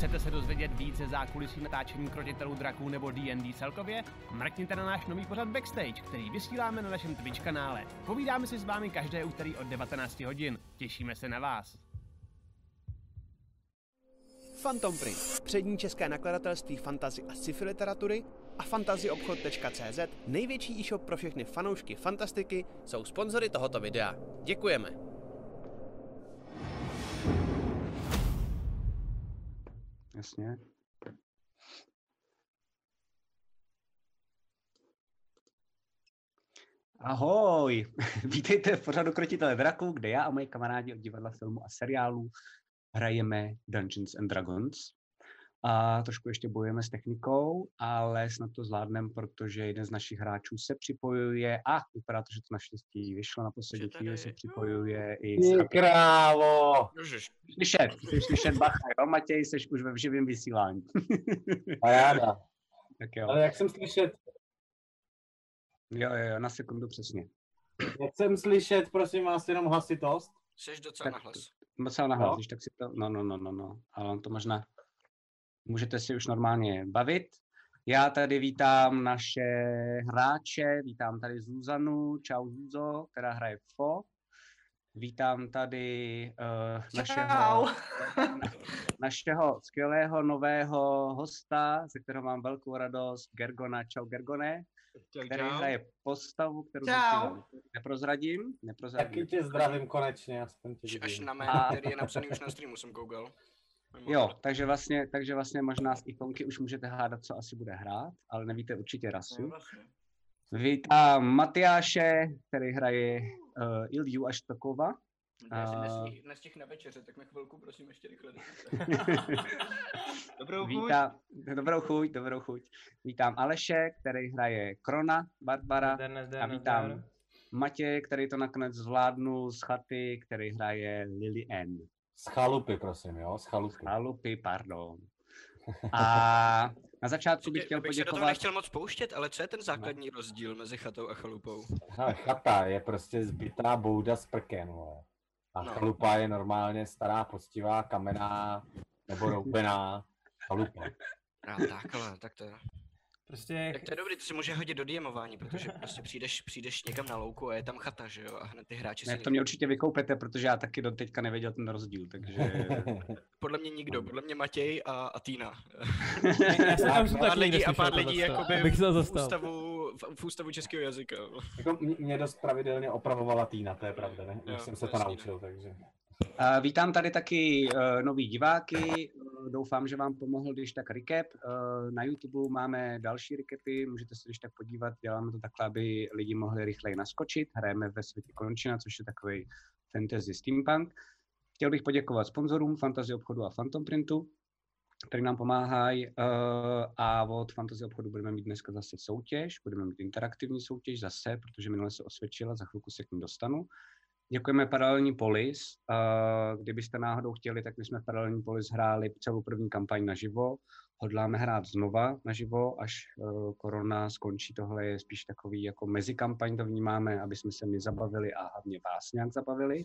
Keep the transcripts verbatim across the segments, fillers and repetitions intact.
Chcete se dozvědět více zákulisí natáčení Krotitelů draků nebo D and D celkově? Mrkněte na náš nový pořad Backstage, který vysíláme na našem Twitch kanále. Povídáme si s vámi každé úterý od devatenáct hodin. Těšíme se na vás. Phantom Print, přední české nakladatelství fantasy a sci-fi literatury, a fantasyobchod tečka cé zet, největší e-shop pro všechny fanoušky fantastiky, jsou sponzory tohoto videa. Děkujeme. Jasně. Ahoj, vítejte v pořadu Krotitelé draků, kde já a moji kamarádi od divadla, filmu a seriálu hrajeme Dungeons and Dragons. A trošku ještě bojujeme s technikou, ale snad to zvládneme, protože jeden z našich hráčů se připojuje a vypadá to, že to naštěstí vyšlo na poslední chvíli, se připojuje i... Ty krávo! Slyšet, jsi slyšet, bacha, jo, Matěj, jsi už ve živém vysílání. A jáda. Tak jo. Ale jak jsem slyšet? Jo, jo, jo, na sekundu přesně. Jak jsem slyšet, prosím vás, jenom hlasitost? Jseš docela Tak, nahlas. Docela nahlas, No. když tak si to... No, no, no, no, no. Ale on to možná... Můžete si už normálně bavit. Já tady vítám naše hráče, vítám tady Zuzanu, čau Zuzo, která hraje Fo. Vítám tady uh, našeho, našeho skvělého nového hosta, ze kterého mám velkou radost, Gergona. Čau Gergone, Čau, který čau. hraje postavu, kterou Čau. neprozradím. Taky neprozradím. tě zdravím konečně, aspoň tě Až vidím. na jméno, A- který je napsaný už na streamu, jsem koukal. Jo, takže vlastně, takže vlastně možná z ikonky už můžete hádat, co asi bude hrát, ale nevíte určitě rasu. vlastně. Vítám Matyáše, který hraje uh, Ilju Aštokova. Já jsem A- nestihl, nestihl na večeře, tak mi chvilku, prosím, ještě rychle. Dobrou chuť. Vítám, dobrou chuť, dobrou chuť. Vítám Aleše, který hraje Krona, Barbara. A vítám Matěje, který to nakonec zvládnul z chaty, který hraje Lily Ann. Z chalupy, prosím, jo, z chalupy. Chalupy, pardon. A na začátku bych chtěl Bych se do toho poděkovat... nechtěl moc pouštět, ale co je ten základní rozdíl mezi chatou a chalupou? Hele, chata je prostě zbytá bouda z prken, vole. A No. chalupa je normálně stará, poctivá, kamenná nebo roubená chalupa. No takhle, tak to Prostě tak to je dobrý, to si může hodit do DMování, protože prostě přijdeš, přijdeš někam na louku a je tam chata, že jo, a hned ty hráči Ne, si... to mě určitě vykoupete, protože já taky do teďka nevěděl ten rozdíl, takže... Podle mě nikdo, podle mě Matěj a, a Týna. já jsem tam jsem Pár taky lidí někde a pár slyšel lidí tohleto, jakoby abych se v zastal. ústavu, v, v ústavu českého jazyka. Jako mě- mě dost pravidelně opravovala Týna, to je pravda, ne? Jo, Už jsem se to to jasný, naučil, takže... A vítám tady taky uh, nový diváky, uh, doufám, že vám pomohl když tak recap. Uh, na YouTube máme další recapy, můžete se když tak podívat, děláme to takhle, aby lidi mohli rychleji naskočit. Hrajeme ve světě Končina, což je takový fantasy steampunk. Chtěl bych poděkovat sponzorům Fantasy obchodu a Phantom Printu, který nám pomáhají. Uh, a od Fantasy obchodu budeme mít dneska zase soutěž, budeme mít interaktivní soutěž zase, protože minule se osvědčila, za chvilku se k ní dostanu. Děkujeme Paralelní Polis. Uh, kdybyste náhodou chtěli, tak my jsme v Paralelní Polis hráli celou první kampaň naživo. Hodláme hrát znova naživo, až uh, korona skončí. Tohle je spíš takový jako mezikampaň, to vnímáme, aby jsme se my zabavili a hlavně vás nějak zabavili.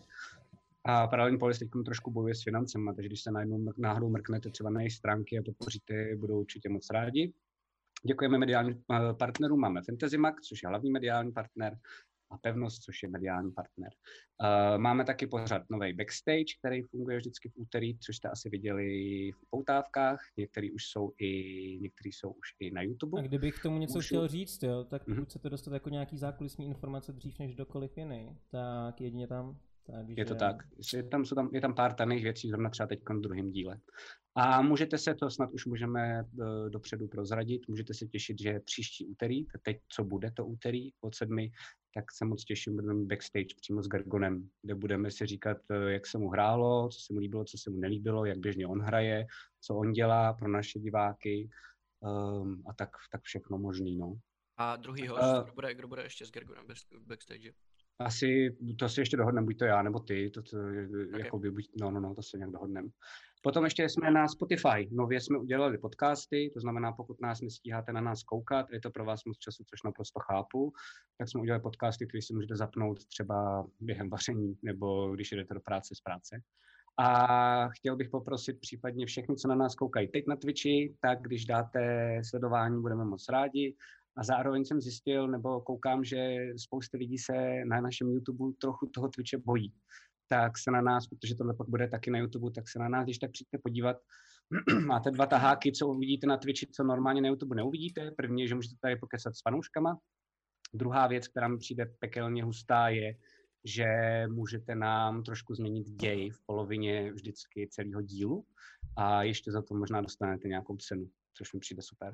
A Paralelní Polis teď trošku bojuje s financemi, takže když se najednou náhodou mrknete třeba na jejich stránky a podpoříte, budou určitě moc rádi. Děkujeme mediálním uh, partnerům, máme Fantasymax, což je hlavní mediální partner, a Pevnost, což je mediální partner. Uh, máme taky pořad nový Backstage, který funguje vždycky v úterý, což jste asi viděli v poutávkách. Některý už jsou i, některý jsou už i na YouTube. A kdybych k tomu něco Můžu- chtěl říct, jo, tak pokud Mhm. chcete dostat jako nějaký zákulisní informace dřív než kdokoliv jiný, tak jedině tam. Takže... Je to tak. Je tam, jsou tam, je tam pár tajných věcí, zrovna třeba teď v druhém díle. A můžete se to, snad už můžeme uh, dopředu prozradit, můžete se těšit, že příští úterý, teď co bude to úterý od sedmi, tak se moc těším, budeme mít backstage přímo s Gergonem, kde budeme si říkat, uh, jak se mu hrálo, co se mu líbilo, co se mu nelíbilo, jak běžně on hraje, co on dělá pro naše diváky um, a tak, tak všechno možný, no. A druhý host, Uh, kdo, bude, kdo bude ještě s Gergonem bez- backstage? Asi to si ještě dohodneme, buď to já nebo ty, to, to Okay. jako by, buď, no, no, no, to se nějak dohodneme. Potom ještě jsme na Spotify, nově jsme udělali podcasty, to znamená, pokud nás nestíháte na nás koukat, je to pro vás moc času, což naprosto chápu, tak jsme udělali podcasty, které si můžete zapnout třeba během vaření, nebo když jdete do práce z práce. A chtěl bych poprosit případně všechny, co na nás koukají teď na Twitchi, tak když dáte sledování, budeme moc rádi. A zároveň jsem zjistil, nebo koukám, že spousty lidí se na našem YouTube trochu toho Twitche bojí. Tak se na nás, protože tohle pak bude taky na YouTube, tak se na nás, když tak přijďte podívat. Máte dva taháky, co uvidíte na Twitchi, co normálně na YouTube neuvidíte. První je, že můžete tady pokecat s fanouškama. Druhá věc, která mi přijde pekelně hustá, je, že můžete nám trošku změnit děj v polovině vždycky celého dílu a ještě za to možná dostanete nějakou cenu, což mi přijde super.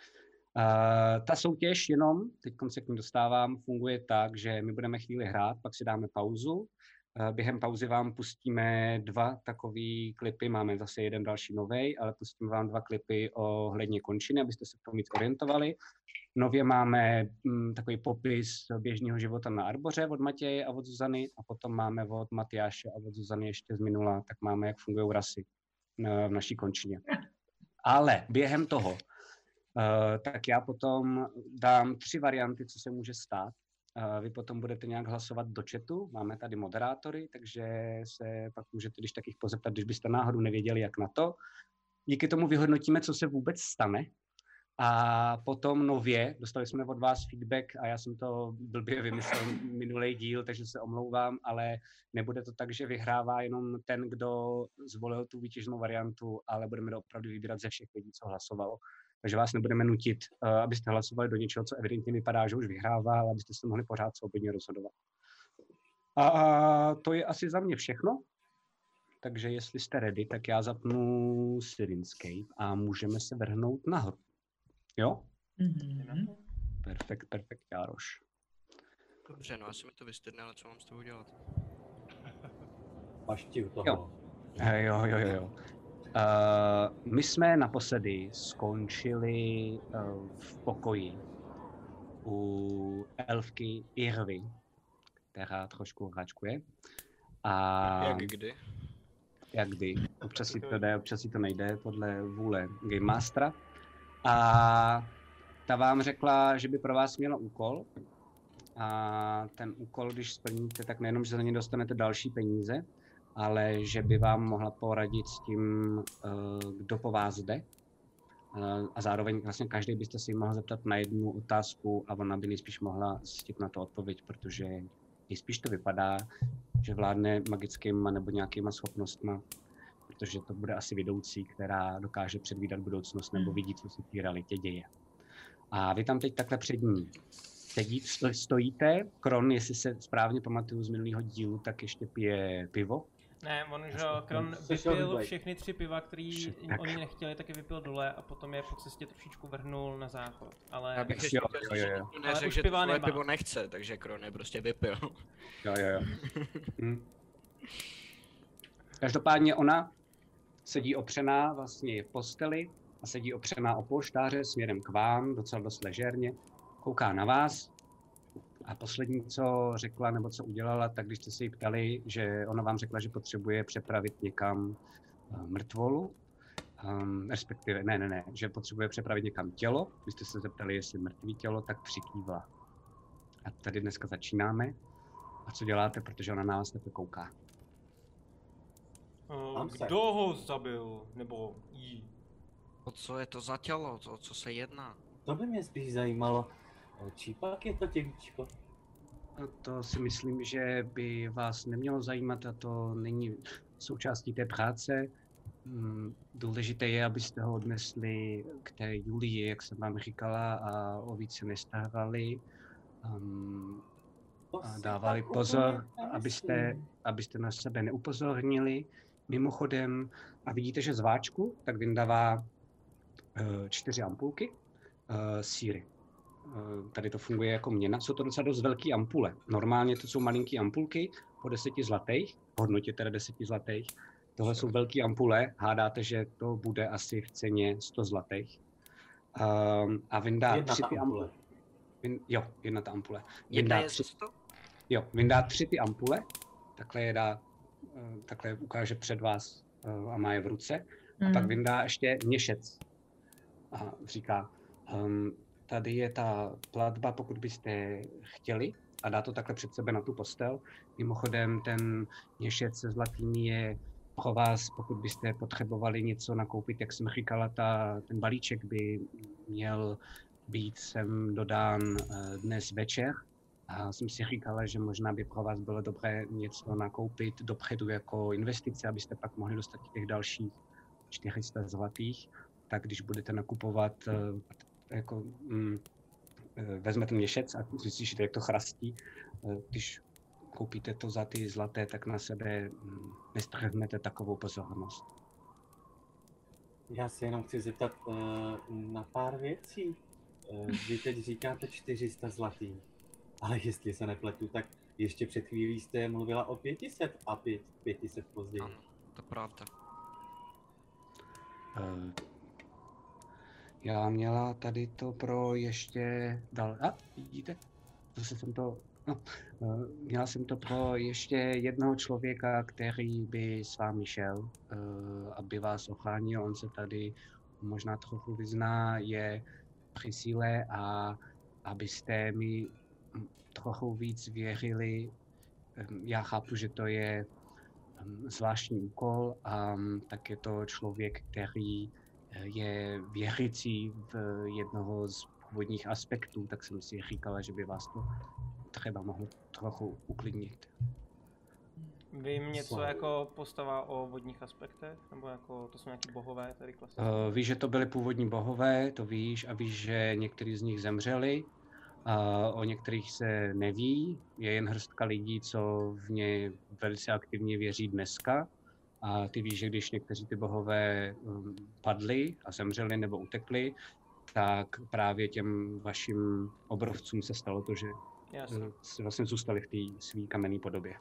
Uh, ta soutěž jenom, teď se k ní dostávám, funguje tak, že my budeme chvíli hrát, pak si dáme pauzu. Uh, během pauzy vám pustíme dva takový klipy, máme zase jeden další novej, ale pustíme vám dva klipy ohledně končiny, abyste se v tom víc orientovali. Nově máme m, takový popis běžného života na Arboře od Matěje a od Zuzany a potom máme od Matyáše a od Zuzany ještě z minula, tak máme, jak fungují rasy v naší končině. Ale během toho, uh, tak já potom dám tři varianty, co se může stát. Uh, vy potom budete nějak hlasovat do chatu, máme tady moderátory, takže se pak můžete když tak jich pozeptat, když byste náhodou nevěděli, jak na to. Díky tomu vyhodnotíme, co se vůbec stane. A potom nově, dostali jsme od vás feedback a já jsem to blbě vymyslel minulý díl, takže se omlouvám, ale nebude to tak, že vyhrává jenom ten, kdo zvolil tu výtěžnou variantu, ale budeme to opravdu vybírat ze všech lidí, co hlasovalo. Takže vás nebudeme nutit, uh, abyste hlasovali do něčeho, co evidentně vypadá, že už vyhrává, ale abyste se mohli pořád svobodně rozhodovat. A, a to je asi za mě všechno. Takže jestli jste ready, tak já zapnu Syrinscape a můžeme se vrhnout nahoru. Jo? Mm-hmm. Perfekt, perfekt, Jároš. Dobře, no asi mi to vystydne, ale co mám s toho dělat? Mašti u toho. Jo. Jo, jo, jo, jo. Uh, my jsme naposledy skončili uh, v pokoji u elfky Irvy, která trošku hračkuje. A Jak kdy? Jak kdy. Občas si to jde, občas si to nejde, podle vůle Game Mastera. A ta vám řekla, že by pro vás měla úkol. A ten úkol, když splníte, tak nejenom, že za ně dostanete další peníze, ale že by vám mohla poradit s tím, kdo po vás jde. A zároveň vlastně každý byste si mohl zeptat na jednu otázku a ona by nejspíš mohla zjistit na to odpověď, protože nejspíš to vypadá, že vládne magickýma nebo nějakýma schopnostma, protože to bude asi vedoucí, která dokáže předvídat budoucnost nebo vidí, co se v té realitě děje. A vy tam teď takhle před ní sedí, stojíte, Kron, jestli se správně pamatuju z minulého dílu, tak ještě pije pivo. Ne, on už Kron vypil všechny tři piva, který oni nechtěli, taky vypil dole a potom je po cestě trošičku vrhnul na záchod. Ale já bych ještě jo, jo, jo, jo. neřekl, že tohle pivo nechce, takže Kron je prostě vypil. Jo, jo, jo. hm. Každopádně ona sedí opřená vlastně v posteli a sedí opřená o polštáře směrem k vám, docela dost ležérně, kouká na vás a poslední, co řekla nebo co udělala, tak když jste se jí ptali, že ona vám řekla, že potřebuje přepravit někam uh, mrtvolu, um, respektive, ne, ne, ne, že potřebuje přepravit někam tělo, když jste se zeptali, jestli mrtvý tělo, tak přikývla. A tady dneska začínáme. A co děláte, protože ona na vás takhle kouká? Uh, kdo ho zabil, nebo jí? O co je to za tělo, o co se jedná? To by mě spíš zajímalo. Čí pak je to tělíčko? To si myslím, že by vás nemělo zajímat a to není součástí té práce. Důležité je, abyste ho odnesli k té Julii, jak jsem vám říkala, a o víc se nestarali. Um, a dávali pozor, abyste, abyste na sebe neupozornili. Mimochodem, a vidíte, že z váčku tak vyndává uh, čtyři ampulky uh, síry. Uh, tady to funguje jako měna. Jsou to docela dost velké ampule. Normálně to jsou malinké ampulky po deseti zlatých, v hodnotě teda deseti zlatých. Tohle jsou velké ampule, hádáte, že to bude asi v ceně sto zlatých. Um, a vyndá tři ty ampule. Vin, jo, jedna ta ampule. Jedna je tři, sto? Jo, vyndá tři ty ampule, takhle je dá, takhle ukáže před vás a má je v ruce. Mm. A pak vyndá ještě měšec. A říká, um, tady je ta platba, pokud byste chtěli, a dá to takhle před sebe na tu postel. Mimochodem ten měšec se zlatými je pro vás, pokud byste potřebovali něco nakoupit, jak jsem říkala, ta, ten balíček by měl být sem dodán dnes večer. A jsem si říkala, že možná by pro vás bylo dobré něco nakoupit dopředu jako investice, abyste pak mohli dostat těch dalších čtyři sta zlatých. Tak když budete nakupovat, jako, mm, vezmete měšec a slyšíte, jak to chrastí, když koupíte to za ty zlaté, tak na sebe nestrhnete takovou pozornost. Já se jenom chci zeptat uh, na pár věcí. Uh, vy teď říkáte čtyři sta zlatých, ale jestli se nepletu, tak ještě před chvílí jste mluvila o pět set a pět, pět set později. Ano, to pravda. Uh, já měla tady to pro ještě dal... A, vidíte? Zase jsem to... No, uh, měla jsem to pro ještě jednoho člověka, který by s vámi šel, uh, aby vás ochránil. On se tady možná trochu vyzná, je při síle a abyste mi trochu víc věřili. Um, já chápu, že to je um, zvláštní úkol, a um, tak je to člověk, který je věřící v jednoho z původních aspektů, tak jsem si říkala, že by vás to třeba mohlo trochu uklidnit. Vím něco jako postava o vodních aspektech? Nebo jako to jsou nějaký bohové tady klasické? Uh, víš, že to byly původní bohové, to víš, a víš, že někteří z nich zemřeli. Uh, o některých se neví, je jen hrstka lidí, co v ně velice aktivně věří dneska. A ty víš, že když někteří ty bohové um, padli a zemřeli nebo utekli, tak právě těm vašim obrovcům se stalo to, že uh, se vlastně zůstali v té své kamenné podobě.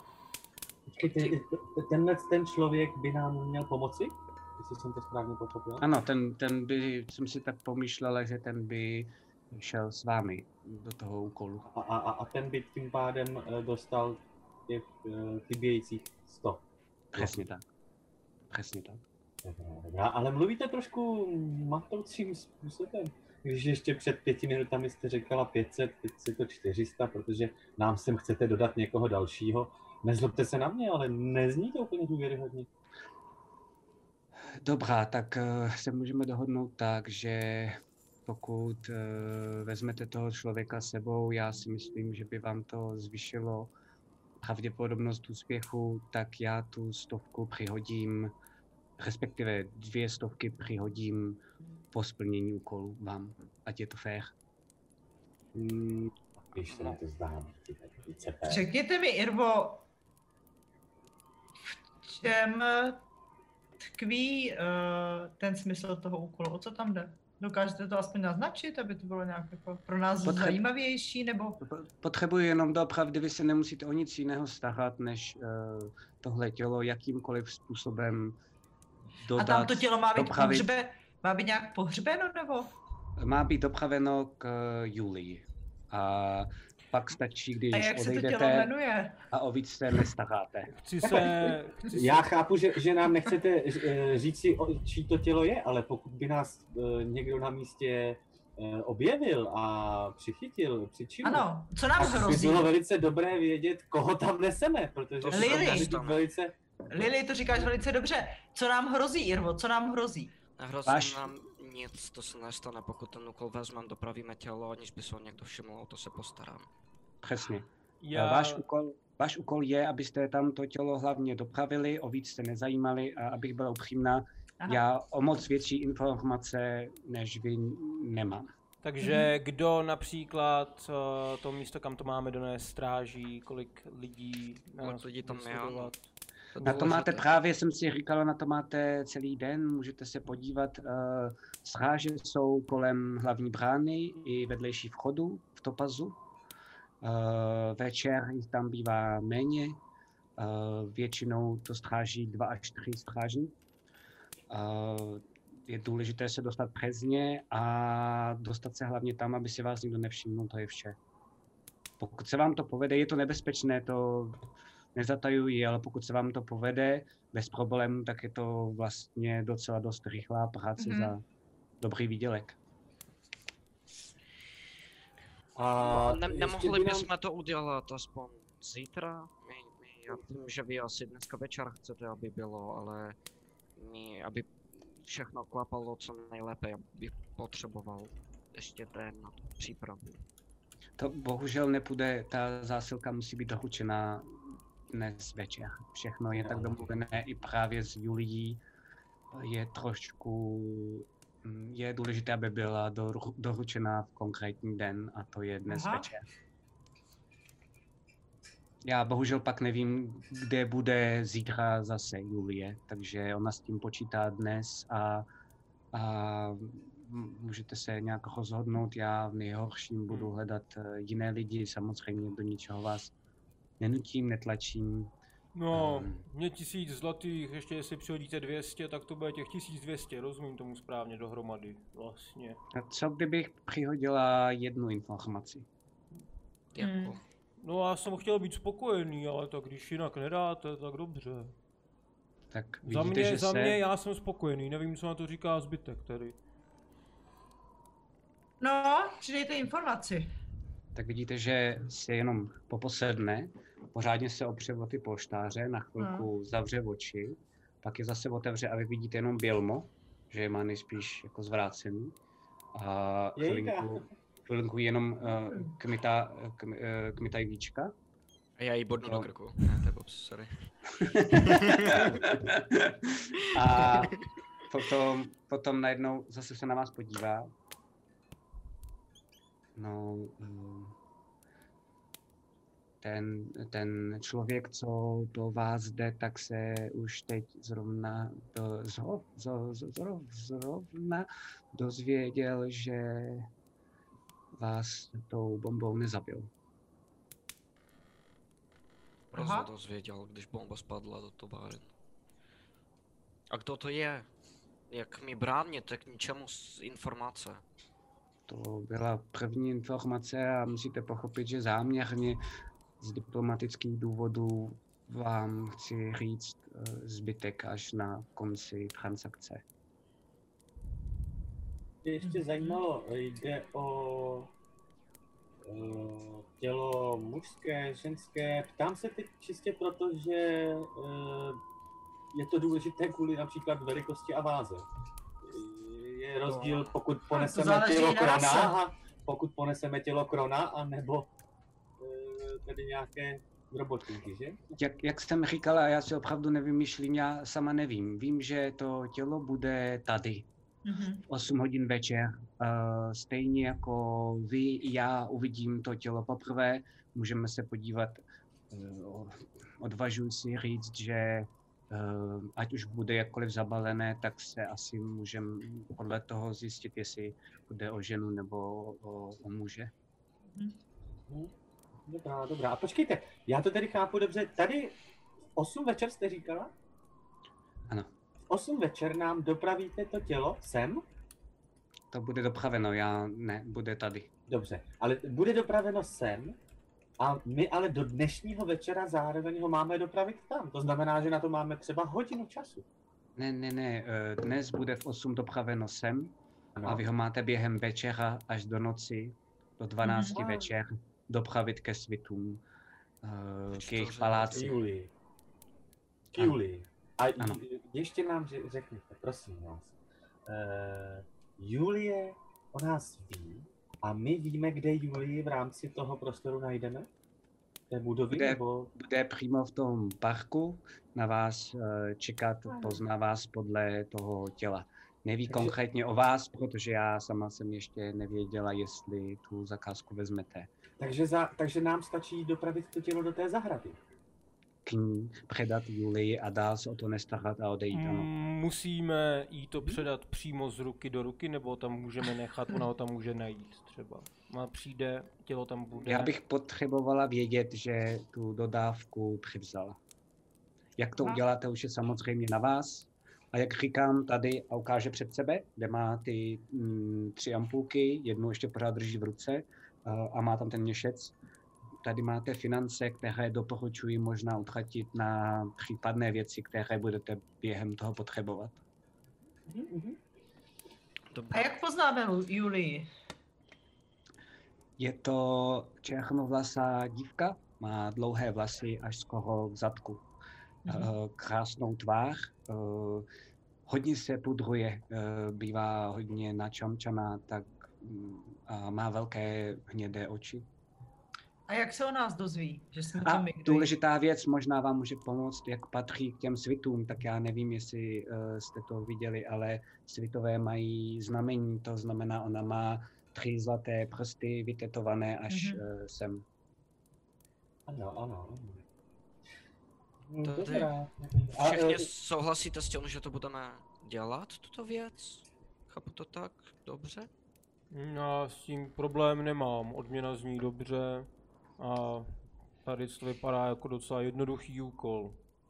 Tenhle ten člověk by nám měl pomoci? Jestli jsem to správně pochopil? Ano, ten, ten by, jsem si tak pomýšlela, že ten by šel s vámi do toho úkolu. A, a, a ten by tím pádem dostal těch chybějících sto. Přesně tak. Přesně tak. Dobrá, ale mluvíte trošku matoucím způsobem. Když ještě před pěti minutami jste říkala pět set, teď je to čtyři sta, protože nám sem chcete dodat někoho dalšího. Nezlobte se na mě, ale nezní to úplně důvěryhodně. Dobrá, tak uh, se můžeme dohodnout tak, že pokud uh, vezmete toho člověka s sebou, já si myslím, že by vám to zvýšilo pravděpodobnost úspěchu, tak já tu stovku přihodím, respektive dvě stovky přihodím po splnění úkolu vám, ať je to fér. Hmm, když se na to zdám, více fér. Řekněte mi, Irvo, v čem tkví uh, ten smysl toho úkolu, o co tam jde? Dokážete to aspoň naznačit, aby to bylo nějak jako pro nás Potře- zajímavější, nebo? Potřebuji jenom doopravdy, vy se nemusíte o nic jiného starat, než uh, tohle tělo jakýmkoliv způsobem dodat. A tam to tělo má být dopravit. pohřbe, má být nějak pohřbeno, nebo? Má být dopraveno k uh, Julii. A pak stačí, když a jak odejdete se to tělo jmenuje? A o víc se nestaráte. Chci se... Chci Já chápu, že, že nám nechcete říct si, čí to tělo je, ale pokud by nás uh, někdo na místě uh, objevil a přichytil, přičinil, ano, co nám hrozí? by bylo velice dobré vědět, koho tam neseme, protože Lily. to velice... Lily, to říkáš velice dobře. Co nám hrozí, Irvo, co nám hrozí? Hrozí Váš... nám nic, to se nestane, pokud ten úkol vezmeme, dopravíme tělo, aniž by se ho někdo všiml, o to se postarám. Přesně. Já... Váš úkol, váš úkol je, abyste tam to tělo hlavně dopravili, o víc se nezajímali, a abych byla upřímná, Aha. já o moc větší informace než vy nemám. Takže kdo například to místo, kam to máme donést, stráží, kolik lidí kolik lidí tam je? Na to máte právě, jsem si říkala, na to máte celý den, můžete se podívat. Uh, stráže jsou kolem hlavní brány i vedlejší vchodu v Topazu. Uh, večer jich tam bývá méně, uh, většinou to stráží dva až tři strážní. Uh, je důležité se dostat přes ně a dostat se hlavně tam, aby si vás nikdo nevšiml, to je vše. Pokud se vám to povede, je to nebezpečné, to nezatajuji, ale pokud se vám to povede bez problémů, tak je to vlastně docela dost rychlá práce mm-hmm. za dobrý výdělek. A ne, nemohli bychom nám... to udělat aspoň zítra? My, my Já vím, že vy asi dneska večer chcete, aby bylo, ale my, aby všechno klapalo co nejlépe, já bych potřeboval ještě den na tu přípravu. To bohužel nepůjde, ta zásilka musí být doručena dnes večer. Všechno je tak domluvené i právě s Julií. Je trošku, je důležité, aby byla doručena v konkrétní den a to je dnes Aha. večer. Já bohužel pak nevím, kde bude zítra zase Julie, takže ona s tím počítá dnes a, a můžete se nějak rozhodnout. Já v nejhorším budu hledat jiné lidi, samozřejmě do ničeho vás nenutím, netlačím. No, um, mě tisíc zlatých, ještě jestli přihodíte dvě stě, tak to bude těch tisíc dvě stě, rozumím tomu správně dohromady, vlastně. A co kdybych přihodila jednu informaci? Jako? No já jsem chtěl být spokojený, ale tak když jinak nedáte, tak dobře. Tak vidíte, za mě, že za se... mě já jsem spokojený, nevím, co na to říká zbytek tady. No, přidejte informaci. Tak vidíte, že se jenom poposedne, pořádně se opře o ty polštáře, na chvilku no. zavře oči, pak je zase otevře a vy vidíte jenom bělmo, že je má nejspíš jako zvrácený. A chvilinku, chvilinku jenom uh, kmitá, km, uh, kmitají víčka. A já jí bodnu no. do krku. Ne, to je bob, sorry. A potom, potom najednou zase se na vás podívá. No, um, ten, ten člověk, co do vás jde, tak se už teď zrovna, do, zro, zro, zro, zrovna dozvěděl, že vás tou bombou nezabil. Proč se dozvěděl, když bomba spadla do továren? A kdo to je? Jak mi bránit k ničemu informace? To byla první informace a musíte pochopit, že záměrně z diplomatických důvodů vám chci říct zbytek až na konci transakce. Mě ještě zajímalo, jde o tělo mužské, ženské. Ptám se teď čistě proto, že je to důležité kvůli například velikosti a váze. Je rozdíl, pokud poneseme tělo krona, pokud poneseme tělo krona, anebo e, tedy nějaké robotníky, že? Jak, jak jsem říkala, já si opravdu nevymýšlím, já sama nevím. Vím, že to tělo bude tady. Mm-hmm. osm hodin večer. Uh, stejně jako vy i já uvidím to tělo poprvé, můžeme se podívat, uh, odvažuji si říct, že Uh, ať už bude jakkoliv zabalené, tak se asi můžeme podle toho zjistit, jestli bude o ženu nebo o, o muže. Hmm. Dobrá, dobrá. A počkejte, já to tedy chápu dobře. Tady osm večer jste říkala? Ano. V osm večer nám dopravíte to tělo sem? To bude dopraveno, já ne, bude tady. Dobře, ale bude dopraveno sem? A my ale do dnešního večera zároveň ho máme dopravit tam. To znamená, že na to máme třeba hodinu času. Ne, ne, ne. Dnes bude v osm dopraveno sem ano. A vy ho máte během večera až do noci, do dvanácti mm, večer, dopravit ke svitům, k jejich paláci. Julii. K Julii. A ano. Ještě nám řekněte, prosím vás. Uh, Julie o nás ví. A my víme, kde Julii v rámci toho prostoru najdeme? Té budovy? Bude, nebo... bude přímo v tom parku na vás uh, čekat, pozná vás podle toho těla. Neví takže... konkrétně o vás, protože já sama jsem ještě nevěděla, jestli tu zakázku vezmete. Takže, za, takže nám stačí dopravit to tělo do té zahrady? K ní předat Julii a dál se o to nestarat a odejít, ano. Musíme jí to předat přímo z ruky do ruky, nebo tam můžeme nechat, ona ho tam může najít třeba. Ona přijde, tělo tam bude. Já bych potřebovala vědět, že tu dodávku přivzala. Jak to uděláte, už je samozřejmě na vás. A jak říkám tady a ukáže před sebe, kde má ty mm, tři ampulky, jednu ještě pořád drží v ruce a, a má tam ten měšec. Tady máte finance, které doporučuji možná utratit na případné věci, které budete během toho potřebovat. A jak poznáme Julii? Je to černovlasá dívka, má dlouhé vlasy až skoro k zadku. Mm-hmm. Krásnou tvář, hodně se pudruje, bývá hodně načamčaná, tak a má velké hnědé oči. A jak se o nás dozví, že jsme A to my? důležitá věc, možná vám může pomoct, jak patří k těm svitům, tak já nevím, jestli uh, jste to viděli, ale svitové mají znamení, to znamená, ona má tři zlaté prsty vytetované až mm-hmm. uh, sem. Ano, ano. Tady všichni souhlasíte s tím, že to budeme dělat, tuto věc? Chápu to tak? Dobře? Já s tím problém nemám, odměna zní dobře a tady to vypadá jako docela jednoduchý úkol.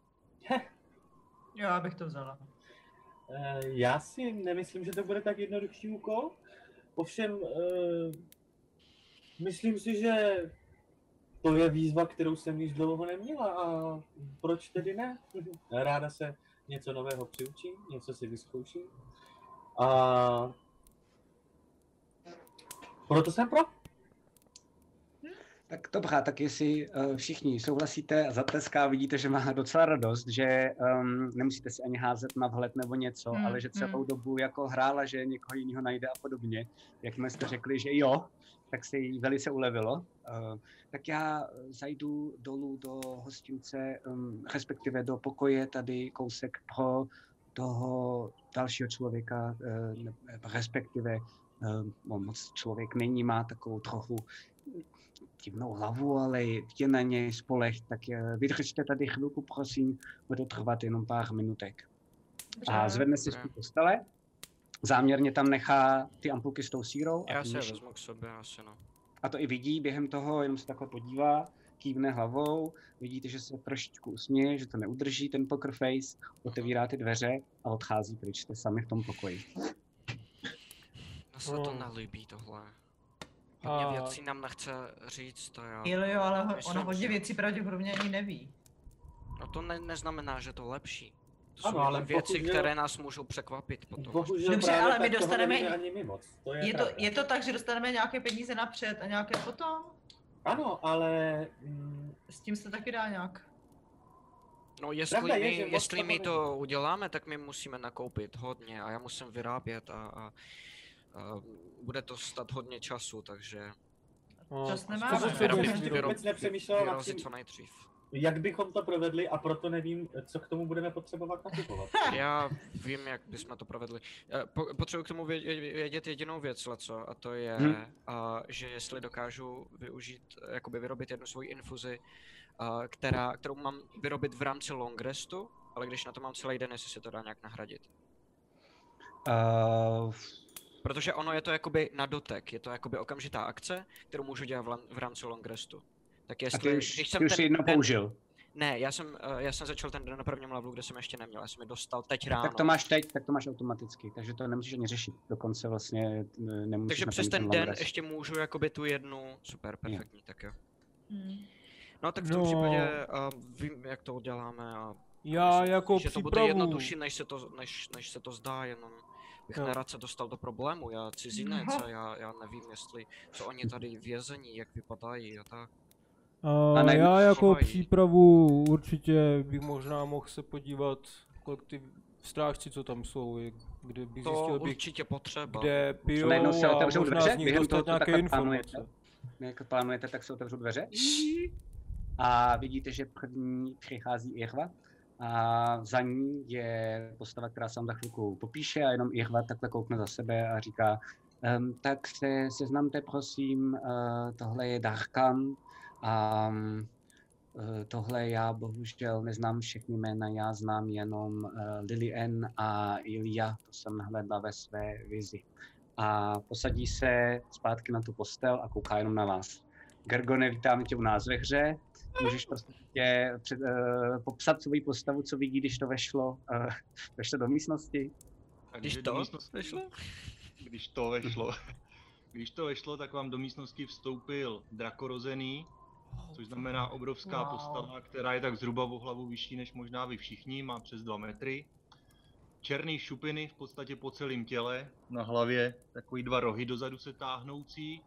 Jo, abych to vzala. Já si nemyslím, že to bude tak jednoduchý úkol, ovšem myslím si, že to je výzva, kterou jsem již dlouho neměla a proč tedy ne? Ráda se něco nového přiučím, něco si vyzkouším a proto jsem pro. Tak dobrá, tak jestli uh, všichni souhlasíte a zatleská, vidíte, že má docela radost, že um, nemusíte si ani házet na vhled nebo něco, hmm, ale že celou hmm. dobu jako hrála, že někoho jiného najde a podobně. Jakmile jste řekli, že jo, tak se jí velice ulevilo. Uh, tak já zajdu dolů do hostince, um, respektive do pokoje tady kousek pro toho dalšího člověka, uh, respektive uh, moc člověk není, má takovou trochu divnou hlavu, ale je na něj spolech, tak vydržte tady chvilku, prosím, bude to trvat jenom pár minutek. A zvedne si z postele, záměrně tam nechá ty ampulky s tou sírou. Já se vezmu k sobě, asi no. A to i vidí během toho, jenom se takhle podívá, kývne hlavou, vidíte, že se trošičku usměje, že to neudrží ten poker face, otevírá ty dveře a odchází pryč, jste sami v tom pokoji. No se to nelíbí tohle. Hodně věcí nám nechce říct, to já... Jo, jo, ale ho, ona hodně věcí pravděpodobně ani neví. No to ne, neznamená, že to lepší. To ano, jsou ale věci, bohužel, které nás můžou překvapit potom. Bohužel dobře, ale my dostaneme... Moc, to je, je, to, je to tak, že dostaneme nějaké peníze napřed a nějaké potom? Ano, ale... Mm, s tím se taky dá nějak. No jestli my, je, jestli my to uděláme, tak my musíme nakoupit hodně a já musím vyrábět a... a Uh, bude to stát hodně času, takže... Čas nemáme. Vůbec nepřemýšlel nad tím, co nejdřív. Jak bychom to provedli a proto nevím, co k tomu budeme potřebovat nakupovat. Já vím, jak bychom to provedli. Po, potřebuji k tomu vědět jedinou věc, Leco, a to je, hmm. uh, že jestli dokážu využít, jakoby vyrobit jednu svoji infuzi, uh, která, kterou mám vyrobit v rámci long restu, ale když na to mám celý den, jestli se to dá nějak nahradit. Uh... Protože ono je to jakoby na dotek, je to jakoby okamžitá akce, kterou můžu dělat v, v rámci long restu. Tak jestli, a ty už, když jsem ty už ten jedno den, použil? Ne, já jsem, já jsem začal ten den na prvním levelu, kde jsem ještě neměl, já jsem je dostal teď ráno. Tak to máš teď, tak to máš automaticky, takže to nemusíš ani řešit, dokonce vlastně nemusíš. Takže přes ten den rest. Ještě můžu jakoby tu jednu, super, perfektní, yeah. tak jo. Hmm. No tak v tom no. případě uh, vím, jak to uděláme a já myslím, jako že přípravu. to bude jednodušší, než se to, než, než se to zdá, jenom bych no. nerad se dostal do problému, já cizinec a já, já nevím, jestli, co oni tady vězení, jak vypadají a tak. A, a já jako chovají. Přípravu určitě bych možná mohl se podívat, kolik ty strážci, co tam jsou, kde bych to zjistil, bych, určitě potřeba. Kde pijou a možná dveře, z nich dostat nějaké informace. Jak plánujete, tak se otevřou dveře a vidíte, že první přichází Irva. A za ní je postava, která se vám za chvilku popíše a jenom Irva takhle koukne za sebe a říká um, tak se seznamte prosím, uh, tohle je Darkan a um, uh, tohle já bohužel neznám všechny jména, já znám jenom uh, Lilien a Ilia, to jsem hledala ve své vizi. A posadí se zpátky na tu postel a kouká jenom na vás. Gergone, vítáme tě u nás ve hře. Můžeš prostě před, uh, popsat svoji postavu, co vidí, když to vešlo, uh, vešlo do místnosti? A když to vešlo? Když to vešlo. Když to vešlo, tak vám do místnosti vstoupil drakorozený, což znamená obrovská wow. postava, která je tak zhruba o hlavu vyšší než možná vy všichni, má přes dva metry. Černý šupiny v podstatě po celém těle, na hlavě takový dva rohy dozadu se táhnoucí.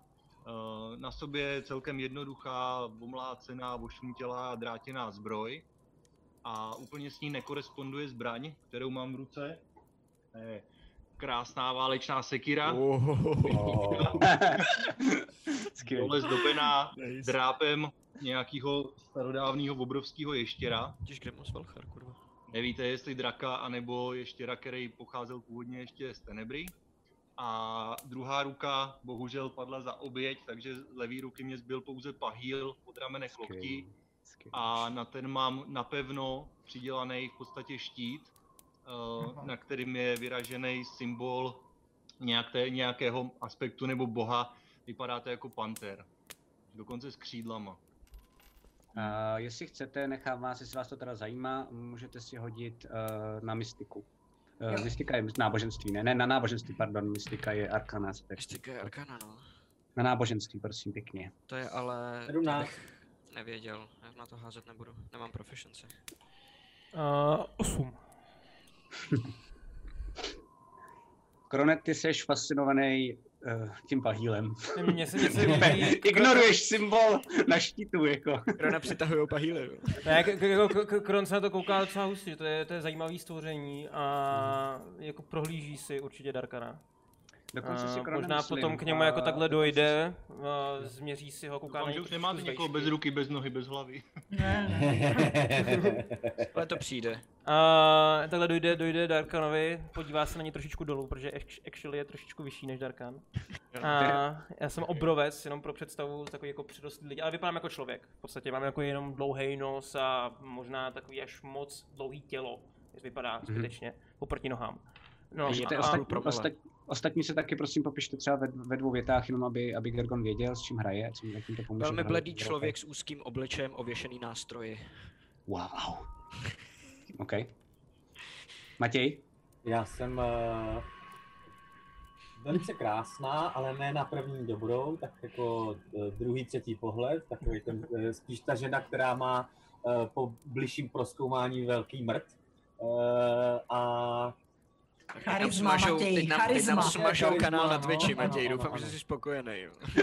Na sobě celkem jednoduchá, omlácená, ošuntělá, drátěná zbroj a úplně s ní nekoresponduje zbraň, kterou mám v ruce. Je krásná válečná sekira. Oh. Dole zdobená drápem nějakého starodávného obrovského ještěra. Těž Gremos Valchar, kurva. Nevíte, jestli draka, anebo ještěra, který pocházel původně ještě z Tenebry. A druhá ruka bohužel padla za oběť, takže z levý ruky mě zbyl pouze pahýl pod ramenech lokti. A na ten mám napevno přidělaný v podstatě štít, uh, na kterým je vyražený symbol nějaké, nějakého aspektu nebo boha. Vypadá to jako panter, dokonce s křídlama. Uh, jestli chcete, nechám vás, jestli vás to teda zajímá, můžete si hodit uh, na mystiku. Uh, mystika je náboženství, ne, ne na náboženství, pardon, mystika je arkana. Mystika je arkana, no. Na náboženství, prosím, pěkně. To je ale... bych nevěděl, já na to házet nebudu, nemám proficiency. Uh, osm. Kronet, ty jsi fascinovaný uh, tím pahýlem. Mně se něco ignoruješ symbol na štítu, jako. Krona přitahujou pahýly. Ne, Kron se na to kouká docela hustě, že to je, to je zajímavý stvoření a jako prohlíží si určitě Darkana. Dokonce si Kronem možná myslím, potom k němu jako takhle dojde, a změří si ho, kouká na něj. Už nemáte někoho bez ruky, bez nohy, bez hlavy. Ne, ne. Ale to přijde. A takhle dojde, dojde Darkanovi, podívá se na ně trošičku dolů, protože actually je trošičku vyšší než Darkan. A já jsem obrovec, jenom pro představu, takový jako přirostlý lidi, ale vypadám jako člověk. V podstatě mám jako jenom dlouhý nos a možná takový až moc dlouhý tělo, jak vypadá skutečně, oproti nohám. No, a, ostatní, ostatní, ostatní se taky prosím popište třeba ve, ve dvou větách, jenom aby, aby Gergon věděl, s čím hraje, co mi to pomůže. Velmi bledý člověk s úzkým obličejem, ověšený nástroji. Wow. OK. Matěj? Já jsem uh, velice krásná, ale ne na první dobrou, tak jako uh, druhý, třetí pohled, takový ten, uh, spíš ta žena, která má uh, po bližším prozkoumání velký mrt. Uh, a charisma, Matěj, teď nám, charisma. Teď nám smažou kanál na Twitchi, Matěj, doufám, že jsi spokojený.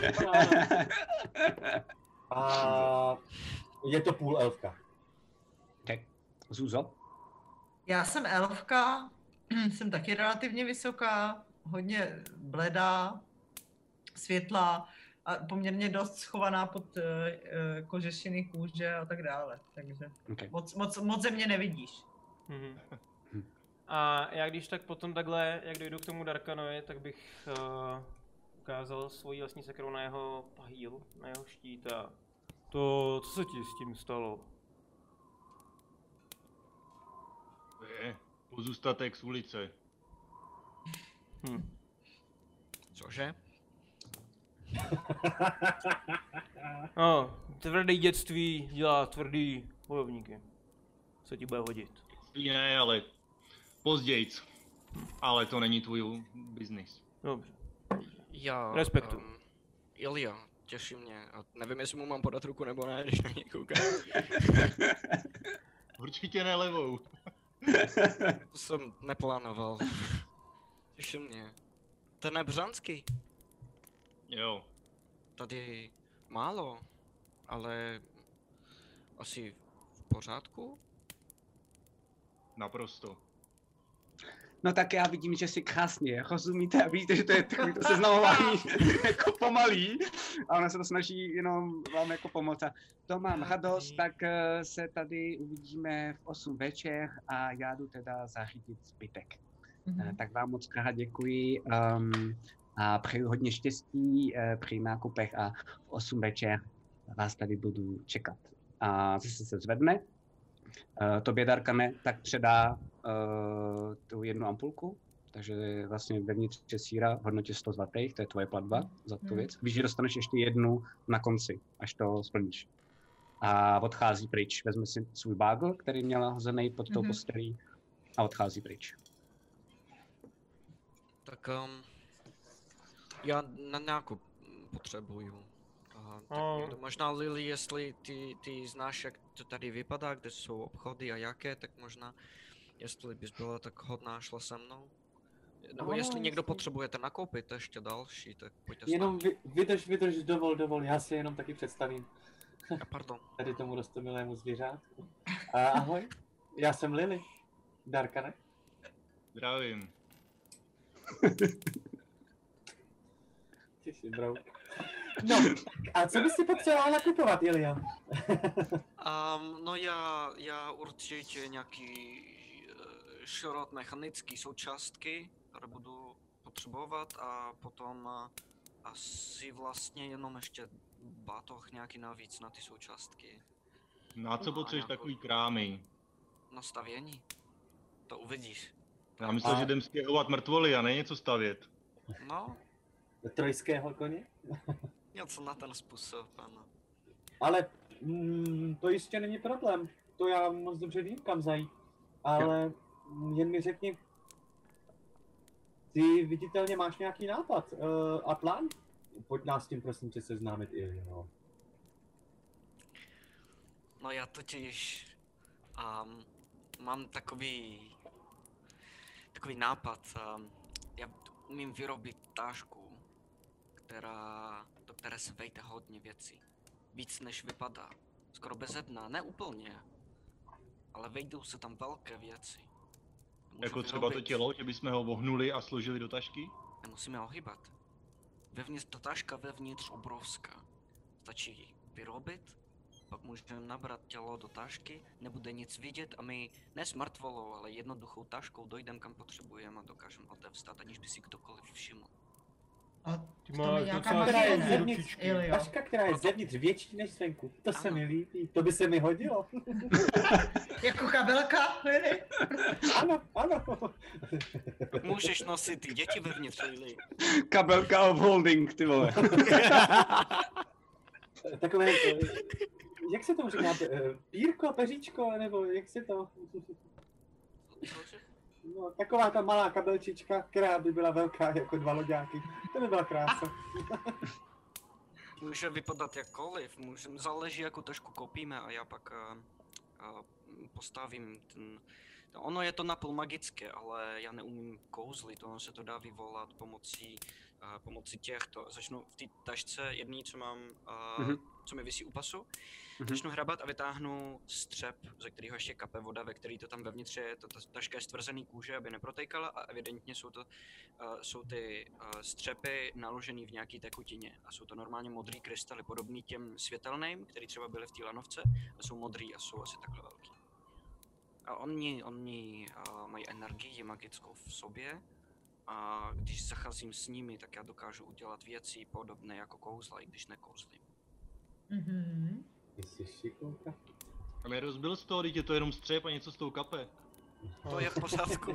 A je to půl elfka. Tak, Zuzo? Já jsem elfka, jsem taky relativně vysoká, hodně bledá, světlá a poměrně dost schovaná pod uh, kožešiny, kůže a tak dále, takže okay. moc, moc, moc ze mě nevidíš. Mm-hmm. A já když tak potom takhle, jak dojdu k tomu Darkanovi, tak bych uh, ukázal svoji vlastní sekrou na jeho pahýl, na jeho štít a to, co se ti s tím stalo? Je pozůstatek z ulice. Hm. Cože? No, tvrdý dětství dělá tvrdý bojovníky. Co ti bude hodit? Ne, ale pozdějc. Ale to není tvůj biznis. Dobře. Já... Respektu. Um, Ilja, těší mě. A nevím, jestli mu mám podat ruku nebo ne, když na něj koukám. Určitě ne levou. To jsem neplánoval. Těší mě. Ten je Břanský. Jo. Tady málo, ale asi v pořádku? Naprosto. No tak já vidím, že si krásně rozumíte a vidíte, že to je takový to seznamování jako pomalý a ona se to snaží jenom vám jako pomoct a to mám radost, tak se tady uvidíme v osm večer a já jdu teda zařídit zbytek. Mm-hmm. Tak vám moc krát děkuji um, a přeju hodně štěstí uh, při nákupech a v osm večer vás tady budu čekat. A zase se zvedne. Uh, tobě, Darkane, tak předá uh, tu jednu ampulku, takže vlastně vevnitř je síra v hodnotě sto zlatých, to je tvoje platba za tu věc. Víš, že dostaneš ještě jednu na konci, až to splníš. A odchází pryč, vezme si svůj bágl, který měla hozený pod tou postelí a odchází pryč. Tak um, já na nákup potřebuju. Uh, tak Oh. to možná Lily, jestli ty, ty znáš, jak to tady vypadá, kde jsou obchody a jaké, tak možná, jestli bys byla tak hodná, šla se mnou. Nebo Ano, jestli někdo jasně. potřebujete nakoupit ještě další, tak pojďte s Jenom vy, vydrž, vydrž, dovol, dovol, já se jenom taky představím. námi. Pardon. Tady tomu rostomilému zvířátku. A ahoj, já jsem Lily. Darkane. Zdravím. Ty jsi brouk. No, a co bys si potřeboval nakupovat, Ilia? Um, no já, já určitě nějaký uh, šrot mechanický součástky, které budu potřebovat a potom uh, asi vlastně jenom ještě batoh nějaký navíc na ty součástky. Na co A potřebuješ nějakou- takový krámy? Nastavění. To uvidíš. Já myslel, A- že jdem stěhovat mrtvoly a ne něco stavět. No, Trojského koně? něco na ten způsob, ano. Ale mm, to jistě není problém. To já moc dobře vím, kam zajít. Ale jen mi řekni, ty viditelně máš nějaký nápad uh, a plán? Pojď nás s tím prosím tě seznámit, Ilio. No já totiž um, mám takový takový nápad. Um, já umím vyrobit tašku, která, do které se vejde hodně věcí. Víc než vypadá. Skoro bezedná, ne úplně. Ale vejdou se tam velké věci. Můžu Jako třeba to vyrobit- tělo, že bychom ho vohnuli a složili do tašky? Nemusíme ho hýbat. Vevnitř, ta taška vevnitř obrovská. Stačí vyrobit, pak můžeme nabrat tělo do tašky, nebude nic vidět a my ne s mrtvolou, ale jednoduchou taškou dojdeme kam potřebujeme a dokážeme otevstat, aniž by si kdokoliv všiml. A Ty v tom máš je nějaká docela Která je magie, ne? zevnitř, ručičky. Ilio. taška, která je zevnitř větší než zvenku. To se Ano. mi líbí, to by se mi hodilo. Jako kabelka, Lily? Ano, ano. Pak můžeš nosit ty děti vevnitř, Lily. Kabelka of holding, ty vole. Takové, eh, jak se tomu říká, eh, pírko, peříčko, nebo jak se to... Cože? No, taková ta malá kabelčička, která by byla velká jako dva loďáky. To by byla krása. Může vypadat jakkoliv, může, záleží jakou tašku kopíme a já pak uh, uh, postavím ten... Ono je to napůl magické, ale já neumím kouzlit, ono se to dá vyvolat pomocí, uh, pomocí těchto. Začnu v té tašce jedný, co mám, uh, Mhm. co mi visí u pasu, Mhm. začnu hrabat a vytáhnu střep, ze kterého ještě kape voda, ve který to tam vevnitř je, to, ta taška je stvrzený kůže, aby neprotékala a evidentně jsou to, uh, jsou ty uh, střepy naložený v nějaký tekutině a jsou to normálně modrý krystaly, podobný těm světelným, který třeba byly v té lanovce, a jsou modrý a jsou asi takhle velký. A oni, oni uh, mají energii magickou v sobě a když zacházím s nimi, tak já dokážu udělat věci podobné jako kouzla, i když nekouzlím. Mhm. Ty jsi šikulka. Ale rozbil z toho, teď je to jenom střep a něco z tou kape. To je v pořádku.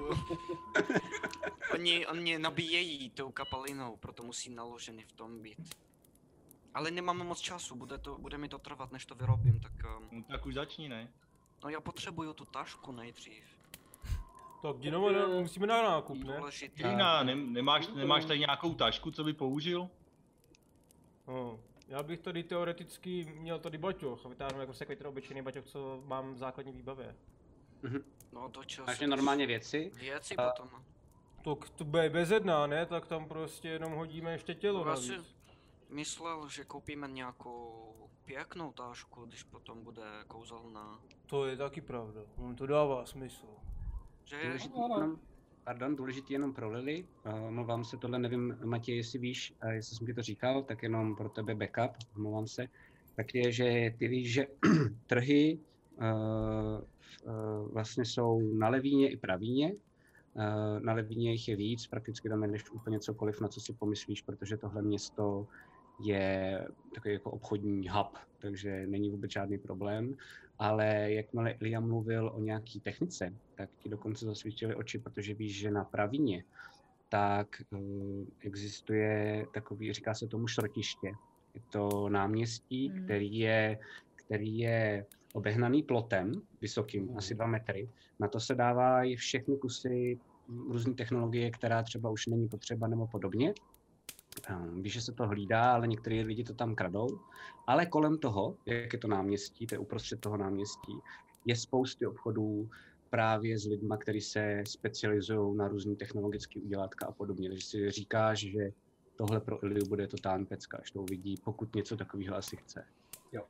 Oni, oni nabíjejí tou kapalinou, proto musí naložený v tom být. Ale nemáme moc času, bude, to, bude mi to trvat, než to vyrobím, tak... Um, No tak už začni, ne? no já potřebuju tu tašku nejdřív. Tak jdeme, na- musíme na nákup, ne? Důležitý. Trina, ne, nemáš, nemáš tady nějakou tašku, co by použil? No, já bych tady teoreticky měl tady baťoch a vytáhnu jako takový ten obyčejný baťoch, co mám v základní výbavě. No do čeho Máš se- normálně věci? Věci A- potom. Tak to bude bez jedna, ne? Tak tam prostě jenom hodíme ještě tělo No, asi navíc. myslel, že koupíme nějakou pěknou tašku, když potom bude kouzelná. To je taky pravda, hm, to dává smysl. Že je? Důležitý jenom, pardon, důležitý jenom pro Lily. Uh, omlouvám se, tohle nevím, Matěj, jestli víš, a jestli jsem ti to říkal, tak jenom pro tebe backup, omlouvám se. Tak je, že ty víš, že trhy uh, uh, vlastně jsou na levíně i pravíně. Uh, na levíně jich je víc, prakticky tam je než úplně cokoliv, na co si pomyslíš, protože tohle město je takový jako obchodní hub, takže není vůbec žádný problém. Ale jakmile Liam mluvil o nějaký technice, tak ti dokonce zasvítily oči, protože víš, že na pravině tak uh, existuje takový, říká se tomu šrotiště. Je to náměstí, Mhm. který je, který je obehnaný plotem, vysokým, Mhm. asi dva metry. Na to se dávají všechny kusy různé technologie, která třeba už není potřeba nebo podobně. Um, víš, že se to hlídá, ale některý lidi to tam kradou. Ale kolem toho, jak je to náměstí, to je uprostřed toho náměstí, je spousty obchodů, právě s lidma, kteří se specializují na různý technologické udělátka a podobně. Takže si říkáš, že tohle pro Iliu bude totální pecka, až to uvidí, pokud něco takového asi chce. Jo.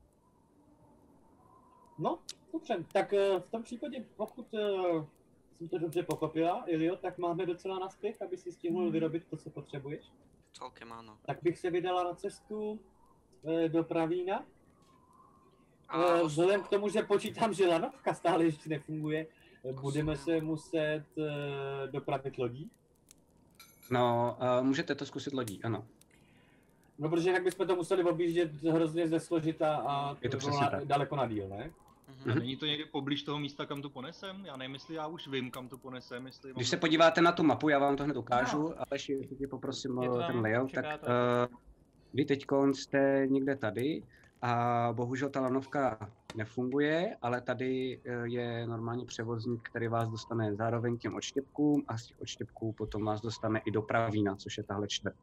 No, dobře, tak v tom případě, pokud uh, jsem to dobře pochopila, Ilio, tak máme docela naspěch, aby si stihl vyrobit to, co potřebuješ. Celkem ano. Tak bych se vydala na cestu uh, do Pravína. A Uh, vzhledem k tomu, že počítám, že lanovka stále ještě nefunguje, budeme se muset uh, dopravit lodí. No, uh, můžete to zkusit lodí, ano. No, protože jinak bychom to museli objíždět hrozně zesložita a Je to bylo přesně na, tak. daleko na díl, ne? Mhm. A není to někde poblíž toho místa, kam to ponesem? Já nevím, jestli já už vím, kam to ponesem, jestli... Když se podíváte na tu mapu, já vám to hned ukážu, no. Ale ještě tě poprosím Je to o tam, ten layout, čeká tak to. uh, vy teď jste někde tady a bohužel ta lanovka nefunguje, ale tady uh, je normální převozník, který vás dostane zároveň k těm odštěpkům a z těch odštěpků potom vás dostane i do Pravína, což je tahle čtvrt.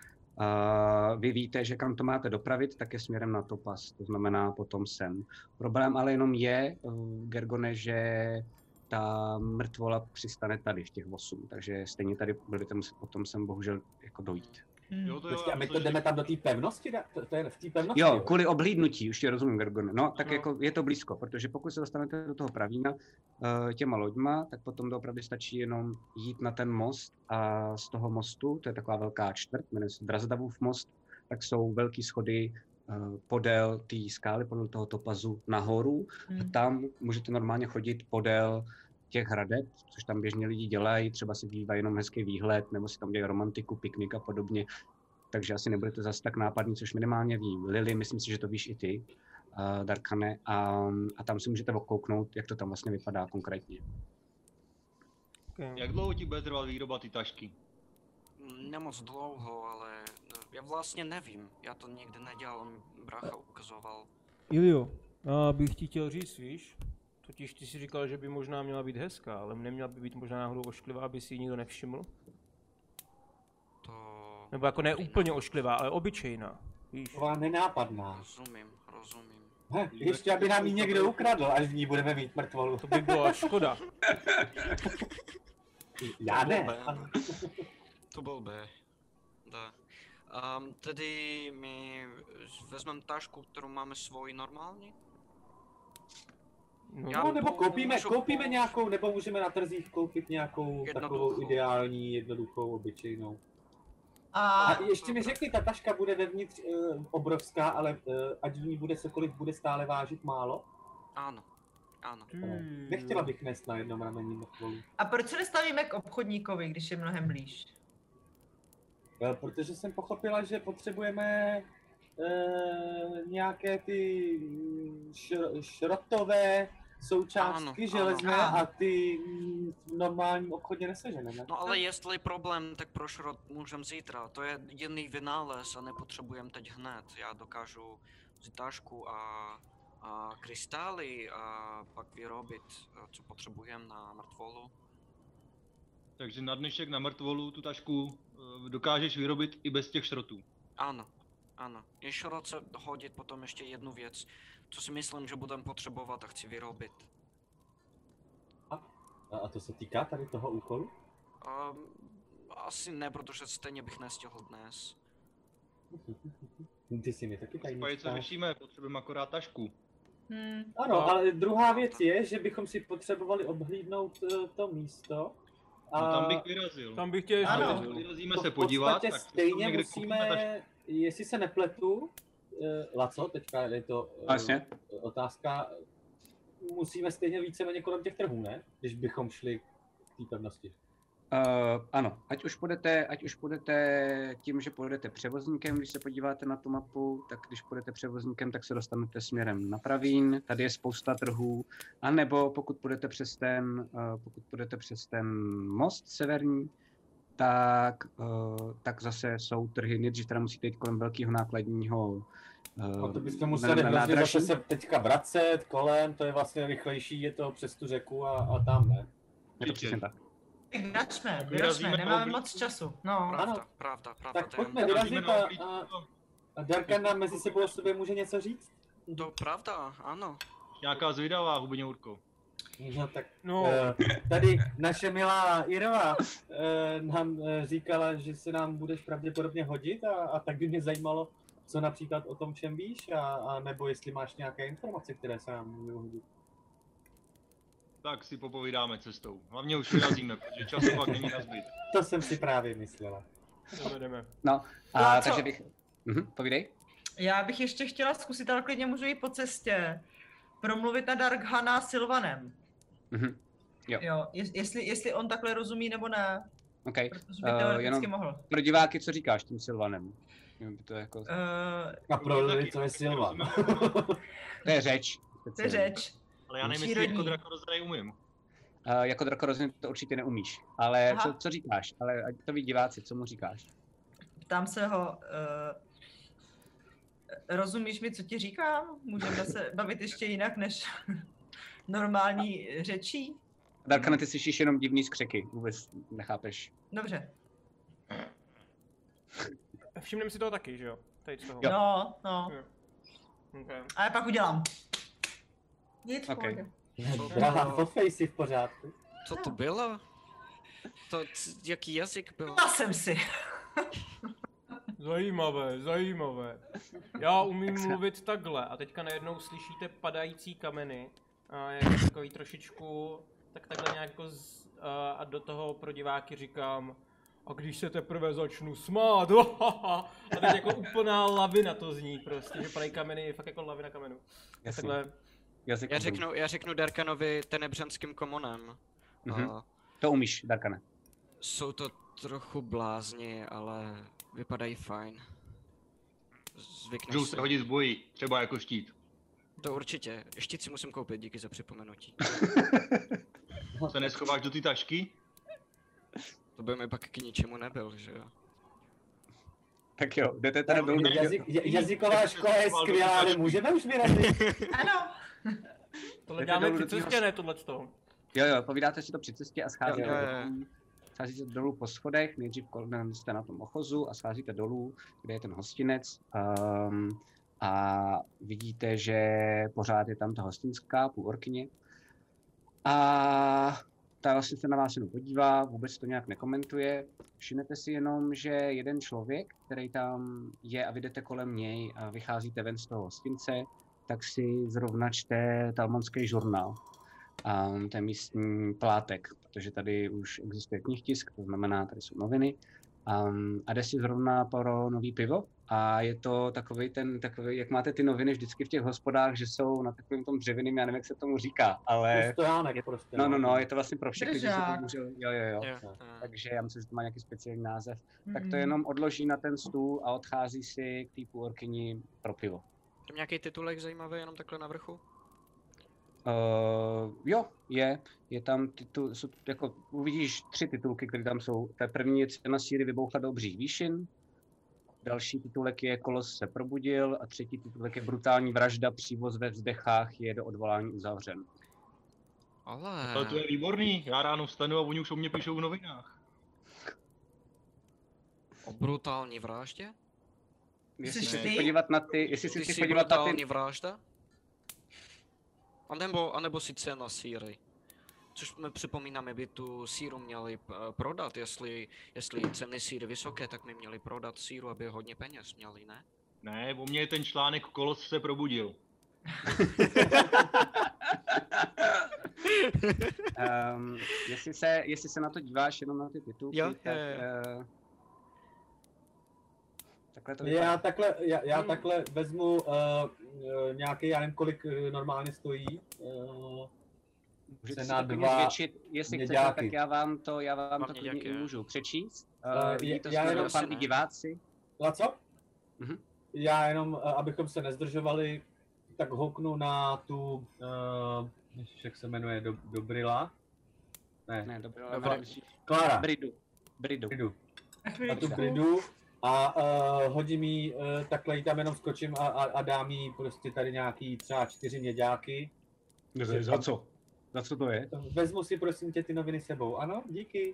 Uh, vy víte, že kam to máte dopravit, tak je směrem na Topaz, to znamená potom sem. Problém ale jenom je, uh, Gergone, že ta mrtvola přistane tady v těch osm, takže stejně tady budete muset potom sem bohužel jako dojít. Jo, to jo, Počkej, a já my to myslím, jdeme že- tam do té pevnosti? Da- To, to je v té pevnosti, Jo, kvůli oblídnutí, už tě rozumím, Gergone. No, tak Ano. jako je to blízko, protože pokud se dostanete do toho Pravína uh, těma loďma, tak potom doopravdy stačí jenom jít na ten most a z toho mostu, to je taková velká čtvrt, jmenuje se Drazdavův most, tak jsou velký schody uh, podél té skály, podél toho Topazu nahoru a Hmm. tam můžete normálně chodit podél těch hradeb, což tam běžně lidi dělají, třeba si dívají jenom hezký výhled, nebo si tam dělají romantiku, piknik a podobně. Takže asi nebudete zase tak nápadní, což minimálně ví Lily, myslím si, že to víš i ty, uh, Darkane, a, a tam si můžete okouknout, jak to tam vlastně vypadá konkrétně. Okay. Jak dlouho ti bude trvat výroba ty tašky? Nemoc dlouho, ale no, já vlastně nevím. Já to nikdy nedělal, on brácha ukazoval. Ilio, já bych ti chtěl říct, víš, totiž ty si říkal, že by možná měla být hezká, ale neměla by být možná náhodou ošklivá, aby si ji nikdo nevšiml. To... Nebo jako ne úplně ošklivá, ale obyčejná, víš. Taková nenápadná. Rozumím, rozumím. He, ještě aby nám ji někdo ukradl, až v ní budeme mít mrtvolu. To by bylo škoda. Já To ne. blbé. To byl B. Da. Um, tedy my vezmeme tašku, kterou máme svoji normální? No, Já- No, nebo koupíme, Můžu- koupíme nějakou, nebo můžeme na trzích koupit nějakou takovou Jednoduchou. ideální, jednoduchou, obyčejnou. A A ještě mi řekni, ta taška bude vevnitř uh, obrovská, ale uh, ať v ní bude cokoliv, bude stále vážit málo. Ano, ano. ty Nechtěla jo. bych nést na jednom rameni mrtvolu. A proč se nestavíme k obchodníkovi, když je mnohem blíž? Uh, protože jsem pochopila, že potřebujeme uh, nějaké ty mm, šr- šrotové součástky Ano, železné ano. a ty mm, v normálním obchodě neseženeme. No ale jestli problém, tak pro šrot můžem zítra. To je jiný vynález a nepotřebujeme teď hned. Já dokážu vzít tašku a, a krystály a pak vyrobit, co potřebujeme na mrtvolu. Takže na dnešek na mrtvolu tu tašku eh, dokážeš vyrobit i bez těch šrotů. Ano, ano. Je šrot se hodit potom ještě jednu věc, co si myslím, že budeme potřebovat a chci vyrobit. A, a to se týká tady toho úkolu? Um, asi ne, protože stejně bych nestihl dnes. Ty si mi taky tady Spajit co řešíme, potřebujeme akorát tašku. Hmm. Ano, No. ale druhá věc je, že bychom si potřebovali obhlídnout eh, to místo. A No tam bych vyrazil. Tam bych tě ještě Ano. vyzval. Vyrazíme to se v podívat, podstatě tak si stejně někde koupíme tašku. musíme, jestli se nepletu, eh, Laco, teďka je to eh, Vlastně. otázka, musíme stejně víceméně kolem těch trhů, ne? Když bychom šli k té pevnosti. Uh, ano, ať už, půjdete, ať už půjdete tím, že půjdete převozníkem, když se podíváte na tu mapu, tak když půjdete převozníkem, tak se dostanete směrem na Pravín, tady je spousta trhů, anebo pokud půjdete přes ten, uh, pokud půjdete přes ten most severní, tak, uh, tak zase jsou trhy, nejdřív teda musíte jít kolem velkého nákladního uh, A to bychom museli na- na hrozně nádraží. zase se teďka vracet kolem, to je vlastně rychlejší, je to přes tu řeku a, a tam, ne? Je to přesně tak. Vyražme, Tak vyražme, vyrazíme nemáme do moc času. No. Pravda, Ano. pravda, pravda. Tak to je pojďme jenom- vyrazit Vyrazíme na a, oblíčku. a, a Darkan nám mezi sebou o sobě může něco říct? To pravda, ano. Nějaká zvědavá hubňourko. No tak No. uh, tady naše milá Irva uh, nám uh, říkala, že se nám budeš pravděpodobně hodit a, a tak by mě zajímalo, co například o tom všem víš, a, a nebo jestli máš nějaké informace, které se nám můžou hodit. Tak si popovídáme cestou. Hlavně už vyrazíme, protože času pak není na zbyt. To jsem si právě myslela. Jdeme. No, a No a co? takže bych... Mhm, povídej. Já bych ještě chtěla zkusit, ale klidně můžu jít po cestě, promluvit na Darkhana Sylvanem. Mhm. Jo. Jo, jest- jestli, jestli on takhle rozumí nebo ne, OK. protože by Uh, teoreticky jenom mohl. pro diváky, co říkáš tím Sylvanem? Jenom by to jako... Uh, A pro lidi, Taky, co je taky Silvan. To je řeč. to je řeč. Ale já nevím, jestli Přírodní. jako drakorozený umím. Uh, jako drakorozin to určitě neumíš. Ale Aha. co, co říkáš? Ale ať to ví diváci, co mu říkáš? Ptám se ho, uh, rozumíš mi, co ti říkám? Můžeme se bavit ještě jinak než normální řečí? Darkane, ty slyšíš jenom divný skřeky, vůbec nechápeš. Dobře. Všimneme si toho taky, že jo? Tady z toho. Jo. No, no. Jo. Okay. A já pak udělám. Nic v Ok. pohodě. Drahá, fotfej si v pořádku. Co to bylo? To, c- jaký jazyk byl? Dala jsem si. Zajímavé, zajímavé. Já umím mluvit takhle a teďka najednou slyšíte padající kameny a jak takový trošičku, tak takhle nějak jako z, a, a do toho pro diváky říkám a když se teprve začnu smát, a teď jako úplná lavina to zní prostě, že padají kameny, fakt jako lavina kamenů. Jasně. Takhle, Jazyk Já obrů. řeknu, já řeknu Darkanovi tenebřanským komonem. Mhm. A To umíš, Darkane. jsou to trochu blázni, ale vypadají fajn. Zvykneš Můžou si. se hodit z boji, třeba jako štít. To určitě. Štít si musím koupit, díky za připomenutí. Se neschováš do ty tašky? To by mi pak k ničemu nebyl, že jo? Tak jo, jdete teda dolů. Ne, Jazyk, j- jazyková škola je skvělá, ale můžeme už vyrazit. Ano. tohle Jdete děláme dolů při do té cestě, ne tohleto. Jo, jo, povídáte si to při cestě a scházíte, Jo, jo, jo. dolů, scházíte dolů po schodech, nejdřív kolem jste na tom ochozu a scházíte dolů, kde je ten hostinec. Um, a vidíte, že pořád je tam ta hostinská půlorkyně. A ta vlastně se na vás jenom podívá, vůbec to nějak nekomentuje. Všimnete si jenom, že jeden člověk, který tam je a vy jdete kolem něj a vycházíte ven z toho hostince, tak si zrovna čte talmonský žurnál. Um, ten místní plátek, protože tady už existuje knihtisk, to znamená, tady jsou noviny. Um, a jde si zrovna pro nový pivo a je to takový ten, takový, jak máte ty noviny vždycky v těch hospodách, že jsou na takovém tom dřevěným, já nevím, jak se tomu říká, ale Stojánek prostě. no, no, no, je to vlastně pro všechny, že se to Držák. může, jo, jo, jo. Jo. Jo. a- Takže já myslím, že to má nějaký speciální název. Tak to Mhm. jenom odloží na ten stůl a odchází si k té půlorkyni pro pivo. Tam nějaký titulek zajímavý jenom takhle na vrchu? Uh, jo, je. Je tam titul, jsou, jako, uvidíš tři titulky, které tam jsou. Ta první je Cena síry vybouchla do obřích výšin. Další titulek je Kolos se probudil a třetí titulek je Brutální vražda, přívoz ve vzdechách je do odvolání uzavřen. Ale... Ale to je výborný, já ráno vstanu a oni už o mě píšou v novinách. O brutální vraždě? Jestli Jsi si ty? chci podívat na ty, jestli si Ty chci jsi podívat na brutální ty, vražda? A nebo, a nebo si cena síry? Což mi připomínáme, by tu síru měli eh, prodat, jestli, jestli ceny síry vysoké, tak my měli prodat síru, aby hodně peněz měli, ne? Ne, o mě je ten článek Kolos se probudil. um, jestli, se, jestli se na to díváš jenom na ty titulky, Jo, tak jo, jo. Uh, takhle to vypadá. Já takhle, já, já takhle vezmu uh, uh, nějaký, já nevím kolik uh, normálně stojí. Uh, Můžete si cena to klidně dva zvětšit, jestli chcete, měďáky. tak já vám to, já vám Dva to klidně měďáky, i jo. můžu přečíst. Eh, Uh, vidí to já snad jenom doufám si i ne. diváci. a co? Mhm. Já jenom, uh, abychom se nezdržovali, tak houknu na tu, uh, jak se jmenuje, do, Dobrila? Ne, Ne, dobrý, Dobrá. dobrý. Klára. Bridu. Bridu. Bridu. A A tu chviličku. Bridu a uh, hodím jí, uh, takhle jí tam jenom skočím a, a, a dám jí prostě tady nějaký třeba čtyři měďáky. Za co? Za co to je? Vezmu si prosím tě ty noviny sebou, ano, díky.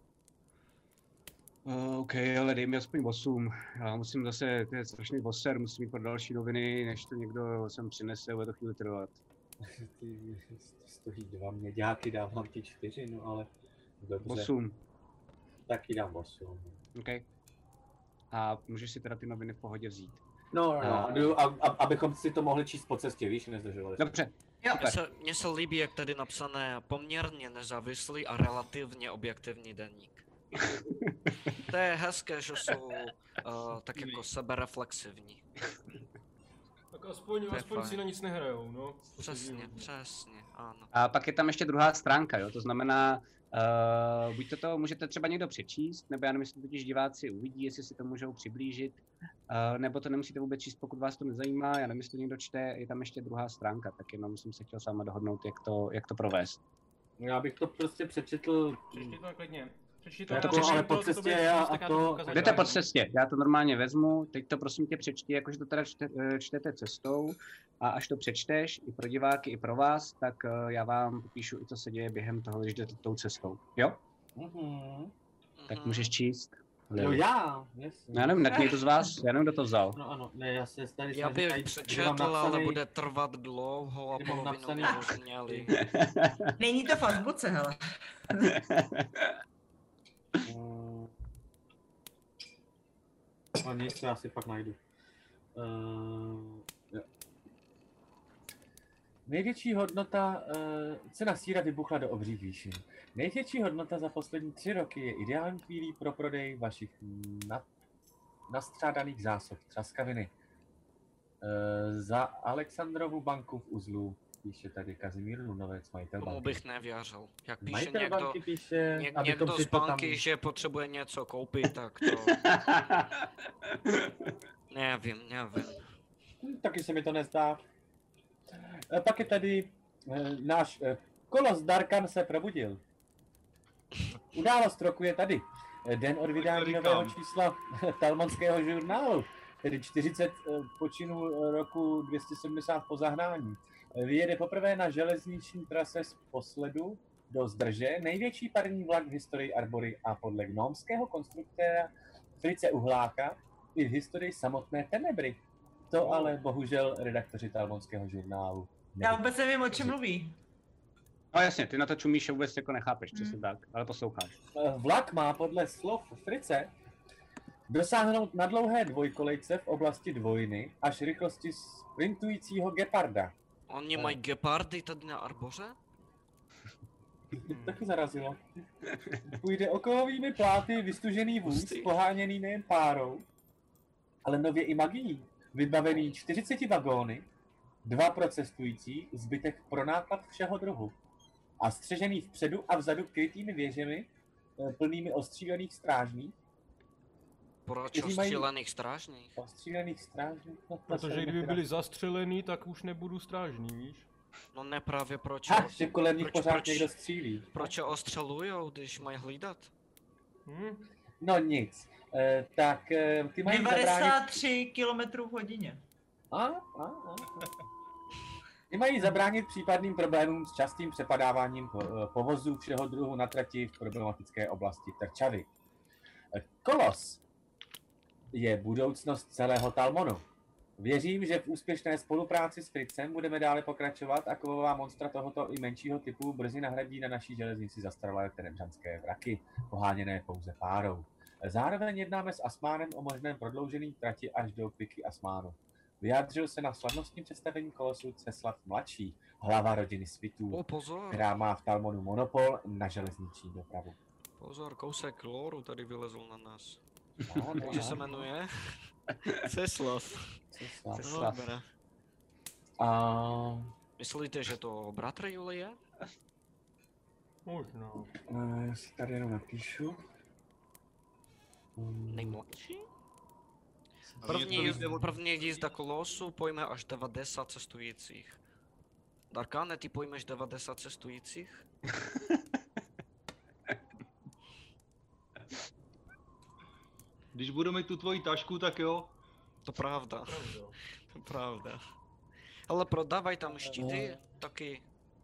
Uh, OK, ale dej mi aspoň osm. Já musím zase, to je strašný voser, musím jít pro další noviny, než to někdo sem přinese, bude to chvíli trvat. Ty, stojí dva měďáky, dávám ti čtyři, no ale dobře. osm. Taky dám osm. OK. A můžeš si teda ty noviny v pohodě vzít. No, no, no a, a, abychom si to mohli číst po cestě, víš, nezdržovali. Dobře. Mně se, mně se líbí, jak tady napsané poměrně nezávislý a relativně objektivní deník. To je hezké, že jsou uh, tak jako sebereflexivní. Tak aspoň, To je aspoň fajn. si na nic nehrajou, no. Přesně, přesně, ano. A pak je tam ještě druhá stránka, jo, to znamená, uh, buď to, to můžete třeba někdo přečíst, nebo já nevím, jestli totiž diváci uvidí, jestli si to můžou přiblížit, uh, nebo to nemusíte vůbec číst, pokud vás to nezajímá, já nevím, jestli to někdo čte, je tam ještě druhá stránka, tak jenom jsem se chtěl sama dohodnout, jak to, jak to provést. Já bych to prostě přečetl. Přečti to klidně. Přečti Já to a přečtu, pokud ale po to- to cestě budeš já číst, tak a já to- ukazat Jdete dál. po cestě, já to normálně vezmu, teď to prosím tě přečti, jakože to teda čte, čtete cestou a až to přečteš i pro diváky, i pro vás, tak uh, já vám popíšu i co se děje během toho, když jdete tou cestou, jo? Mhm. Tak Mhm. můžeš číst. Jo, já, jasně. Já nevím, tak někdo z vás, já nevím, kdo to vzal. No ano, ne, já se tady Já snažím bych najít, kde mám přečetl, ale napsaný- bude trvat dlouho a kde mám polovinu napsaný- nerozuměli. Není to v azbuce, hele. Mm. No nic, já si pak najdu. Uh, jo. Největší hodnota, uh, cena sýra vybuchla do obřích výšin. Největší hodnota za poslední tři roky je ideální chvílí pro prodej vašich nad, nastřádaných zásob třaskaviny. Uh, za Alexandrovu banku v Uzlu píše tady Kazimír Lunovec, majitel Tomu banky. bych nevěřil. Jak píše Majitel někdo, banky píše, něk, abychom někdo si z to tam... banky, že potřebuje něco koupit, tak to nevím, nevím. Hm, taky se mi to nezdá. E, pak je tady e, náš e, kolos Darkan se probudil. Událost roku je tady. E, den od vydání říkám. nového čísla talmonského žurnálu, tedy čtyřicet e, počinů roku dvě stě sedmdesát po zahnání. E, vyjede poprvé na železniční trase z Posledu do Zdrže, největší parní vlak v historii Arbory a podle gnomského konstruktéra Frice Uhláka i v historii samotné Tenebry. To ale bohužel redaktoři talmonského žurnálu Já neví. vůbec nevím, o čem mluví. No jasně, ty na to čumíš a vůbec jako nechápeš, Hmm. přesně tak, ale posloucháš. Vlak má podle slov Frice dosáhnout na dlouhé dvojkolejce v oblasti dvojiny až rychlosti sprintujícího geparda. Oni mají gepardy tady na Arboře? Taky zarazilo. Půjde okovovými pláty vystužený vůz, Hustý. poháněný nejen párou, ale nově i magií. Vybavený čtyřiceti vagóny, dva pro cestující, zbytek pro náklad všeho druhu. A střežený vpředu a vzadu krytými věžemi, eh, plnými ostřílených strážných. Proč Kteří mají- ostřílených strážných? Ostřílených strážných? No, to Protože jsem kdyby teda- byli zastřelený, tak už nebudu strážný, víš? No ne právě proč. Ha, že kolem nich proč- pořád proč- někdo střílí. Proč je ostřelujou, když mají hlídat? Hm? No nic. E, tak e, ty mají zabránit... devadesát tři kilometrů v hodině. A, a, a, a. Ty mají zabránit případným problémům s častým přepadáváním po, e, povozů všeho druhu na trati v problematické oblasti Trčavy. E, Kolos je budoucnost celého Talmonu. Věřím, že v úspěšné spolupráci s Fricem budeme dále pokračovat a kovová monstra tohoto i menšího typu brzy nahradí na naší železnici zastaralé tenebřanské vraky, poháněné pouze párou. Zároveň jednáme s Asmánem o možném prodloužení trati až do Piky Asmánu. Vyjádřil se na slavnostním představení kolosu Ceslav mladší, hlava rodiny Svitů, O, pozor, která má v Talmonu monopol na železniční dopravu. pozor, kousek loru tady vylezl na nás. Ano, Takže se ano, jmenuje? Ceslav. Ceslav. Ceslav. Dobré. A Myslíte, že to bratr Julie? Možná. e, já si tady jenom napíšu. Mm, Nejmladší? A První, je to jde od- první jízda kolosu pojme až devadesát cestujících. Darkane, ty pojmeš devadesát cestujících? Když budu mít tu tvoji tašku, tak jo. To pravda, to pravda. Ale prodávaj tam štíty taky.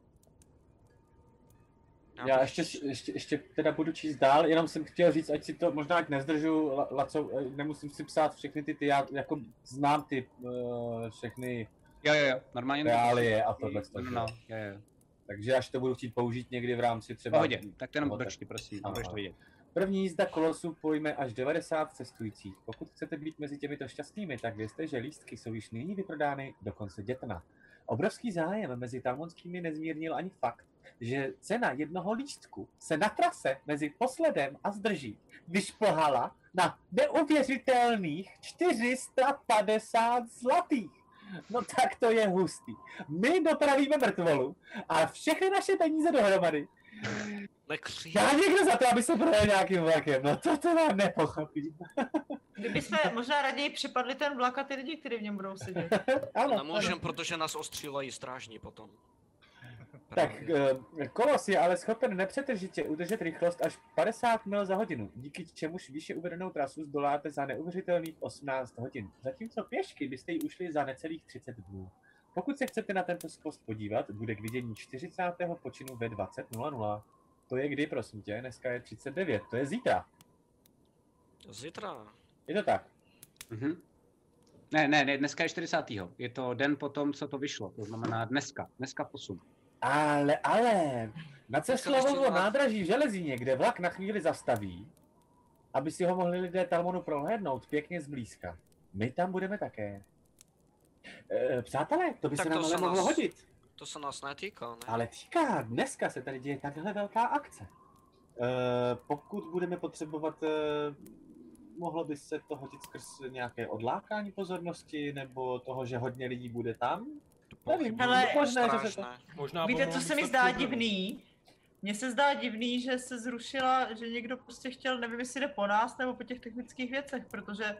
Já bych- ještě, ještě, ještě teda budu číst dál, jenom jsem chtěl říct, ať si to, možná ať nezdržu, La- Laco, eh, nemusím si psát všechny ty, ty já jako znám ty uh, všechny Jo, jo, jo, normálně. Reálie a tohle. No, no, jo, jo. Takže až to budu chtít použít někdy v rámci třeba... Pohodě, tak to jenom dočti, prosím, a budeš to vidět. První jízda kolosu pojme až devadesát cestujících. Pokud chcete být mezi těmito šťastnými, tak vězte, že lístky jsou již nyní vyprodány do konce dětna. Obrovský zájem mezi talmonskými nezmírnil ani fakt, že cena jednoho lístku se na trase mezi posledem a zdrží vyšplhala na neuvěřitelných čtyři sta padesát zlatých. No tak to je hustý. My dopravíme mrtvolu a všechny naše peníze dohromady dá někdo za to, aby se projel nějakým vlakem. No to to nám nepochopí. Kdyby jsme možná raději připadli ten vlak a ty lidi, kteří v něm budou sedět. Ano, nemůžem, protože nás ostřílejí strážní potom. Tak kolos je ale schopen nepřetržitě udržet rychlost až padesát mil za hodinu, díky čemuž výše uvedenou trasu zdoláte za neuvěřitelných osmnáct hodin, zatímco pěšky byste ji ušli za necelých třicet dnů. Pokud se chcete na tento skvost podívat, bude k vidění čtyřicátého počinu ve dvacet nula nula. To je kdy, prosím tě? Dneska je třicet devět, to je zítra. Zítra. Je to tak? Mhm. Ne, ne, ne, dneska je čtyřicátého Je to den potom, co to vyšlo, to znamená dneska, dneska v osm. Ale, ale, na Ceslavovo nádraží v Železíně, kde vlak na chvíli zastaví, aby si ho mohli lidé Talmonu prohlédnout pěkně zblízka. My tam budeme také. E, přátelé, to by tak se nám to ale se mohlo nás, hodit. To se nás netýká, ne? Ale týká, dneska se tady děje takhle velká akce. E, pokud budeme potřebovat, e, mohlo by se to hodit skrz nějaké odlákání pozornosti, nebo toho, že hodně lidí bude tam? Nevím, ale možná, že se to... Možná víte, co se mi zdá divný? Mně se zdá divný, že se zrušila, že někdo prostě chtěl, nevím, jestli jde po nás nebo po těch technických věcech, protože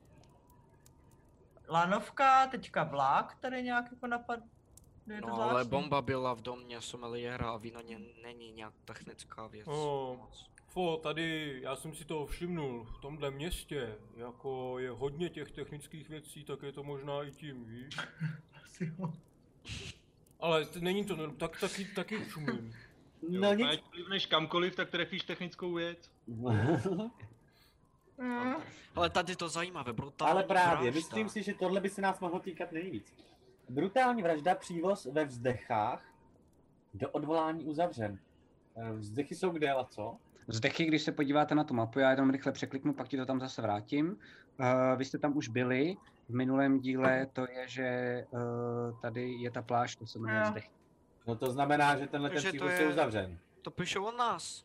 lanovka, teďka vlak tady nějak jako napadl. No ale bomba byla v domě someliéra a vina ně není nějak technická věc. Oh. Fo, tady, já jsem si toho všimnul, v tomhle městě, jako je hodně těch technických věcí, tak je to možná i tím, víš? Asi jo. Ale t- není to, no, tak taky, taky šumím. Jo, No nic. Ať plivneš kamkoliv, tak trefíš technickou věc. Mm. Ale tady to zajímavé, brutální Ale právě, vražda. myslím si, že tohle by se nás mohlo týkat nejvíc. Brutální vražda, přívoz ve vzdechách, do odvolání uzavřen. E, Vzdechy jsou kde a co? Vzdechy, když se podíváte na tu mapu, já jenom rychle překliknu, pak ti to tam zase vrátím. Uh, vy jste tam už byli, v minulém díle to je, že uh, tady je ta pláž, to se jmenuje Jo. Vzdech. No to znamená, že tenhle ten Takže to přívoz je- je uzavřen. To píšou o nás.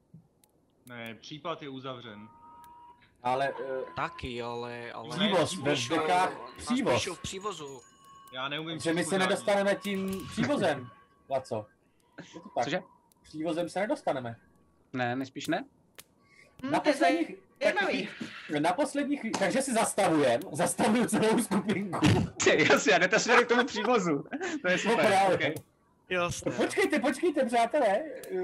Ne, případ je uzavřen. Ale e, Taky, ale... ale Přívoz ve píšou- vzdechách, nás přívoz. píšou v přívozu. Já neumím že my se česku nedostaneme tím přívozem, Laco. Je to tak. Cože? Přívozem se nedostaneme. Ne, nespíš ne? Hm, Na to je posledních, zajímavý. na posledních, takže si zastavujem, zastavuju celou skupinku. Ty, jasně, a jdete směrem k tomu přívozu. To je No super. právě. Okay. Jasné. Počkejte, počkejte, přátelé.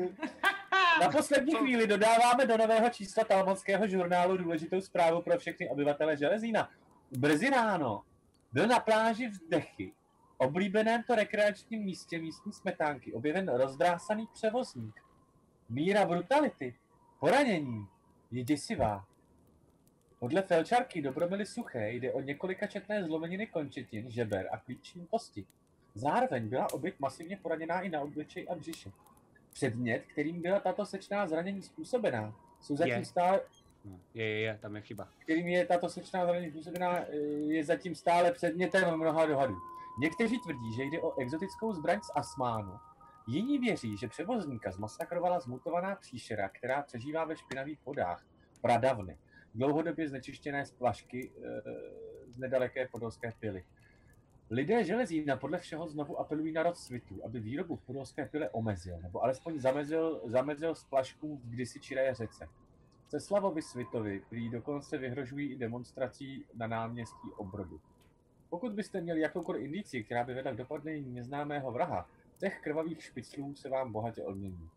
Na poslední chvíli dodáváme do nového čísla talmonského žurnálu důležitou zprávu pro všechny obyvatele Železína. Brzy ráno byl na pláži Vzdechy, oblíbeném to rekreačním místě místní smetánky, objeven rozdrásaný převozník. Míra brutality, poranění je děsivá. Podle felčarky Dobromily Suché jde o několikačetné zlomeniny končetin, žeber a klíční kosti. Zároveň byla oběť masivně poraněná i na obličeji a břiše. Předmět, kterým byla tato sečná zranění způsobená, jsou zatím Je. stále, No, je, je, je, tam je chyba. kterým je tato sečná zranění způsobená, eh, je zatím stále předmětem mnoha dohadů. Někteří tvrdí, že jde o exotickou zbraň z Asmánu. Jiní věří, že převozníka zmasakrovala zmutovaná příšera, která přežívá ve špinavých vodách, pradavny, dlouhodobě znečištěné splašky e, z nedaleké podolské pily. Lidé Železína podle všeho znovu apelují na rod svitů, aby výrobu v podolské pile omezil, nebo alespoň zamezil, zamezil splaškům v kdysi čiré řece. Ceslavovi Svitovi prý dokonce vyhrožují i demonstrací na náměstí Obrodu. Pokud byste měli jakoukoliv indici, která by vedla k dopadnutí neznámého vraha, těch krvavých špiclů se vám bohatě odmění.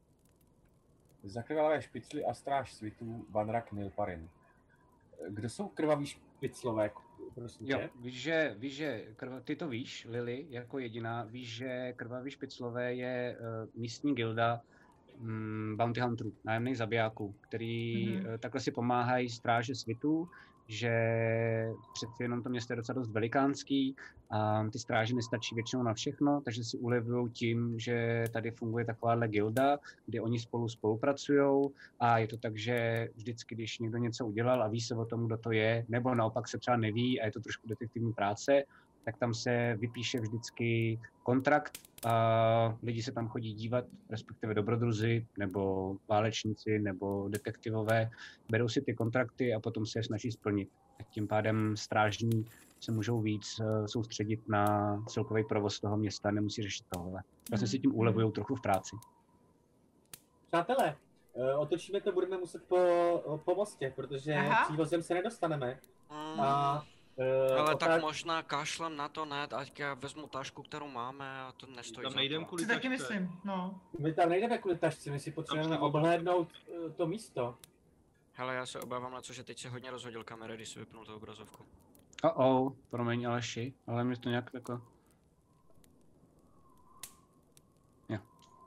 Zakrvavé špicly a stráž svitů Vanrak Nilparin. Kdo jsou krvaví špiclové, prosím tě? Jo, víš, že, víš, že krva, ty to víš, Lily, jako jediná, víš, že krvaví špiclové je uh, místní gilda um, bounty hunterů, nájemných zabijáků, který Mhm. uh, takhle si pomáhají stráže svitů že přeci jenom to město je docela dost velikánský a ty stráže nestačí většinou na všechno, takže si ulevují tím, že tady funguje takováhle gilda, kde oni spolu spolupracují a je to tak, že vždycky, když někdo něco udělal a ví se o tom, kdo to je, nebo naopak se třeba neví a je to trošku detektivní práce, tak tam se vypíše vždycky kontrakt a lidi se tam chodí dívat, respektive dobrodruzi, nebo válečníci, nebo detektivové, berou si ty kontrakty a potom se je snaží splnit. A tím pádem strážní se můžou víc uh, soustředit na celkový provoz toho města, nemusí řešit tohle. Vlastně si tím ulevujou trochu v práci. Přátelé, otočíme to, budeme muset po, po mostě, protože přívozem se nedostaneme. Mm. A Uh, Ale opravdu... tak možná kašlem na to, ne, ať já vezmu tašku, kterou máme a to nestojí tam za nejdem to. kvůli Si taky tašce. myslím, no. My tam nejdeme kvůli tašce, my si potřebujeme Tam obhlédnout uh, to místo. Hele, já se obávám na to, že teď se hodně rozhodil kamera, když si vypnul tu obrazovku. Oh, oh, promiň Aleši, ale mě to nějak jako... Jo.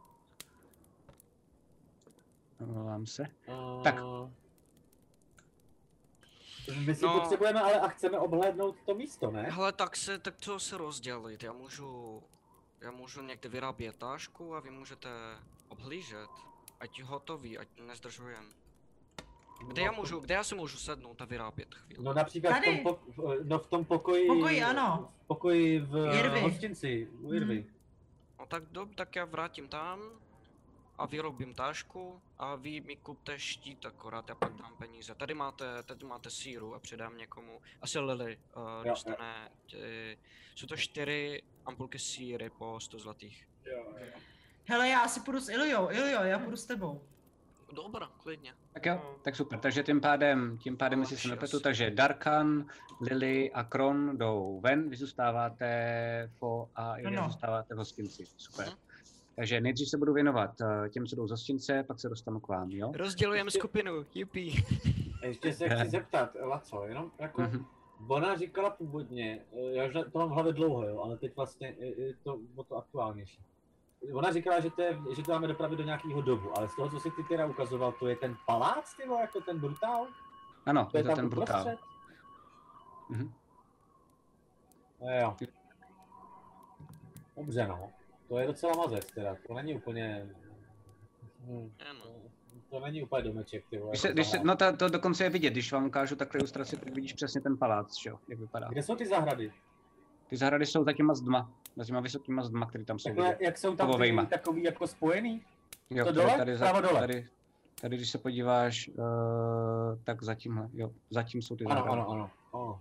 Omlouvám se. Uh... Tak. My si No. potřebujeme ale a chceme obhlédnout to místo, ne? Hele, tak se, tak co se rozdělit, já můžu, já můžu někde vyrábět tašku a vy můžete obhlížet, ať hotový, ať nezdržujem. Kde já můžu, kde já si můžu sednout a vyrábět chvíli? No například v tom, Tady. po, no, v tom pokoji... Pokoji, ano. V pokoji v Jirvy. hostinci, u Jirvy. Mhm. No tak dob, tak já vrátím tam a vyrobím tašku a vy mi kupte štít akorát, já pak dám peníze. Tady máte, tady máte síru a předám někomu, asi Lily uh, Jo, dostane, tě, jsou to čtyři ampulky síry po sto zlatých. Hele, já asi půjdu s Iliou, Ilio, já půjdu s tebou. Dobrá, klidně. Tak jo, tak super, takže tím pádem, tím pádem, No, jestli se šest. nepletu, takže Darkan, Lily a Kron jdou ven, vy zůstáváte Fo a Ilia Ano. zůstáváte v hostinci, super. Mhm. Takže nejdřív se budu věnovat eh, těm, co jdou z hostince, pak se dostanu k vám, jo? Rozdělujem Ještě- skupinu, jupi. Ještě se chci zeptat, Laco, jenom jako... Mhm. Ona říkala původně, eh, já už to mám v hlavě dlouho, jo, ale teď vlastně je je to o to aktuálnější. Ona říkala, že to, je, že to máme dopravit do nějakého dobu, ale z toho, co si ty teda ukazoval, to je ten palác, ty vole, jako ten brutál? Ano, To je je to tam ten brutál. uprostřed? Mhm. No jo. Dobře no, to je docela mazec teda, to není úplně... Hm. Ano. To není úplně domeček, ty vole. Když se, jako když se, zahrad. no to, to dokonce je vidět, když vám ukážu takhle ilustraci, tak vidíš přesně ten palác, že jo, jak vypadá. Kde jsou ty zahrady? Ty zahrady jsou za těma zdma, za těma vysokýma zdma, které tam jsou Takhle, vidět. jak jsou tam ty, Kovovejma. takový jako spojený? Jo, to tady, dole? tady, Vpravo dole? tady, tady, když se podíváš, uh, tak za tímhle, jo, zatím jsou ty Ano, zahrady. ano, ano. ano.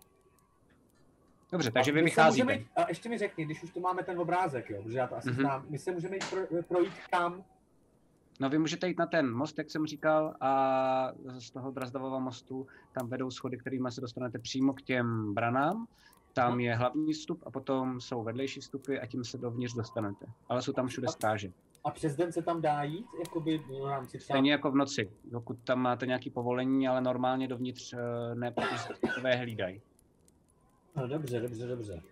Dobře, takže vy My se můžeme vycházíte. jít, a ještě mi řekni, když už tu máme ten obrázek, jo, protože já to asi Mhm. znám, my se můžeme jít pro, projít kam? No vy můžete jít na ten most, jak jsem říkal, a z toho Drazdavova mostu tam vedou schody, kterými se dostanete přímo k těm branám. Tam No. je hlavní vstup a potom jsou vedlejší vstupy a tím se dovnitř dostanete. Ale jsou tam všude stráže. A přes den se tam dá jít, jakoby v rámci třeba... Stejně jako v noci, pokud tam máte nějaké povolení, ale normálně dovnitř eh, ne, protože se takové hlídají. No, dobře, dobře, dobře.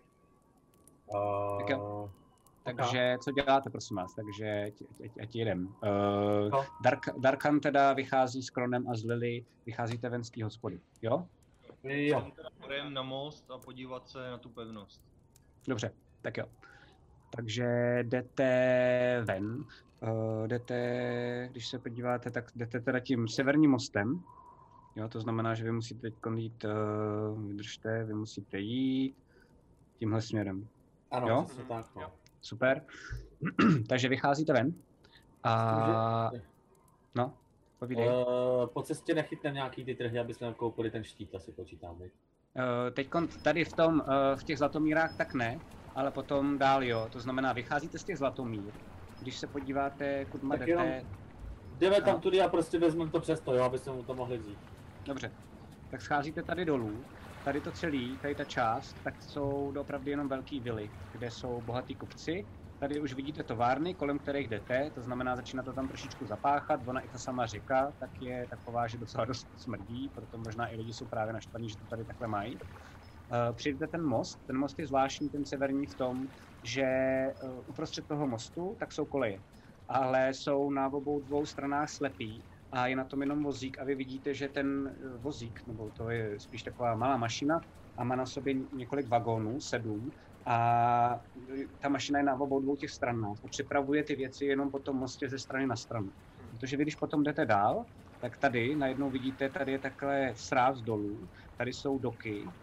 Uh, Tak jo. Takže co děláte, prosím vás? Takže ať, ať, ať jedem. Uh, No. Dark, Darkan teda vychází s Kronem a z Lily, vycházíte ven z té hospody, jo? Jo. Tam teda půjdem na most a podívat se na tu pevnost. Dobře, tak jo. Takže jdete ven, uh, jdete, když se podíváte, tak jdete teda tím severním mostem. Jo, to znamená, že vy musíte teď jít, uh, vydržte, vy musíte jít tímhle směrem. Ano, Jo? přesně tak, no. Super. Takže vycházíte ven a... Může- No, povídej. Uh, po cestě nechytneme nějaký ty trhy, aby jsme koupili ten štít, asi počítám, viď? Uh, teď tady v tom, uh, v těch zlatomírách tak ne, ale potom dál jo. To znamená, vycházíte z těch zlatomír. Když se podíváte, kudma Tak jdete... jenom- Jdeme tam Ano. tudy a prostě vezmeme to přesto, jo, aby jsme mu to mohli vzít. Dobře. Tak scházíte tady dolů. Tady to celý, tady ta část, tak jsou opravdu jenom velký vily, kde jsou bohatý kupci. Tady už vidíte továrny, kolem kterých jdete, to znamená, začíná to tam trošičku zapáchat. Ona i ta sama řeka, tak je taková, že docela dost smrdí, proto možná i lidi jsou právě naštvaní, že to tady takhle mají. Uh, přijdete ten most, ten most je zvláštní, ten severní v tom, že uh, uprostřed toho mostu tak jsou koleje, ale jsou na obou dvou stranách slepý a je na tom jenom vozík a vy vidíte, že ten vozík, nebo to je spíš taková malá mašina a má na sobě několik vagónů, sedm, a ta mašina je na obou dvou těch stranách a připravuje ty věci jenom po tom mostě ze strany na stranu. Protože vy, když potom jdete dál, tak tady najednou vidíte, tady je takhle sráz dolů, tady jsou doky, uh,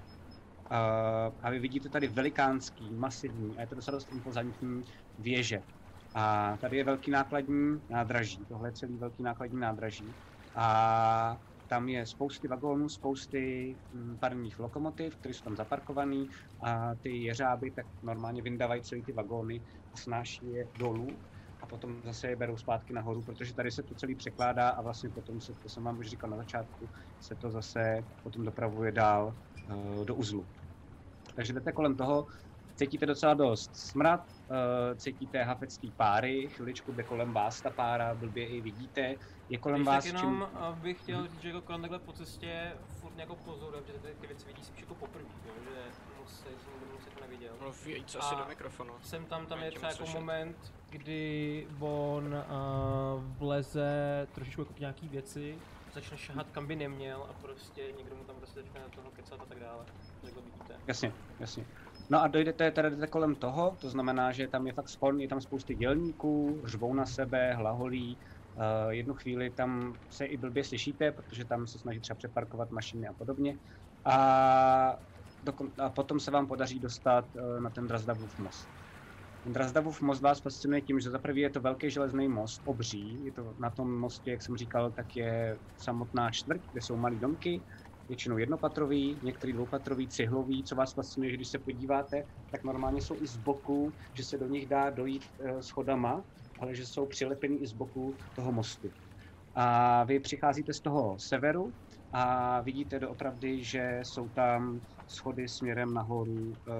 a vy vidíte tady velikánský, masivní, a je to docela dost impozantní věže. A tady je velký nákladní nádraží, tohle je celý velký nákladní nádraží. A tam je spousty vagónů, spousty parních lokomotiv, které jsou tam zaparkovaný, a ty jeřáby tak normálně vyndávají celý ty vagóny a snáší je dolů a potom zase je berou zpátky nahoru, protože tady se to celý překládá a vlastně potom se, to jsem vám už říkal na začátku, se to zase potom dopravuje dál uh, do uzlu. Takže jdete kolem toho, cítíte docela dost smrad, uh, cítíte hafecký páry, chviličku jde kolem vás ta pára, blbě i vidíte, je kolem Když vás tak jenom čím... bych chtěl říct, že jako kolem takhle po cestě furt nějakou pozor, že ty, ty věci vidí spíš jako poprvé, jo, že musí, jsem nikdo moc jako neviděl. Mluv víc asi do mikrofonu. Jsem tam, tam Já je tě třeba moc jako slyšet. moment, kdy on uh, vleze trošičku jako k nějaký věci, začne šahat kam by neměl a prostě někdo mu tam prostě začne do toho kecat a tak dále, jak to vidíte. Jasně, jasně. No a dojdete, teda jdete kolem toho, to znamená, že tam je fakt spon, je tam spousty dělníků, řvou na sebe, hlaholí. Uh, jednu chvíli tam se i blbě slyšíte, protože tam se snaží třeba přeparkovat mašiny a podobně. A, dokon, a potom se vám podaří dostat uh, na ten Drazdavův most. Ten Drazdavův most vás fascinuje tím, že za prvý je to velký železný most, obří. Je to na tom mostě, jak jsem říkal, tak je samotná čtvrť, kde jsou malé domky. Většinou jednopatrový, některý dvoupatrový, cihlový, co vás fascinuje, že když se podíváte, tak normálně jsou i z boku, že se do nich dá dojít e, schodama, ale že jsou přilepený i z boku toho mostu. A vy přicházíte z toho severu a vidíte doopravdy, že jsou tam schody směrem nahoru e,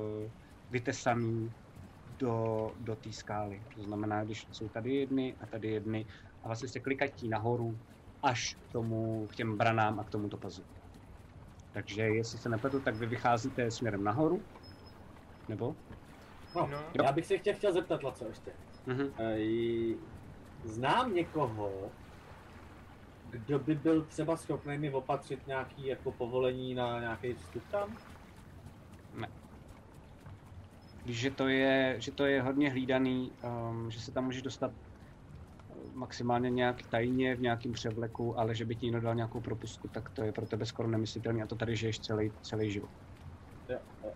vytesaný do, do té skály. To znamená, když jsou tady jedny a tady jedny a vlastně se klikatí nahoru až k tomu, k těm branám a k tomuto pazu. Takže jestli se nepletu, tak vy vycházíte směrem nahoru, nebo? No, No. já bych se chtěl, chtěl zeptat, Laco, ještě. Mhm. Ej, znám někoho, kdo by byl třeba schopný mi opatřit nějaký jako povolení na nějaký vstup tam? Ne. Když že to je, že to je hodně hlídaný, um, že se tam můžeš dostat maximálně nějak tajně v nějakém převleku, ale že by ti někdo dal nějakou propustku, tak to je pro tebe skoro nemyslitelné a to tady žiješ celý, celý život. Jo, jo.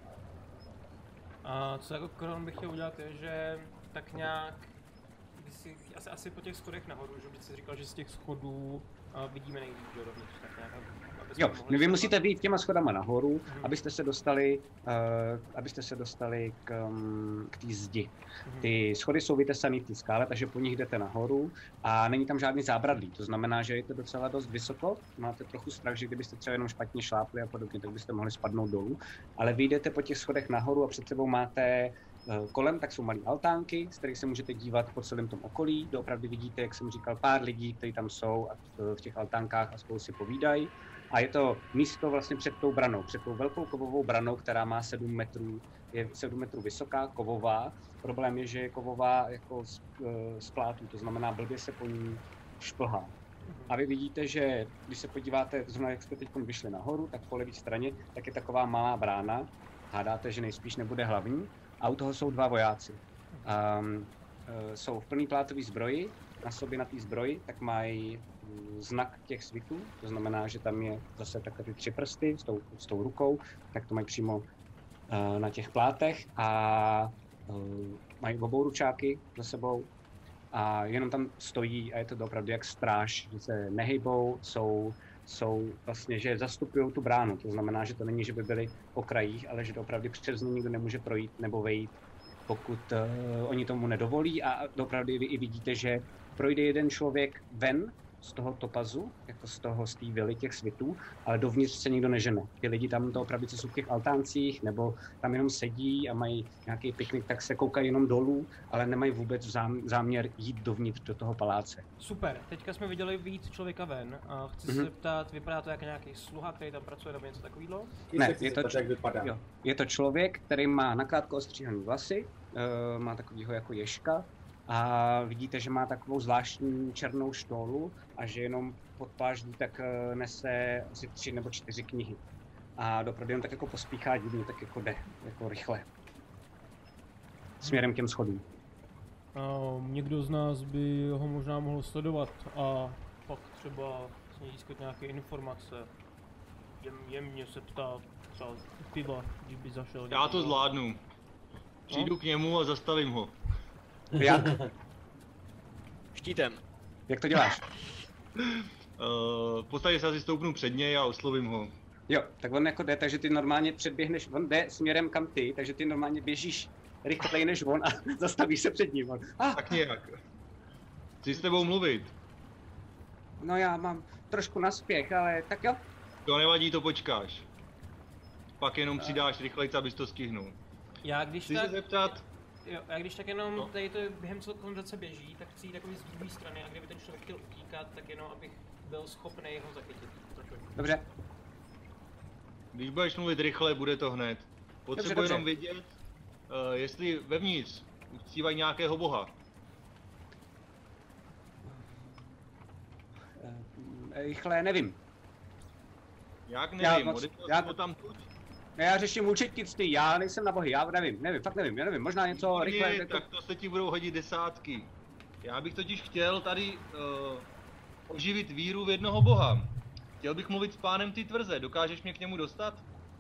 A co jako Kron bych chtěl udělat je, že tak nějak, když si, asi, asi po těch schodech nahoru, že bych si říkal, že z těch schodů uh, vidíme nejvíc, že rovněž tak nějak, aby jsme Jo, mohli vy sledovat. musíte vyjít těma schodama nahoru, Mhm. abyste se dostali, uh, abyste se dostali k, um, k té zdi. Mhm. Ty schody jsou vytesané v té skále, takže po nich jdete nahoru a není tam žádný zábradlí. To znamená, že je to docela dost vysoko. Máte trochu strach, že kdybyste třeba jenom špatně šlápli a podobně, tak byste mohli spadnout dolů. Ale vy jdete po těch schodech nahoru a před sebou máte uh, kolem, tak jsou malé altánky, z kterých se můžete dívat po celém tom okolí. Doopravdy vidíte, jak jsem říkal, pár lidí, kteří tam jsou a v, v těch altánkách a spolu si povídají. A je to místo vlastně před tou branou, před tou velkou kovovou branou, která má sedm metrů, je sedm metrů vysoká, kovová. Problém je, že je kovová jako z, z plátů, to znamená blbě se po ní šplhá. A vy vidíte, že když se podíváte, zrovna jak jste teď vyšli nahoru, tak po levé straně, tak je taková malá brána. Hádáte, že nejspíš nebude hlavní. A u toho jsou dva vojáci. Um, jsou v plný plátový zbroji, na sobě na té zbroji, tak mají znak těch svitů, to znamená, že tam je zase takové ty tři prsty s tou, s tou rukou, tak to mají přímo uh, na těch plátech a uh, mají obou ručáky za sebou a jenom tam stojí a je to opravdu jak stráž, že se nehybou, jsou, jsou vlastně, že zastupují tu bránu, to znamená, že to není, že by byli po krajích, ale že opravdu přes ně nikdo nemůže projít nebo vejít, pokud uh, oni tomu nedovolí a opravdu vy i vidíte, že projde jeden člověk ven z toho topazu, jako z toho, z té vily těch svitů, ale dovnitř se nikdo nežene. Ty lidi tam to opravdu, co jsou v těch altáncích, nebo tam jenom sedí a mají nějaký piknik, tak se koukají jenom dolů, ale nemají vůbec zám, záměr jít dovnitř do toho paláce. Super, teďka jsme viděli víc člověka ven a chci se Mhm. zeptat, vypadá to jako nějaký sluha, který tam pracuje nebo něco takového? Ne, je to, tak, jak vypadá. jo, je to člověk, který má nakrátko ostříhaný vlasy, uh, má takovýho jako ježka a vidíte, že má takovou zvláštní černou štólu a že jenom pod páždí tak nese asi tři nebo čtyři knihy. A dopravdu jen tak jako pospíchá divně, tak jako jde, jako rychle. Směrem k těm schodům. Uh, někdo z nás by ho možná mohl sledovat a pak třeba s něj získat nějaké informace. Jem, jemně se ptát, třeba piva, když by zašel. Já to zvládnu. Přijdu no? k němu a zastavím ho. Jak? Štítem. Jak to děláš? Uh, v podstatě se asi stoupnu před něj a oslovím ho. Jo, tak on jako jde, takže ty normálně předběhneš, on jde směrem kam ty, takže ty normálně běžíš rychleji než on a zastavíš se před ním. Ah. Tak nějak. Chci s tebou mluvit. No já mám trošku naspěch, ale tak jo. To nevadí, to počkáš. Pak jenom přidáš rychlejc, abys to stihnul. Já když Chci tak... se zeptat... Jo, já když tak jenom no. tady to během celé konverzace běží, tak chci jít takový z druhé strany a kdyby ten člověk chtěl utíkat, tak jenom abych byl schopný ho zachytit. Dobře. Když budeš mluvit rychle, bude to hned. Potřebuji dobře, jenom vědět, uh, jestli vevnitř uctívají nějakého boha. Rychle nevím. Jak nevím, já, moc, já... tam tuď. Já řeším účetnictví, já nejsem na bohy, já nevím, nevím, fakt nevím, já nevím, možná něco Výborně, rychle... Jako... Tak to se ti budou hodit desátky. Já bych totiž chtěl tady uh, oživit víru v jednoho boha. Chtěl bych mluvit s pánem ty tvrze, dokážeš mě k němu dostat?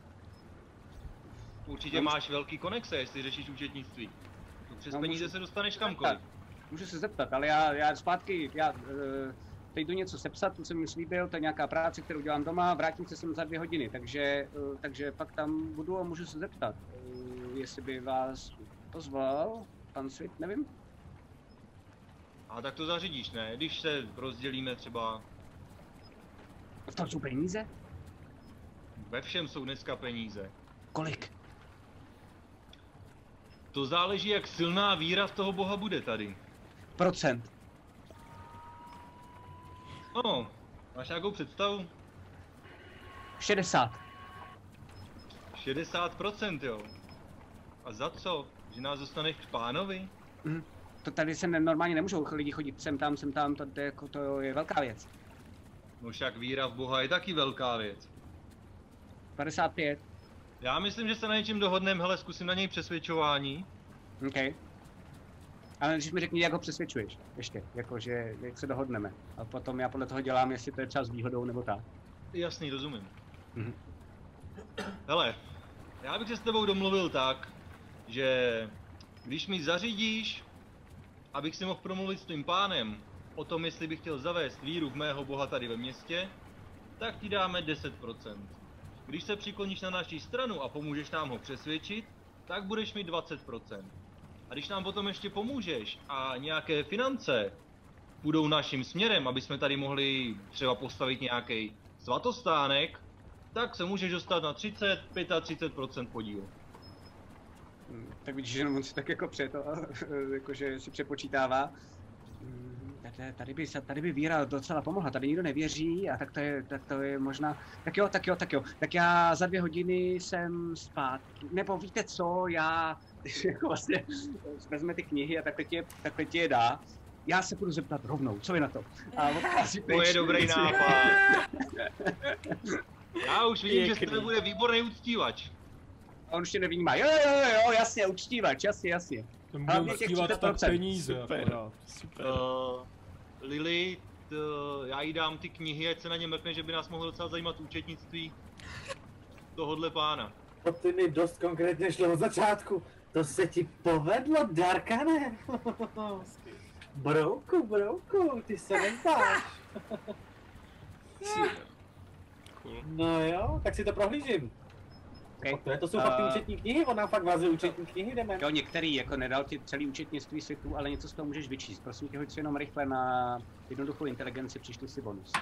Určitě no, máš velký konexe, jestli řešíš účetnictví. To přes no, peníze se dostaneš kamkoliv. Můžu se zeptat, ale já, já zpátky, já uh, teď jdu něco sepsat, to jsem mi slíbil, to je nějaká práce, kterou dělám doma, vrátím se sem za dvě hodiny, takže, uh, takže pak tam budu a můžu se zeptat, uh, jestli by vás pozval pan Svět, nevím. A tak to zařídíš, ne? Když se rozdělíme třeba... V tom jsou peníze? Ve všem jsou dneska peníze. Kolik? To záleží, jak silná víra v toho boha bude tady. Procent. No, máš nějakou představu? šedesát. šedesát procent, jo. A za co? Že nás dostaneš k pánovi? Mm. To tady se normálně nemůžou lidi chodit sem tam, sem tam, to, to, jako, to je velká věc. No však víra v boha je taky velká věc. padesát pět. Já myslím, že se na něčem dohodneme, hele, zkusím na něj přesvědčování. OK. Ale když mi řekni, jak ho přesvědčuješ, ještě, jakože, jak se dohodneme. A potom já podle toho dělám, jestli to je třeba s výhodou nebo tak. Jasný, rozumím. Mhm. Hele, já bych se s tebou domluvil tak, že když mi zařídíš, abych si mohl promluvit s tím pánem o tom, jestli bych chtěl zavést víru v mého boha tady ve městě, tak ti dáme deset procent. Když se přikloníš na naší stranu a pomůžeš nám ho přesvědčit, tak budeš mít dvacet procent. A když nám potom ještě pomůžeš a nějaké finance půjdou naším směrem, aby jsme tady mohli třeba postavit nějaký svatostánek, tak se můžeš dostat na třicet, třicet pět procent podíl. Tak vidíš, že on si tak jako pře to, jakože si přepočítává. Tady, tady, by, tady by víra docela pomohla, tady nikdo nevěří a tak to je, tak to je možná... Tak jo, tak jo, tak jo, tak já za dvě hodiny jsem zpátky, nebo víte co, já jako vlastně vezme ty knihy a takhle tě, takhle tě je dá. Já se budu zeptat rovnou, co je na to? A to je dobrý nápad. Já už vidím, že to bude výborný uctívač. A on už tě nevnímá, jo, jo, jo, jo, jasně, uctívač, jasně, jasně. To bude uctívat tak peníze. Super, super. Uh, Lily, t, já jí dám ty knihy, ať se na ně mrkne, že by nás mohlo docela zajímat účetnictví tohodle pána. To ty mi dost konkrétně šlo od začátku. To se ti povedlo, Darkane? Brouku, brouku, ty se nezdáš. Cool. No jo, tak si to prohlížím. Okay. To, je, to jsou uh, fakt ty účetní knihy, on nám fakt vází účetní knihy, jdeme. Jo, některý, jako nedal ti celý účetnictví světů, ale něco z toho můžeš vyčíst. Prosím tě, hoď si jenom rychle na jednoduchou inteligenci, přišli si bonus.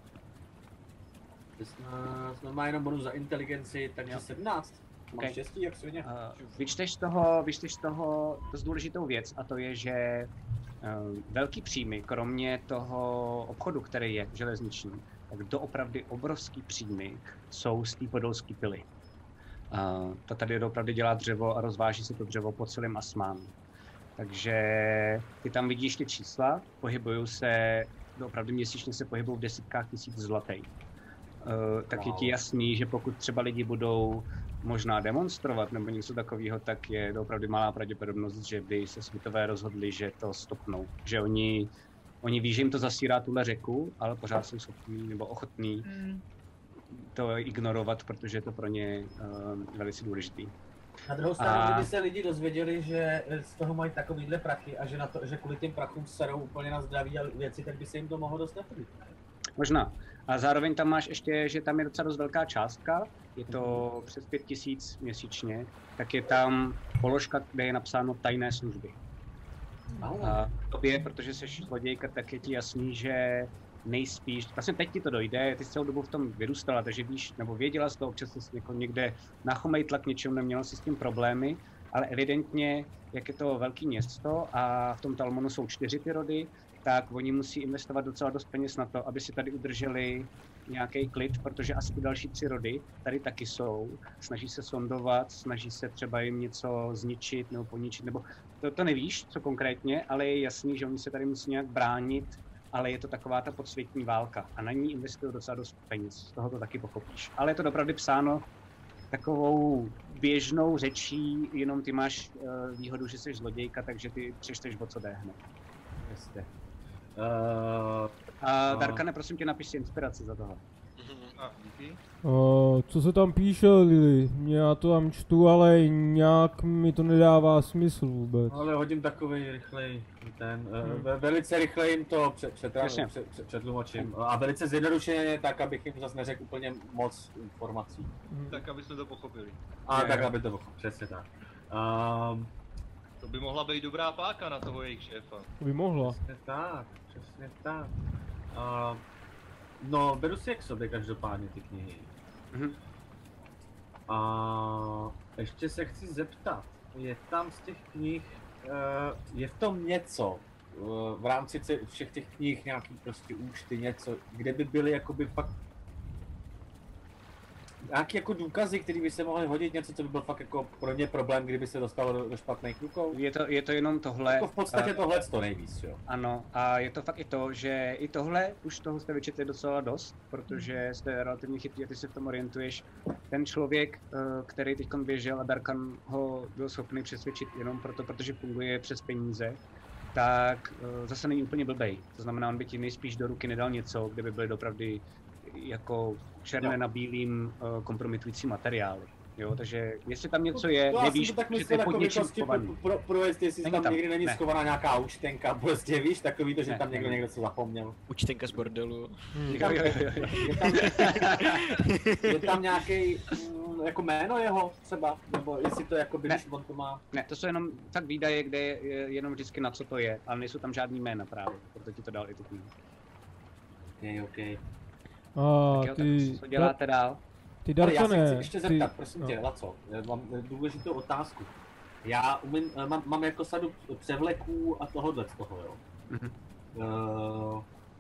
Jsme má jenom bonus za inteligenci, takže jo. sedmnáct. Mám okay. štěstí, jak svině. Uh, vyčteš z toho, vyčteš z toho dost důležitou věc, a to je, že uh, velký příjmy, kromě toho obchodu, který je železniční, tak doopravdy obrovský příjmy jsou z té podolské pily. Uh, to tady doopravdy dělá dřevo a rozváží se to dřevo po celém Asmánu. Takže ty tam vidíš ty čísla, pohybují se, opravdu měsíčně se pohybují v desítkách tisíc zlatých. Uh, tak wow. Je ti jasný, že pokud třeba lidi budou možná demonstrovat nebo něco takového, tak je opravdu malá pravděpodobnost, že by se Smitové rozhodli, že to stopnou. Že oni, oni ví, že jim to zasírá tuhle řeku, ale pořád jsou schopní nebo ochotní mm. to ignorovat, protože je to pro ně uh, velice důležitý. Na druhou stranu, a... kdyby se lidi dozvěděli, že z toho mají takovýhle prachy a že, na to, že kvůli těm prachům serou úplně na zdraví a věci, tak by se jim to mohlo dost neprýt. Možná. A zároveň tam máš ještě, že tam je docela dost velká částka, je to mm. přes pět tisíc měsíčně, tak je tam položka, kde je napsáno tajné služby. Mm. A tobě, protože jsi zlodějka, tak je ti jasný, že nejspíš, vlastně teď ti to dojde, ty jsi celou dobu v tom vyrůstala, takže víš, nebo věděla jsi to, občas jsi jako někde nachomejtla k něčemu, neměla si s tím problémy, ale evidentně, jak je to velké město a v tom Talmonu jsou čtyři ty rody, tak oni musí investovat docela dost peněz na to, aby si tady udrželi nějaký klid, protože asi ty další tři rody tady taky jsou. Snaží se sondovat, snaží se třeba jim něco zničit nebo poničit, nebo to, to nevíš, co konkrétně, ale je jasný, že oni se tady musí nějak bránit, ale je to taková ta podsvětní válka a na ní investují docela dost peněz, z toho to taky pochopíš. Ale je to opravdu psáno takovou běžnou řečí, jenom ty máš uh, výhodu, že jsi zlodějka, takže ty přečteš, o co jde hned. Jasně. Uh, a Darkane, prosím tě, napiš si inspiraci za tohle. A, díky. Uh, co se tam píše, Lily? Já to tam čtu, ale nějak mi to nedává smysl vůbec. Ale hodím takový rychlej ten, hmm. uh, velice rychle jim to přetlumočím před, před, před, a velice zjednodušeně, tak abych jim zase neřekl úplně moc informací. Hmm. Tak, aby jsme to pochopili. A je, tak, aby to pochopili, přesně tak. Um, To by mohla být dobrá páka na toho jejich šéfa. To by mohla. Přesně tak, přesně tak. Uh, no, beru si je k sobě každopádně ty knihy. Mm-hmm. A ještě se chci zeptat, je tam z těch knih, uh, je v tom něco, uh, v rámci všech těch knih nějaký prostě účty, něco, kde by byly jakoby fakt nějaký jako důkazy, které by se mohly hodit, něco, co by byl fakt jako pro ně problém, kdyby se dostalo do, do špatných rukou? Je to, je to jenom tohle. Jako v podstatě uh, tohle to nejvíc, jo? Ano, a je to fakt i to, že i tohle, už toho jste vyčetli docela dost, protože jste relativně chytrý a ty se v tom orientuješ. Ten člověk, uh, který teď běžel a Darkan ho byl schopný přesvědčit jenom proto, protože funguje přes peníze, tak uh, zase není úplně blbej. To znamená, on by ti nejspíš do ruky nedal něco, kde by byly dopravdy jako černé no. na bílým uh, kompromitující materiály. Jo, takže jestli tam něco je, to nevíš, že to je pod něčím schovaný. Pro, pro jestli tam, tam někdy není ne. schovaná nějaká účtenka, prostě víš, takový to, že ne, tam někdo někdo se zapomněl. Účtenka z bordelu. Hmm. Je, tam, je, je, je. je, tam, je tam nějaký jako jméno jeho třeba, nebo jestli to jako by, když on to má. Ne, to jsou jenom tak výdaje, kde je jenom vždycky na co to je, ale nejsou tam žádný jména právě, proto ti to dal i tu knihu. Okej, okej. A tak jo, ty... tak co děláte dál? Ty Darkane, já se chci ještě zeptat, ty... prosím no. tě, Laco, mám důležitou otázku. Já umím, mám, mám jako sadu převleků a tohohle z toho, jo. Mm-hmm. Uh,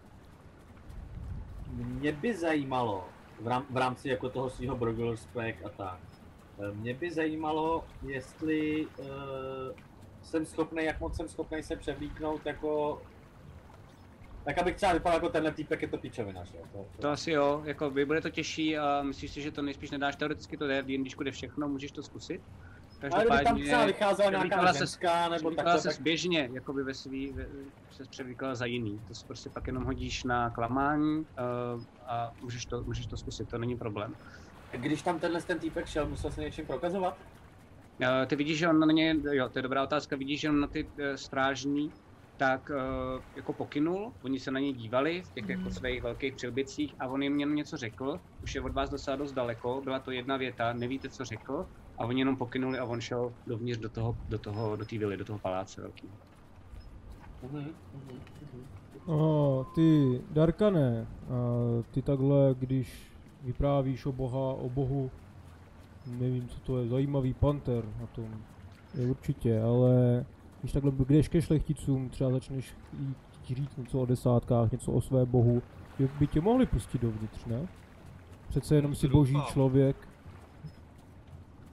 mě by zajímalo, v, rám, v rámci jako toho svého Broguler's Pack a tak, mě by zajímalo, jestli uh, jsem schopný, jak moc jsem schopný se převlíknout jako tak abych třeba vypadal jako tenhle týpek, je to píčovina, že jo? To, to... to asi jo, jako by bude to těžší a myslíš si, že to nejspíš nedáš, teoreticky to jde, v D&Dčku jde všechno, můžeš to zkusit? Ale kdyby tam třeba vycházela nějaká ženská, nebo takhle, tak... běžně, jako by ve svý, ve, se převlíkala za jiný, to si prostě pak jenom hodíš na klamání uh, a můžeš to, můžeš to zkusit, to není problém. Když tam tenhle ten týpek šel, musel se něčím prokazovat? Uh, ty vidíš, že on na ně, jo, to je dobrá otázka, vidíš, že on na ty uh, strážní, tak uh, jako pokynul, oni se na něj dívali v těch mm. jako svých velkých přilbicích a on jim jenom něco řekl, už je od vás docela dost daleko, byla to jedna věta, nevíte, co řekl, a oni jenom pokynuli a on šel dovnitř do toho, do toho, do té vily, do toho paláce velký. Mm-hmm. Oh, ty, Darkane, ty takhle, když vyprávíš o boha, o bohu, nevím, co to je, zajímavý panter na tom, je určitě, ale když takhle jdeš ke šlechticům, třeba začneš jí říct něco o desátkách, něco o své bohu, by tě mohli pustit dovnitř, ne? Přece jenom si boží člověk.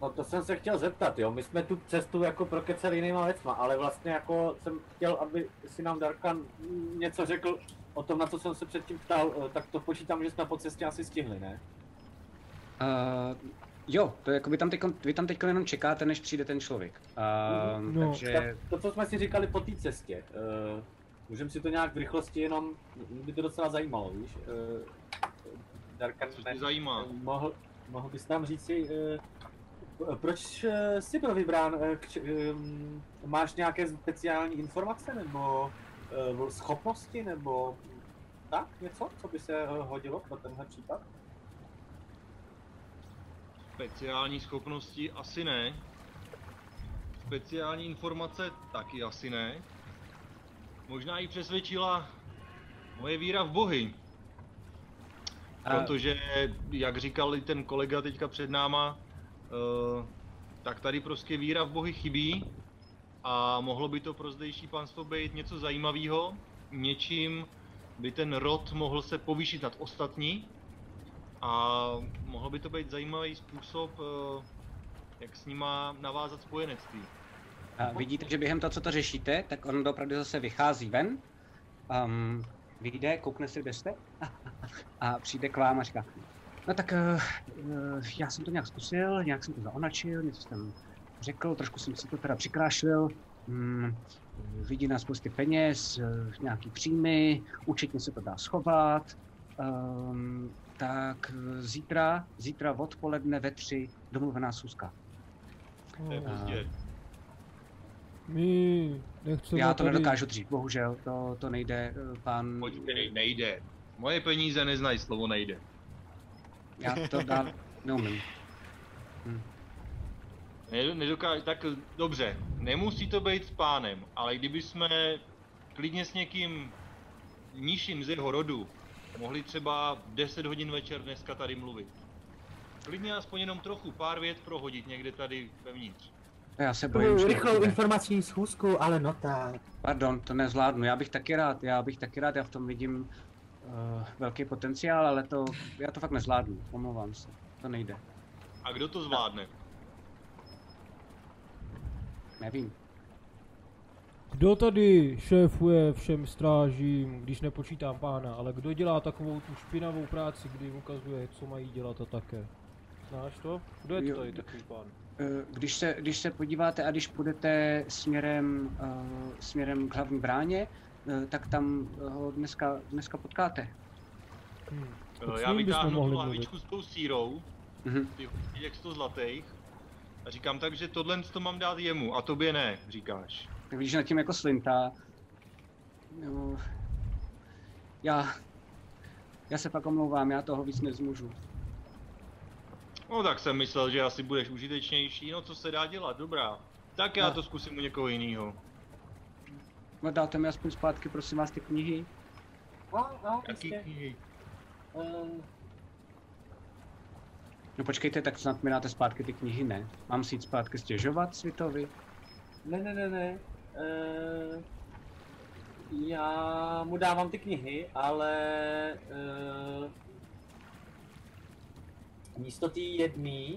No to jsem se chtěl zeptat, jo, my jsme tu cestu jako prokecali jinýma věcma, ale vlastně jako jsem chtěl, aby si nám Darkan něco řekl o tom, na co jsem se předtím ptal, tak to počítám, že jsme po cestě asi stihli, ne? Uh, jo, to jako vy tam teď, vy tam teď jenom čekáte, než přijde ten člověk. Uh, No. takže... Tak to, co jsme si říkali po té cestě, uh, můžeme si to nějak v rychlosti jenom, mě by to docela zajímalo, víš? Uh, Darkan, Co tě zajímá? mohl, mohl bys nám říct si, uh, proč uh, jsi byl vybrán, uh, k, um, máš nějaké speciální informace nebo uh, schopnosti nebo tak něco, co by se uh, hodilo pro tenhle případ? Speciální schopnosti asi ne. Speciální informace taky asi ne. Možná jí přesvědčila moje víra v bohy. Protože, jak říkal i ten kolega teďka před náma, uh, tak tady prostě víra v bohy chybí a mohlo by to pro zdejší panstvo být něco zajímavého. Něčím by ten rod mohl se povýšit nad ostatní a mohlo by to být zajímavý způsob, uh, jak s nima navázat spojenectví. A vidíte, že během toho, co to řešíte, tak on opravdu zase vychází ven, um, vyjde, koukne si, kde jste a přijde k vám a říká, no tak uh, uh, já jsem to nějak zkusil, nějak jsem to zaonačil, něco jsem řekl, trošku jsem si to teda přikrášlil, um, vidí na spousty peněz, uh, nějaký příjmy, účetně se to dá schovat, um, tak zítra, zítra odpoledne ve tři domluvená schůzka. To je pozdě. My nechceme Já to tady... nedokážu dřív, bohužel, to, to nejde, pan... Počkej, nejde. Moje peníze neznají slovo nejde. Já to dál neumím. Hm. Ne, nedokážu, tak dobře, nemusí to být s pánem, ale kdyby jsme klidně s někým nižším z jeho rodu mohli třeba deset hodin večer dneska tady mluvit. Klidně aspoň jenom trochu, pár vět prohodit někde tady vevnitř. Já se bojím, že... Rychlou informační schůzku, ale no tak. Pardon, to nezvládnu, já bych taky rád, já bych taky rád, já v tom vidím uh, velký potenciál, ale to, já to fakt nezvládnu, omlouvám se, to nejde. A kdo to zvládne? Nevím. Kdo tady šéfuje všem strážím, když nepočítám pána, ale kdo dělá takovou tu špinavou práci, kdy jim ukazuje, co mají dělat a také? Znáš to? Kdo je to tady takový pán? Když se, když se podíváte a když půjdete směrem, uh, směrem k hlavní bráně, uh, tak tam ho dneska, dneska potkáte. Hmm. Uh, já vytáhnu tu lahvičku s tou sírou, mm-hmm. těch sto zlatých, a říkám tak, že tohle to mám dát jemu, a tobě ne, říkáš. Tak vidíš, že nad tím jako slintá. Jo. Já... Já se pak omlouvám, já toho víc nezmůžu. No tak jsem myslel, že asi budeš užitečnější, no co se dá dělat, dobrá. Tak já no. to zkusím u někoho jiného. No dáte mi aspoň zpátky, prosím vás, ty knihy. No, no, jaký knihy? Um... No počkejte, tak snad mi dáte zpátky ty knihy, ne? Mám si jít zpátky stěžovat Světovi? Ne, ne, ne, ne. Uh... Já mu dávám ty knihy, ale... Uh... Místo té jedné,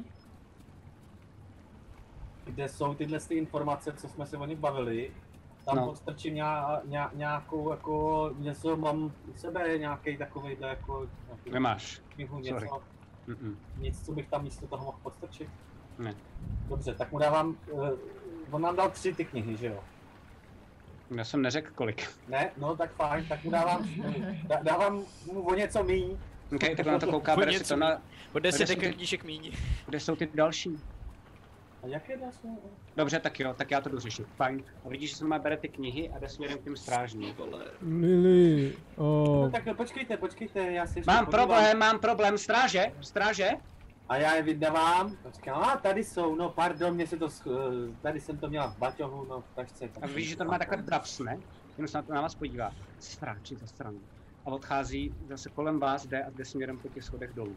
kde jsou tyhle ty informace, co jsme se o nich bavili, tam no. Podstrčím nějak, nějak, nějakou jako něco, mám u sebe nějaký takový jako... Nějaký Nemáš, knihu, sorry. něco, Mm-mm. nic, co bych tam místo toho mohl podstrčit? Ne. Dobře, tak mu dávám, uh, on nám dal tři ty knihy, že jo? Já jsem neřekl kolik. Ne? No tak fajn, tak mu dávám, dá, dávám mu o něco míň. Ok, tak na to kouká, bere si to na... O deset knížek míň. Kde jsou ty další? A jaké další? Dobře, tak jo, tak já to jdu řešit, fajn. A vidíš, že se má bere ty knihy a jde směrem k těm strážním. Lili, o... No tak počkejte, počkejte, já si ještě Mám podívám. problém, mám problém, stráže, stráže. A já je vydávám, počkám, a tady jsou, no pardon, mě se to, tady jsem to měla v baťohu, no v tašce. A vidíš, že to má takhle draps, ne? Jenom se na to na vás podívá. Stráči za stranu. A odchází zase kolem vás, jde a jde směrem po těch schodech dolů.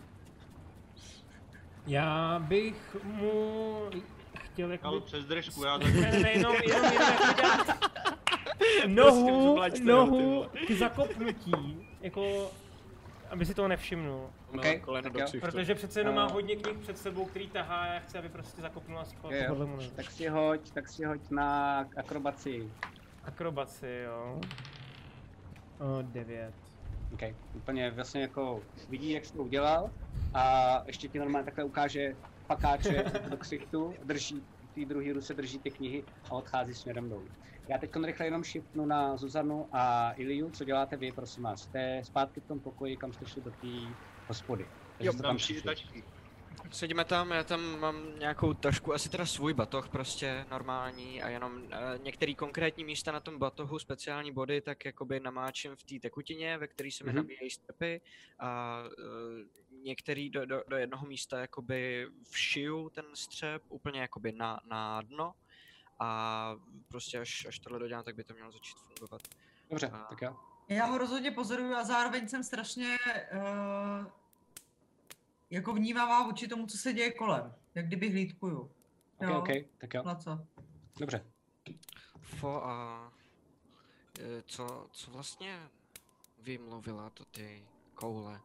Já bych mu chtěl jako... Ale přes držku, já tak... Ne, ne, jenom, jenom, jenom jako dát nohu, nohu k zakopnutí, jako aby si toho nevšimnul. Okay, koleno do jo. ksichtu. Protože přece jenom má Uh, hodně knih před sebou, který tahá a já chci, aby prostě zakopnul a spal. Jo, jo. Tak si hoď, tak si hoď na akrobaci. Akrobaci, jo. O, devět. OK, úplně vlastně jako vidí, jak jsi to udělal a ještě ti normálně takhle ukáže pakáče do ksichtu, drží, v té druhé ruce drží ty knihy a odchází směrem dolů. Já teď rychle jenom shiftnu na Zuzanu a Iliu, co děláte vy, prosím vás. Jste zpátky v tom pokoji, kam jste šli do té hospody. Jo, tam přijde tačky. Sedíme tam, já tam mám nějakou tašku, asi teda svůj batoh prostě normální a jenom uh, některé konkrétní místa na tom batohu, speciální body, tak jakoby namáčím v té tekutině, ve které se mi Mhm. nabíjejí strpy a uh, některý do, do, do jednoho místa jakoby všiju ten střep úplně jakoby na, na dno a prostě až, až tohle dodělám, tak by to mělo začít fungovat. Dobře, A- tak jo. Já ho rozhodně pozoruju a zároveň jsem strašně uh, jako vnímavá vůči tomu, co se děje kolem. Jak kdyby hlídkuju. OK, OK, tak jo. Laco. Dobře. Fo a e, co, co vlastně vymluvila to ty koule?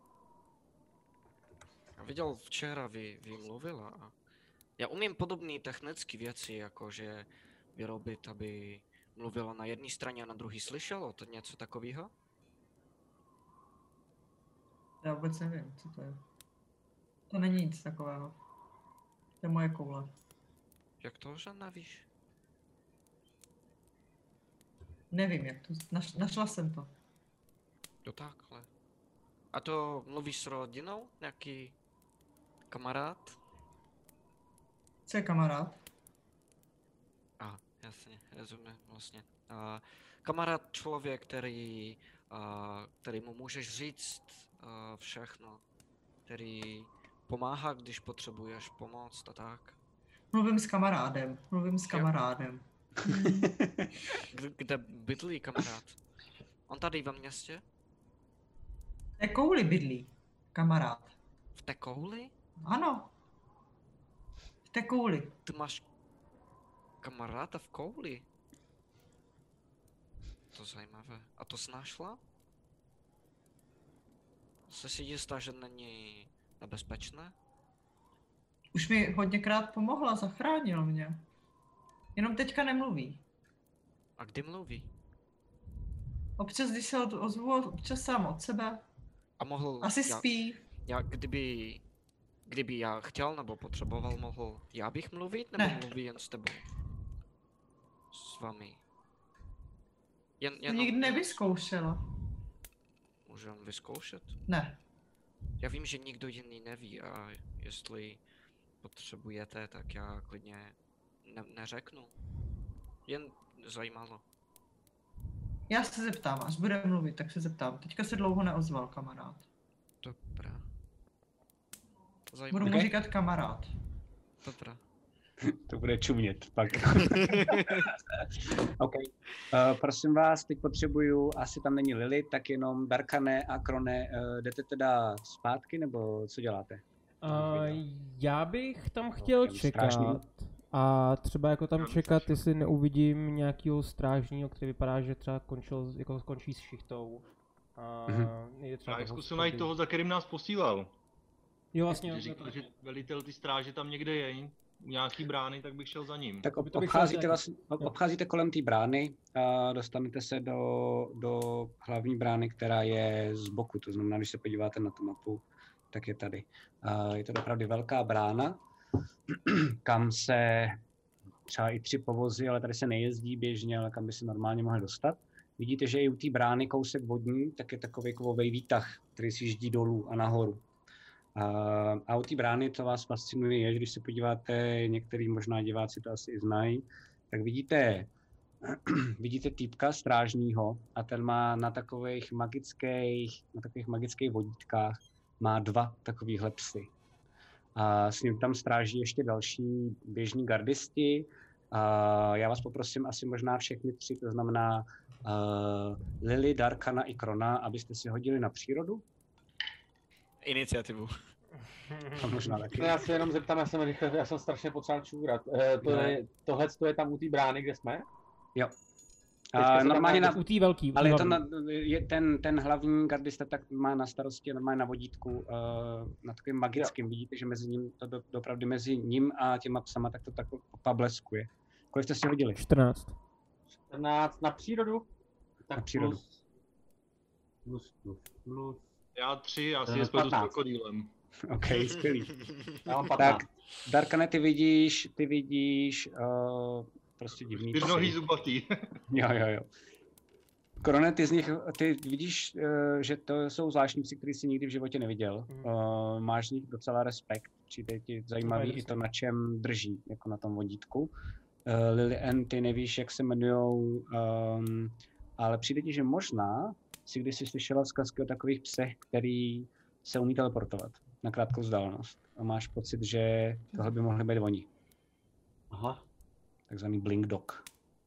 Já viděl včera vy, vymluvila a já umím podobné technické věci, jakože vyrobit, aby mluvilo na jedné straně a na druhé slyšelo, to něco takového? Já vůbec nevím, co to je. To není nic takového. To je moje koule. Jak to, že nevíš? Nevím, jak to. Naš, našla jsem to. Jo takhle. A to mluvíš s rodinou? Nějaký kamarád? Co je kamarád? A, jasně, rozumím vlastně. A, kamarád člověk, který, a, který mu můžeš říct a, všechno. Který pomáhá, když potřebuješ pomoc a tak. Mluvím s kamarádem. Mluvím s kamarádem. Kde, kde bydlí kamarád? On tady ve městě? V té kouli bydlí. Kamarád. V té kouli? Ano. V té kouli. Ty máš kamaráda v kouli? To zajímavé. A to jsi našla? Jsi si jistá, že není nebezpečné? Už mi hodněkrát pomohla, zachránil mě. Jenom teďka nemluví. A kdy mluví? Občas, když se od- ozvu, občas sám od sebe. A mohl... Asi já, spí. Já, kdyby... Kdyby já chtěl nebo potřeboval, mohl já bych mluvit, nebo Ne. mluví jen s tebou? S vámi. Jen, To jenom... nikdy nevyzkoušela. Můžeme vyzkoušet? Ne. Já vím, že nikdo jiný neví a jestli potřebujete, tak já klidně ne- neřeknu. Jen zajímalo. Já se zeptám, až bude mluvit, tak se zeptám. Teďka se dlouho neozval kamarád. Dobrá. Budu Zajímavé. mu říkat kamarád. Dobrá. To bude čumět pak. OK. Uh, prosím vás, teď potřebuju, asi tam není Lily, tak jenom Darkane a Krone, uh, jdete teda zpátky, nebo co děláte? A já bych tam chtěl těm čekat strážným. a třeba jako tam Já čekat, myslím, jestli neuvidím nějakýho strážního, který vypadá, že třeba končil, jako skončí s šichtou. A Mhm. je třeba Já bych do zkusil hospody. najít toho, za kterým nás posílal. Jo, vlastně. Když jo, říkal, to- že velitel ty stráže tam někde je, u nějaký brány, tak bych šel za ním. Tak ob, To bych obcházíte, chtěl vlastně, ob- jo. obcházíte kolem té brány a dostanete se do, do hlavní brány, která je z boku, to znamená, když se podíváte na tu mapu, tak je tady. A je to opravdu velká brána, kam se třeba i tři povozy, ale tady se nejezdí běžně, ale kam by se normálně mohli dostat. Vidíte, že i u té brány kousek vodní, tak je takový kovový výtah, který si jíždí dolů a nahoru. A, a u té brány, co vás fascinuje, je, že když se podíváte, některý možná diváci to asi i znají, tak vidíte, vidíte týpka strážního a ten má na takových magických, na takových magických vodítkách má dva takovýhle psy. A s ním tam stráží ještě další běžní gardisti. A já vás poprosím asi možná všechny tři, to znamená uh, Lily, Darkana i Krona, abyste si hodili na přírodu. Iniciativu. A možná taky. No, já se jenom zeptám, já jsem rychle, já jsem strašně potřeboval čůrat. E, to No. je, tohle to je tam u té brány, kde jsme? Jo. A normálně na, u té velký, ale je to na, je ten, ten hlavní gardista tak má na starosti normálně na vodítku, uh, na takovým magickým, jo. Vidíte, že mezi ním, to do, opravdu mezi ním a těma psama tak to tak pobleskuje. Kolik jste si hodili? čtrnáct. čtrnáct na přírodu? Tak na přírodu. Plus, plus, plus, plus. Já tři, asi je spolu s krokodýlem. OK, skvělý. Já mám tak, Darkane, ty vidíš, ty vidíš, uh, prostě divný psy. Čtyřnohý zubatý. Jo, jo, jo. Korone, ty z nich, ty vidíš, uh, že to jsou zvláštní psy, který jsi nikdy v životě neviděl. Mm. Uh, máš z nich docela respekt, přijde ti zajímavý no, i to, na čem drží, jako na tom vodítku. Uh, Lily Ann, ty nevíš, jak se jmenujou, um, ale přijde ti, že možná si kdysi slyšela zkazky o takových psech, který se umí teleportovat na krátkou vzdálenost. A máš pocit, že tohle by mohly být oni. Aha. Takzvaný Blink Dog.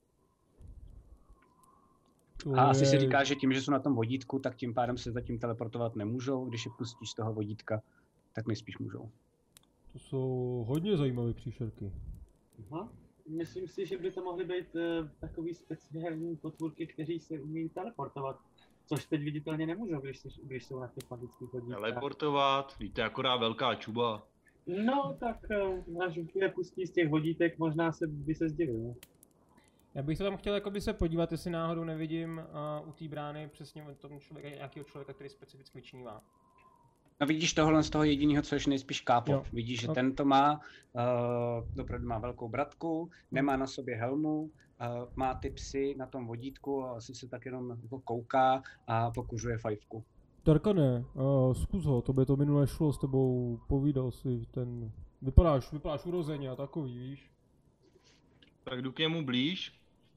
A asi si říká, že tím, že jsou na tom vodítku, tak tím pádem se zatím teleportovat nemůžou. Když je pustíš z toho vodítka, tak nejspíš můžou. To jsou hodně zajímavé příšerky. Aha. Myslím si, že by to mohly být uh, takový speciální potvůrky, kteří se umí teleportovat. Což teď viditelně nemůžou, když, když jsou na těch magických vodítkách. Teleportovat? Víte, akorát velká čuba. No, tak uh, až je pustí z těch vodítek, možná se by se zdivil. Já bych to tam chtěl jakoby se podívat, jestli náhodou nevidím uh, u té brány přesně od tom člověka, nějakého člověka, který specificky vyčnívá. No vidíš tohle z toho jediného, co ještě nejspíš kápo. Jo. Vidíš, že okay. ten to má, uh, opravdu má velkou bratku, nemá na sobě helmu, uh, má ty psy na tom vodítku a asi se tak jenom jako kouká a pokuřuje fajfku. Darkane, uh, zkus ho, to by to minule šlo s tebou, povídal si ten, vypadáš, vypadáš urozeně a takový, víš? Tak jdu k němu blíž.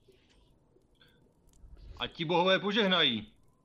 A ti bohové požehnají.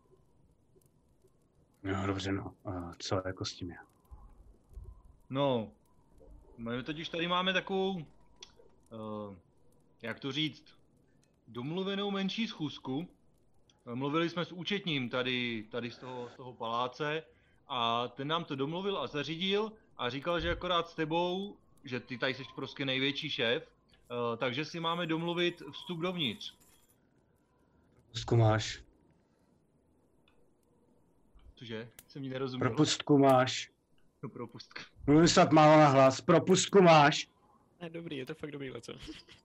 No dobře, no. A co jako s tím je? No, my totiž tady máme takovou, uh, jak to říct, domluvenou menší schůzku. Mluvili jsme s účetním tady, tady z, toho, z toho paláce a ten nám to domluvil a zařídil a říkal, že akorát s tebou, že ty tady jsi prostě největší šéf, uh, takže si máme domluvit vstup dovnitř. Propustku máš. Cože? Jsem mi nerozuměl. Propustku máš. No propustka. Mluvím snad málo na hlas. Propustku máš. Ne, dobrý, je to fakt dobrý, co?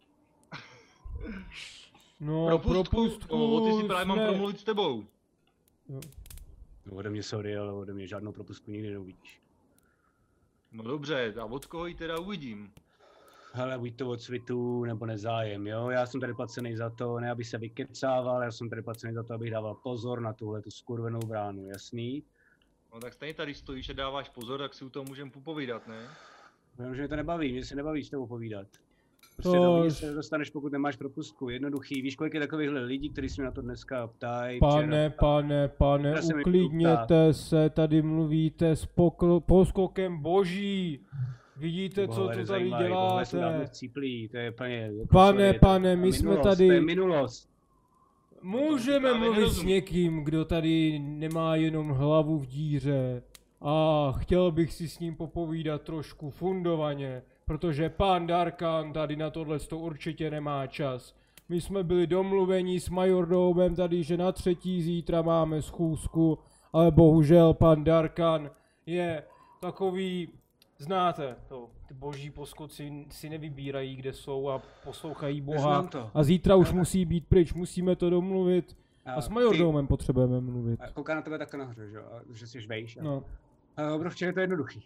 No, propustku, propustku no, ty si právě jsme... mám promluvit s tebou. Jo. No, ode mě sorry, ale ode mě žádnou propustku nikdy neuvidíš. No dobře, a od koho ji teda uvidím? Hele, buď to od svitu, nebo nezájem, jo? Já jsem tady placený za to, ne aby se vykecával, já jsem tady placený za to, abych dával pozor na tuhle tu skurvenou bránu, jasný? No tak stejně tady stojíš a dáváš pozor, tak si u toho můžem popovídat, ne? Vím, že mě to nebaví, mě se nebaví s tebou povídat. Prostě to... do mě se dostaneš, pokud nemáš propustku, jednoduchý. Víš, kolik je takovýchhle lidí, kteří se mi na to dneska ptají? Pane, včera, pane, pane, se uklidněte se, tady mluvíte s pokl- poskokem boží. Vidíte, co to tady děláte? Cíplí, to je úplně, jako pane, sorry, pane, my jsme tady... To je minulost. Můžeme mluvit s někým, kdo tady nemá jenom hlavu v díře. A chtěl bych si s ním popovídat trošku fundovaně, protože pán Darkan tady na tohle to určitě nemá čas. My jsme byli domluveni s majordomem tady, že na třetí zítra máme schůzku, ale bohužel pan Darkan je takový, znáte to, ty boží poskoci si nevybírají, kde jsou a poslouchají Boha. A zítra už musí být pryč, musíme to domluvit. A, a s majordomem ty... potřebujeme mluvit. A kouká na tebe takhle nahoře, že jo, že jsi žvejš. A... No. A obrovče je to jednoduchý.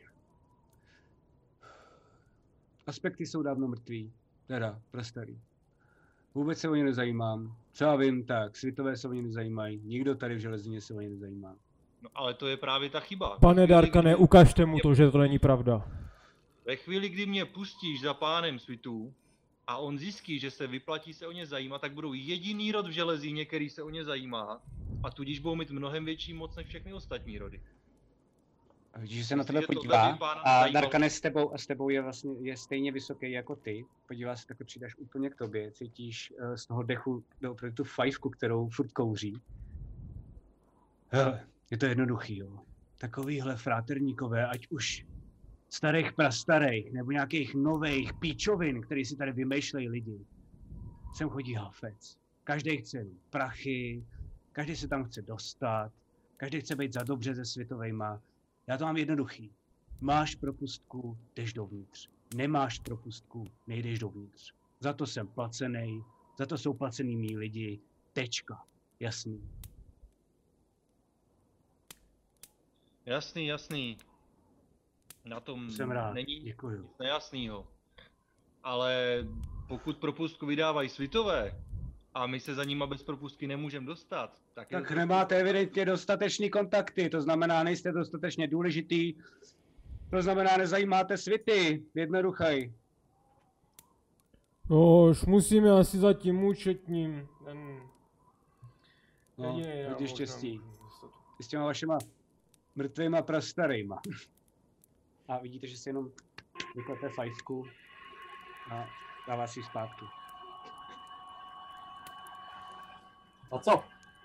Aspekty jsou dávno mrtví, teda prastarý. Vůbec se o ně nezajímám. Co já vím, tak svitové se o ně nezajímají, nikdo tady v železině se o ně nezajímá. No ale to je právě ta chyba. Pane Darkane, kdy... ukažte mu to, že to není pravda. Ve chvíli, kdy mě pustíš za pánem svitů a on zjistí, že se vyplatí se o ně zajímat, tak budou jediný rod v železíně, který se o ně zajímá a tudíž budou mít mnohem větší moc než všechny ostatní rody. A vidíš, že se na tebe podívá a Darkane s tebou, a s tebou je vlastně je stejně vysoký jako ty. Podívá se, takhle přidáš úplně k tobě, cítíš uh, z toho dechu opravdu tu fajfku, kterou furt kouří. Hele, je to jednoduchý, jo. Takovýhle fráterníkové, ať už starých prastarých, nebo nějakých nových píčovin, který si tady vymýšlejí lidi. Sem chodí Hafec. Každý chce prachy, každý se tam chce dostat, každý chce být za dobře se světovejma. Já to mám jednoduchý. Máš propustku, jdeš dovnitř. Nemáš propustku, nejdeš dovnitř. Za to jsem placený, za to jsou placený mý lidi. Tečka. Jasný. Jasný, jasný. Na tom Jsem rád, není děkuju. nic nejasnýho. Ale pokud propustku vydávají svitové a my se za nima bez propustky nemůžeme dostat, tak... Tak je nemáte evidentně dostatečný kontakty, to znamená, nejste dostatečně důležitý, to znamená, nezajímáte svity, jednoduchej. No, už musíme asi za tím účetním. Ten... No, jedinej hodně návod štěstí. nám dostat. I s těma vašima mrtvýma prastarejma. A vidíte, že si jenom vyklete fajfku a dává si ji zpátky. A co?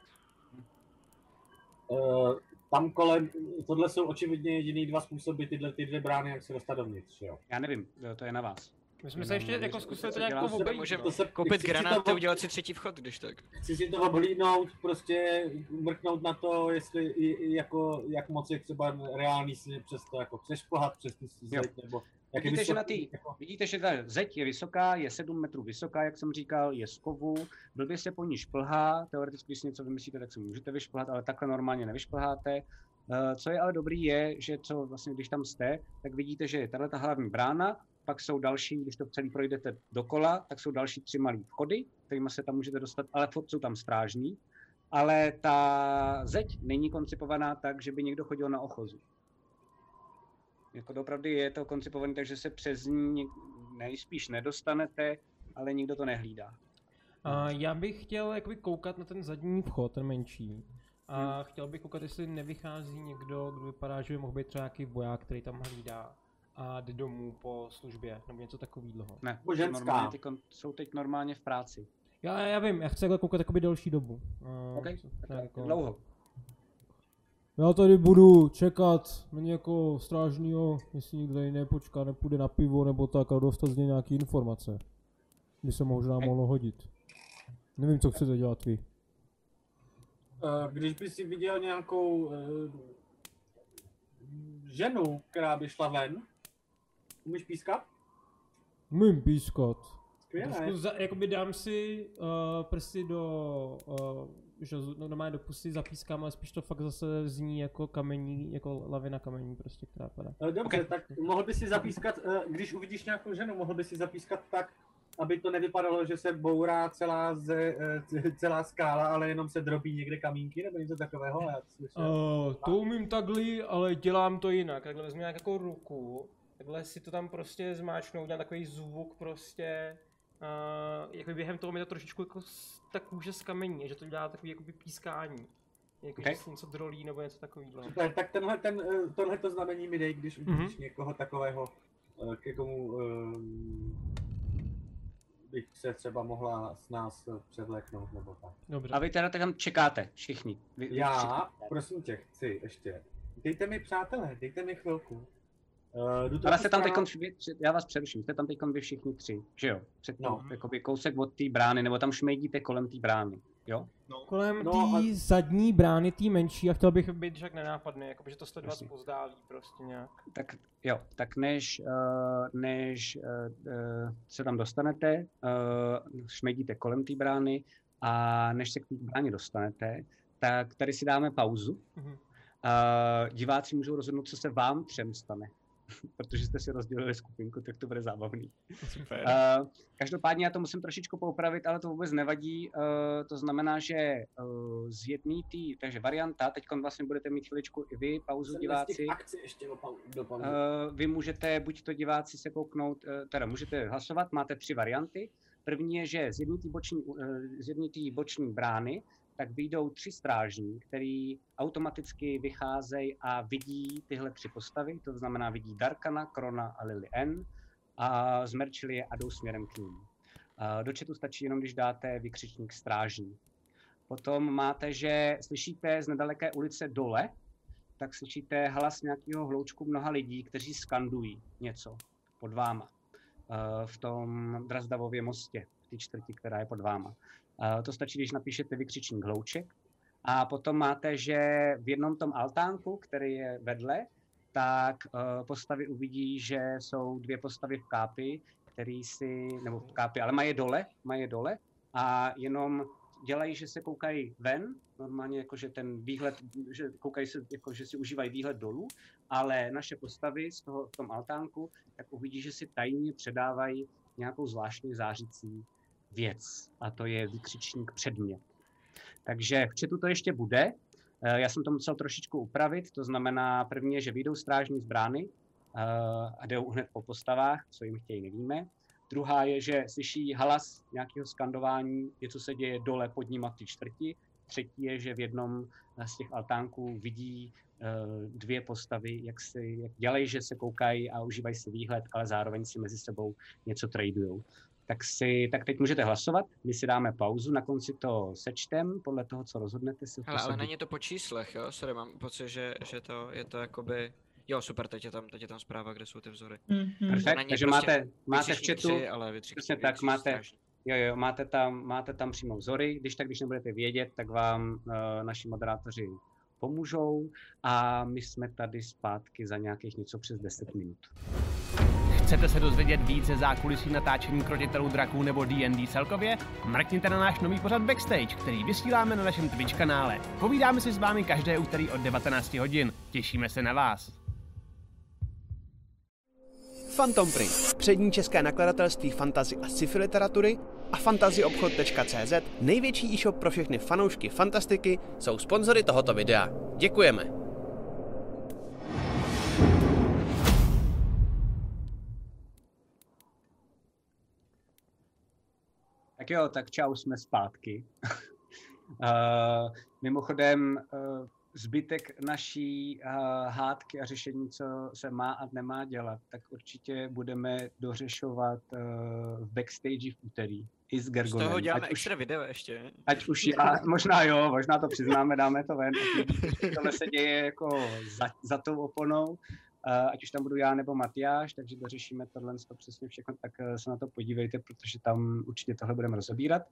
Uh, tam kolem, tohle jsou očividně jediný dva způsoby, tyhle ty dvě brány, jak se dostat dovnitř, jo? Já nevím, to je na vás. My jsme se ještě Jenom, jako že- zkusili to co nějak dělá- obejít. Můžeme To se- koupit chci si granáty to- a udělat si třetí vchod, když tak. Chci si to oblídnout, prostě mrknout na to, jestli i- i jako, jak moc je třeba reálný si přes to jako přešplhat, přes tu zeď, nebo jak je Vidíte, že na vysoký, tý, jako, vidíte, že ta zeď je vysoká, je sedm metrů vysoká, jak jsem říkal, je z kovu, blbě se po ní šplhá, teoreticky, když si něco vymyslíte, tak se můžete vyšplhat, ale takhle normálně nevyšplháte. Uh, co je ale dobrý je, že co vlastně, když tam jste, tak vidíte, že je tato hlavní brána, pak jsou další, když to celý projdete dokola, tak jsou další tři malý vchody, kterými se tam můžete dostat, ale furt jsou tam strážní. Ale ta zeď není koncipovaná tak, že by někdo chodil na ochozu. Jako opravdu je to koncipované tak, že se přes ní nejspíš nedostanete, ale nikdo to nehlídá. A já bych chtěl jakoby koukat na ten zadní vchod, ten menší. A chtěl bych koukat, jestli nevychází někdo, kdo vypadá, že by mohl být třeba nějaký voják, který tam hlídá a jde domů po službě, nebo něco takového. Ne, Nebo ženská. normálně ty kon- jsou teď normálně v práci. Já, já vím, já chci takhle koukat jakoby delší dobu. Uh, OK, tak jako... dlouho. Já tady budu čekat na někoho strážního, jestli nikdo tady nepočká, nepůjde na pivo nebo tak, a dostat z něj nějaký informace. By se možná mohlo hodit. Nevím, co chcete dělat vy. uh, když by si viděl nějakou uh, ženu, která by šla ven, umíš pískat? Umím pískat. Skvělé. Trošku za, jakoby dám si uh, prsty do, uh, že z- no, normálně do pusy zapískám, ale spíš to fakt zase zní jako kamení, jako lavina kamení prostě, která padá. Eh, Dobře, tak mohl by si zapískat, eh, když uvidíš nějakou ženu, mohl by si zapískat tak, aby to nevypadalo, že se bourá celá, ze, eh, c- celá skála, ale jenom se drobí někde kamínky nebo něco takového. Já to slyšel. Uh, to umím takhle, ale dělám to jinak. Takhle vezmu nějak jako ruku, takhle si to tam prostě zmáčknu, udělám takový zvuk prostě. Uh, jako během toho mi to trošičku jako s- ta kůže zkamení, že to dělá takový jakoby pískání. Jako, Okay. že se něco drolí nebo něco takového. Super, tak tenhle, ten, eh, tohleto znamení mi dej, když uvidíš Mhm. někoho takového, eh, ke komu eh, bych se třeba mohla s nás eh, převléknout nebo tak. Dobře. A vy teda tam čekáte, všichni. Vy, vy Já, všichni. prosím tě, chci ještě. Dejte mi, přátelé, dejte mi chvilku. Uh, jdu Ale trochu jste tam stranu- teď, já vás přeruším, jste tam teď vy všichni tři, že jo? Před No. no. jakoby kousek od té brány, nebo tam šmejdíte kolem té brány, jo? Kolem No, té a- zadní brány, té menší, a chtěl bych být však nenápadný, jako že to sledovat Jasně. zpozdálí prostě nějak. Tak jo, tak než, uh, než uh, uh, se tam dostanete, uh, šmejdíte kolem té brány a než se k té bráně dostanete, tak tady si dáme pauzu. Mhm. Uh, diváci můžou rozhodnout, co se vám třem stane. Protože jste si rozdělili skupinku, tak to bude zábavný. Super. Uh, každopádně já to musím trošičku poupravit, ale to vůbec nevadí. Uh, to znamená, že uh, z jedné tý, takže varianta, teď vlastně budete mít chviličku i vy, pauzu Jsem diváci. z těch akcí ještě do, pau- do pauzy. Uh, vy můžete, buď to diváci se kouknout, uh, teda můžete hlasovat, máte tři varianty. První je, že z jedné té boční, uh, z jedné té boční brány tak vyjdou tři strážní, který automaticky vycházejí a vidí tyhle tři postavy, to znamená vidí Darkana, Krona a Lily N a zmerčili je a jdou směrem k ním. Uh, do chatu stačí jenom, když dáte vykřičník strážní. Potom máte, že slyšíte z nedaleké ulice dole, tak slyšíte hlas nějakého hloučku mnoha lidí, kteří skandují něco pod váma. Uh, v tom Drazdavově mostě, v té čtvrti, která je pod váma. Uh, to stačí, když napíšete vykřičník hlouček. A potom máte, že v jednom tom altánku, který je vedle, tak uh, postavy uvidí, že jsou dvě postavy v kápi, který si, nebo v kápi, ale mají je dole, mají je dole a jenom dělají, že se koukají ven, normálně jakože ten výhled, že koukají se, jako, že si užívají výhled dolů, ale naše postavy z toho, v tom altánku, tak uvidí, že si tajně předávají nějakou zvláštní zářící věc a to je vykřičník předmět. Takže v chatu to ještě bude. Já jsem to musel trošičku upravit, to znamená první je, že vyjdou strážní z brány a jdou hned po postavách, co jim chtějí, nevíme. Druhá je, že slyší halas nějakého skandování, něco se děje dole pod nima v té čtvrti. Třetí je, že v jednom z těch altánků vidí dvě postavy, jak, si, jak dělají, že se koukají a užívají si výhled, ale zároveň si mezi sebou něco tradujou. Tak, si, tak teď můžete hlasovat, my si dáme pauzu, na konci to sečtem, podle toho, co rozhodnete si. Hele, ale není to po číslech, jo? Sorry, mám pocit, že, že to je to jakoby... Jo, super, teď je tam, teď je tam zpráva, kde jsou ty vzory. Mm-hmm. Perfekt, takže prostě máte, máte v chatu, tři, ale přesně tak, máte, jo, jo, máte, tam, máte tam přímo vzory, když tak, když nebudete vědět, tak vám uh, naši moderátoři pomůžou a my jsme tady zpátky za nějakých něco přes deset minut. Chcete se dozvědět víc ze zákulisí natáčení Krotitelů draků nebo D and D celkově? Mrkněte na náš nový pořad Backstage, který vysíláme na našem Twitch kanále. Povídáme si s vámi každé úterý od devatenácti hodin. Těšíme se na vás. Phantom Print, přední české nakladatelství fantasy a sci-fi literatury a fantasyobchod tečka cé zet, největší e-shop pro všechny fanoušky fantastiky, jsou sponzory tohoto videa. Děkujeme. Tak jo, tak čau, jsme zpátky. uh, mimochodem, uh, zbytek naší uh, hádky a řešení, co se má a nemá dělat, tak určitě budeme dořešovat uh, v backstage v úterý. I s Gergonem. Z toho děláme ať extra už, video ještě. Ať už já, možná jo, možná to přiznáme, dáme to ven. Tohle se děje jako za, za tou oponou. Uh, ať už tam budu já nebo Matyáš, takže dořešíme tohle to přesně všechno, tak uh, se na to podívejte, protože tam určitě tohle budeme rozebírat.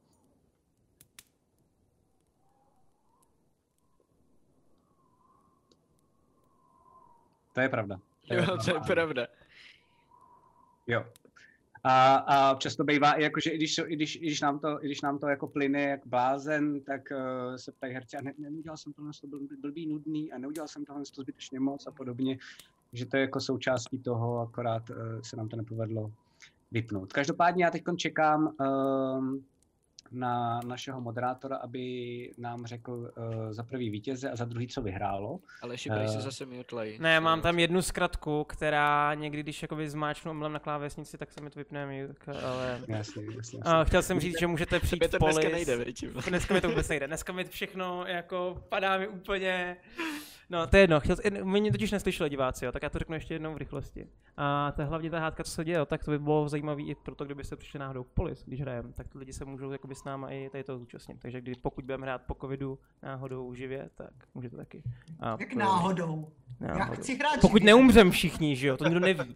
To je pravda. To je jo, pravda. to je pravda. Jo. A, a často bývá i jako, že i když, i když, i když, nám, to, i když nám to jako plyne jak blázen, tak uh, se ptají herci, a ne, ne, neudělal jsem tohle, to byl blbý, nudný, a neudělal jsem tohle to zbytečně moc a podobně. Že to je jako součástí toho, akorát uh, se nám to nepovedlo vypnout. Každopádně já teď čekám uh, na našeho moderátora, aby nám řekl uh, za prvý vítěze a za druhý, co vyhrálo. Ale šibrej uh, se zase mutlej. Ne, mám tam jednu zkratku, která někdy, když jakoby zmáčknu omylem na klávesnici, tak se mi to vypne mute, ale... Jasně, jasně, jasně. Uh, chtěl jsem říct, že můžete přijít v polis. Dneska nejde, veď. Dneska mi to vůbec nejde. Dneska mi všechno jako padá mi úplně... No, to je jedno, chtěl, mě totiž neslyšeli diváci, jo, tak já to řeknu ještě jednou v rychlosti. A to je hlavně ta hádka, co se děje, jo, tak to by bylo zajímavé i proto, kdybyste přišli náhodou v polis, když hrajeme, tak ty lidi se můžou jakoby s náma i tady toho zúčastnit. Takže když, pokud budeme hrát po covidu náhodou živě, tak můžete taky. A Jak náhodou? náhodou. Já chci hrát Pokud živě. neumřem všichni, že jo, to nikdo neví.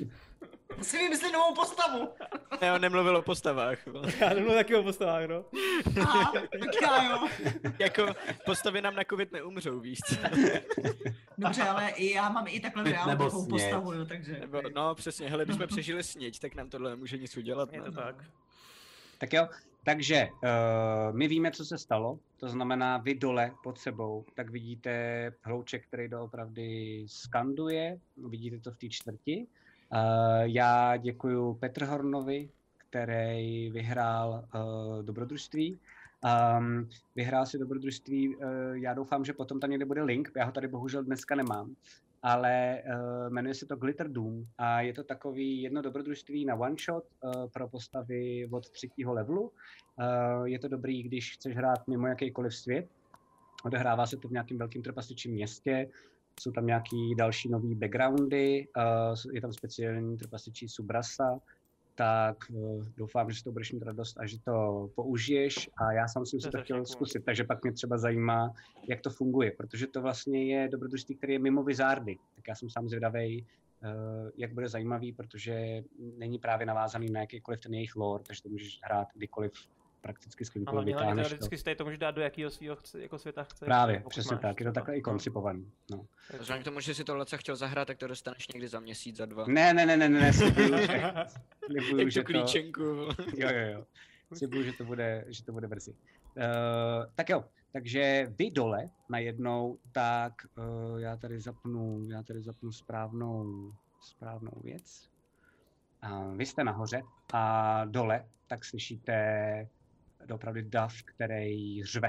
Si vymyslí novou postavu. Ne, on nemluvil o postavách. Já nemluvil taky o postavách, no. Aha, tak já jo. Jako postavy nám na covid neumřou, víš co? Dobře, ale i já mám i takhle v reálu takovou postavu, jo, takže... Nebo, no přesně, hele, když jsme přežili sněť, tak nám tohle nemůže nic udělat. Je to no. tak. Tak jo, takže uh, my víme, co se stalo, to znamená vy dole pod sebou, tak vidíte hlouček, který doopravdy skanduje, vidíte to v té čtvrti. Uh, já děkuju Petrhornovi, který vyhrál uh, dobrodružství. Um, vyhrál si dobrodružství, uh, já doufám, že potom tam někde bude link, já ho tady bohužel dneska nemám, ale uh, jmenuje se to Glitter Doom a je to takový jedno dobrodružství na one shot uh, pro postavy od třetího levelu. Uh, je to dobrý, když chceš hrát mimo jakýkoliv svět. Odehrává se to v nějakém velkým trpasličím městě. Jsou tam nějaký další nový backgroundy, uh, je tam speciální trpasličí subrasa, tak uh, doufám, že si to budeš mít radost a že to použiješ a já sám jsem si to chtěl zkusit, takže pak mě třeba zajímá, jak to funguje, protože to vlastně je dobrodružství, které je mimo Wizardy, tak já jsem sám zvědavej, uh, jak bude zajímavý, protože není právě navázaný na jakýkoliv ten jejich lore, takže to můžeš hrát kdykoliv prakticky s Ale kýmkoliv vytáhneš to. teoreticky si tady to můžeš dát do jakého svého jako světa chceš. Právě, pokud přesně máš tak, je to třeba. takhle i koncipovaný. No. Vzhledem k tomu, že si tohle chtěl zahrát, tak to dostaneš někdy za měsíc, za dva. Ne, ne, ne, ne, ne, slibuju, že, slibuju, Jak že tu to... klíčenku. Jo, jo, jo. Slibuju, že to bude, že to bude brzy. Uh, tak jo, takže vy dole najednou, tak uh, já tady zapnu, já tady zapnu správnou, správnou věc. Uh, vy jste nahoře a dole, tak slyšíte opravdu dav, který řve.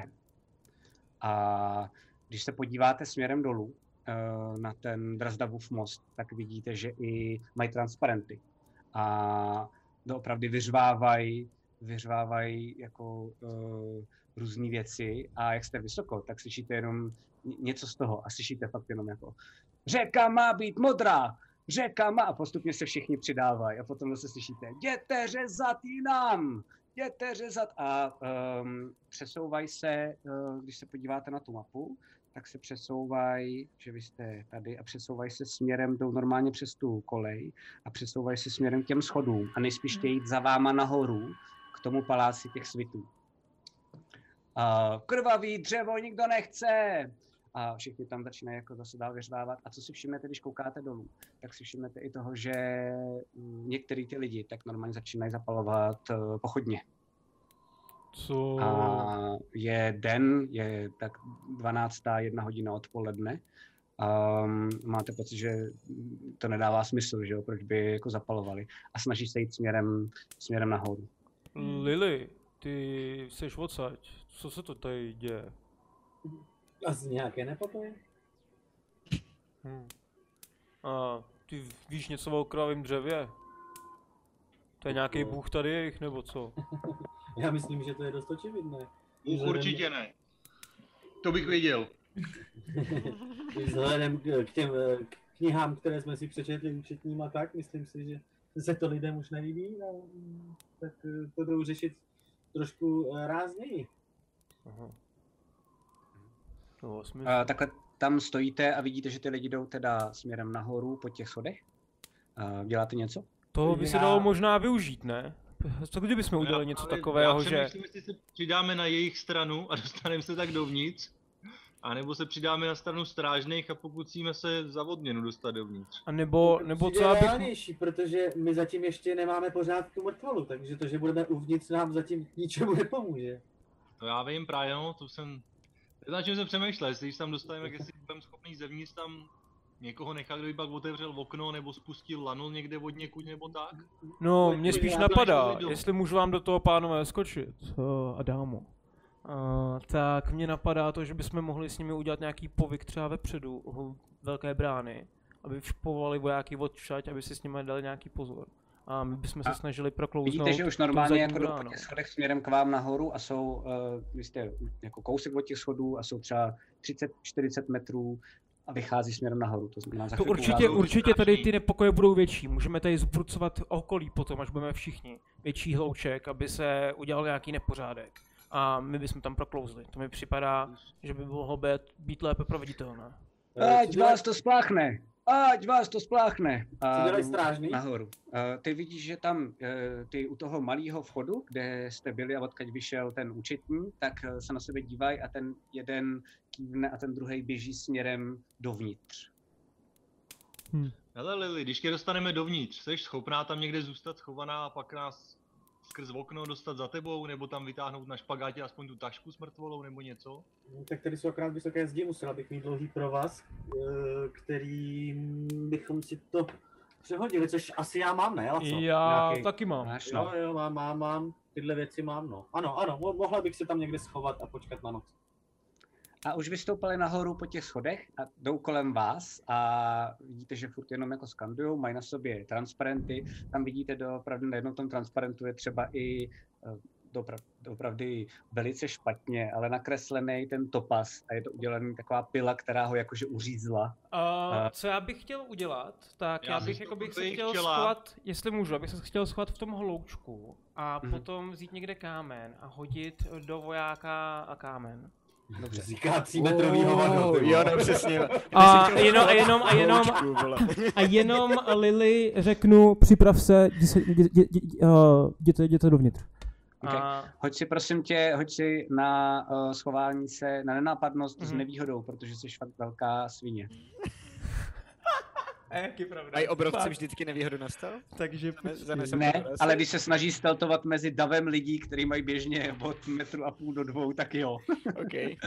A když se podíváte směrem dolů uh, na ten Drazdavův most, tak vidíte, že i mají transparenty. A opravdu vyřvávají, vyřvávají jako uh, různé věci a jak jste vysoko, tak slyšíte jenom něco z toho a slyšíte fakt jenom jako řeka má být modrá, řeka má a postupně se všichni přidávají a potom zase slyšíte jděte řezat jinam, jděte řezat a um, přesouvají se, uh, když se podíváte na tu mapu, tak se přesouvají, že vy jste tady a přesouvají se směrem, jdou normálně přes tu kolej a přesouvají se směrem k těm schodům a nejspíš chtějí jít za váma nahoru k tomu paláci těch svitů. Uh, krvavý dřevo nikdo nechce! A všichni tam začínají jako zase dál vyřvávat. A co si všimnete, když koukáte dolů, tak si všimnete i toho, že některý ty lidi tak normálně začínají zapalovat uh, pochodně. Co? A je den, je tak dvanáctá jedna hodina odpoledne. Um, máte pocit, že to nedává smysl, že jo, proč by jako zapalovali. A snaží se jít směrem, směrem nahoru. Lily, ty seš odsaď. Co se to tady děje? Asi nějaké nepokoje? Hm. A ty víš něco o krvavém dřevě? To je nějaký bůh tady jejich, nebo co? Já myslím, že to je dost očividné. Bůh určitě ne. To bych věděl. Vzhledem k těm knihám, které jsme si přečetli účetním a tak, myslím si, že se to lidem už nelíbí, a tak to budou řešit trošku rázněji. Aha. Uh, takhle tam stojíte a vidíte, že ty lidi jdou teda směrem nahoru po těch schodech. Uh, děláte něco? To by se dalo možná využít, ne? Co kdybychom udělali něco takového, že... Já přemýšlím, jestli se přidáme na jejich stranu a dostaneme se tak dovnitř. A nebo se přidáme na stranu strážných a pokusíme se za odměnu dostat dovnitř. A nebo, nebo co abych... reálnější, protože my zatím ještě nemáme pořád tu mrtvolu, takže to, že budeme uvnitř, nám zatím ničemu nepomůže. To já vím právě, no, to jsem... Na čem jsem přemýšlel, jestli když tam dostaneme, jestli budeme schopný zevnitř tam někoho nechat, kdo by pak otevřel okno nebo spustil lano někde od někud nebo tak. No, mě spíš napadá, jestli můžu vám do toho, pánové, skočit, uh, a dámo. Uh, tak mě napadá to, že bychom mohli s nimi udělat nějaký povyk třeba vepředu, uh, velké brány, aby všpovali vojáky odšať, aby si s nimi dali nějaký pozor. A my bychom se snažili proklouznout. Vidíte, že už normálně jako jdou po těch schodech směrem k vám nahoru a jsou, uh, vy jste jako kousek od těch schodů a jsou třeba třicet čtyřicet metrů a vychází směrem nahoru. To znamená, za to určitě, určitě tady ty nepokoje budou větší. Můžeme tady zbrucovat okolí potom, až budeme všichni. Větší hlouček, aby se udělal nějaký nepořádek. A my bychom tam proklouzli. To mi připadá, že by mohlo být, být lépe proveditelné. Ať vás to spláchne! Ať vás to spláchne! Co dělají strážný? Nahoru. Uh, ty vidíš, že tam, uh, ty u toho malého vchodu, kde jste byli a odkud vyšel ten účetní, tak uh, se na sebe dívají a ten jeden kývne a ten druhý běží směrem dovnitř. Hmm. Hele Lily, když tě dostaneme dovnitř, jsi schopná tam někde zůstat schovaná a pak nás skrz okno dostat za tebou, nebo tam vytáhnout na špagátě aspoň tu tašku s mrtvolou, nebo něco? No, tak tady jsou akorát vysoké zdi, musela bych mít dlouhý provaz, který bychom si to přehodili, což asi já mám, ne? Co? Já Nějaký... taky mám. Máš, no? Jo, jo, mám, mám, mám, tyhle věci mám, no. Ano, ano, mohla bych se tam někde schovat a počkat na noc. A už vystoupali nahoru po těch schodech a jdou kolem vás a vidíte, že furt jenom jako skandujou, mají na sobě transparenty. Tam vidíte doopravdy na jednom tom transparentu je třeba i opravdu velice špatně, ale nakreslený ten topaz a je to udělaný taková pila, která ho jakože uřízla. Uh, co já bych chtěl udělat, tak já, já bych, jako bych se chtěl chtěla. schovat, jestli můžu, abych se chtěl schovat v tom hloučku a mm-hmm. potom vzít někde kámen a hodit do vojáka a kámen. Dobře. Říká třímetrový hovado. Jo, ne, přesně. A jenom, a jenom, a jenom, a jenom Lily řeknu, připrav se, jděte, jděte, jděte dovnitř. Okay. A... Hoď si prosím tě, hoď si na uh, schování se, na nenápadnost Mhm. s nevýhodou, protože jsi fakt velká svině. A jak je pravda. Mají obrovci Fakt. vždycky nevýhodu nastal? Takže Zanesem Ne, to doraz. ale když se snaží steltovat mezi davem lidí, kteří mají běžně od metru a půl do dvou, tak jo. OK.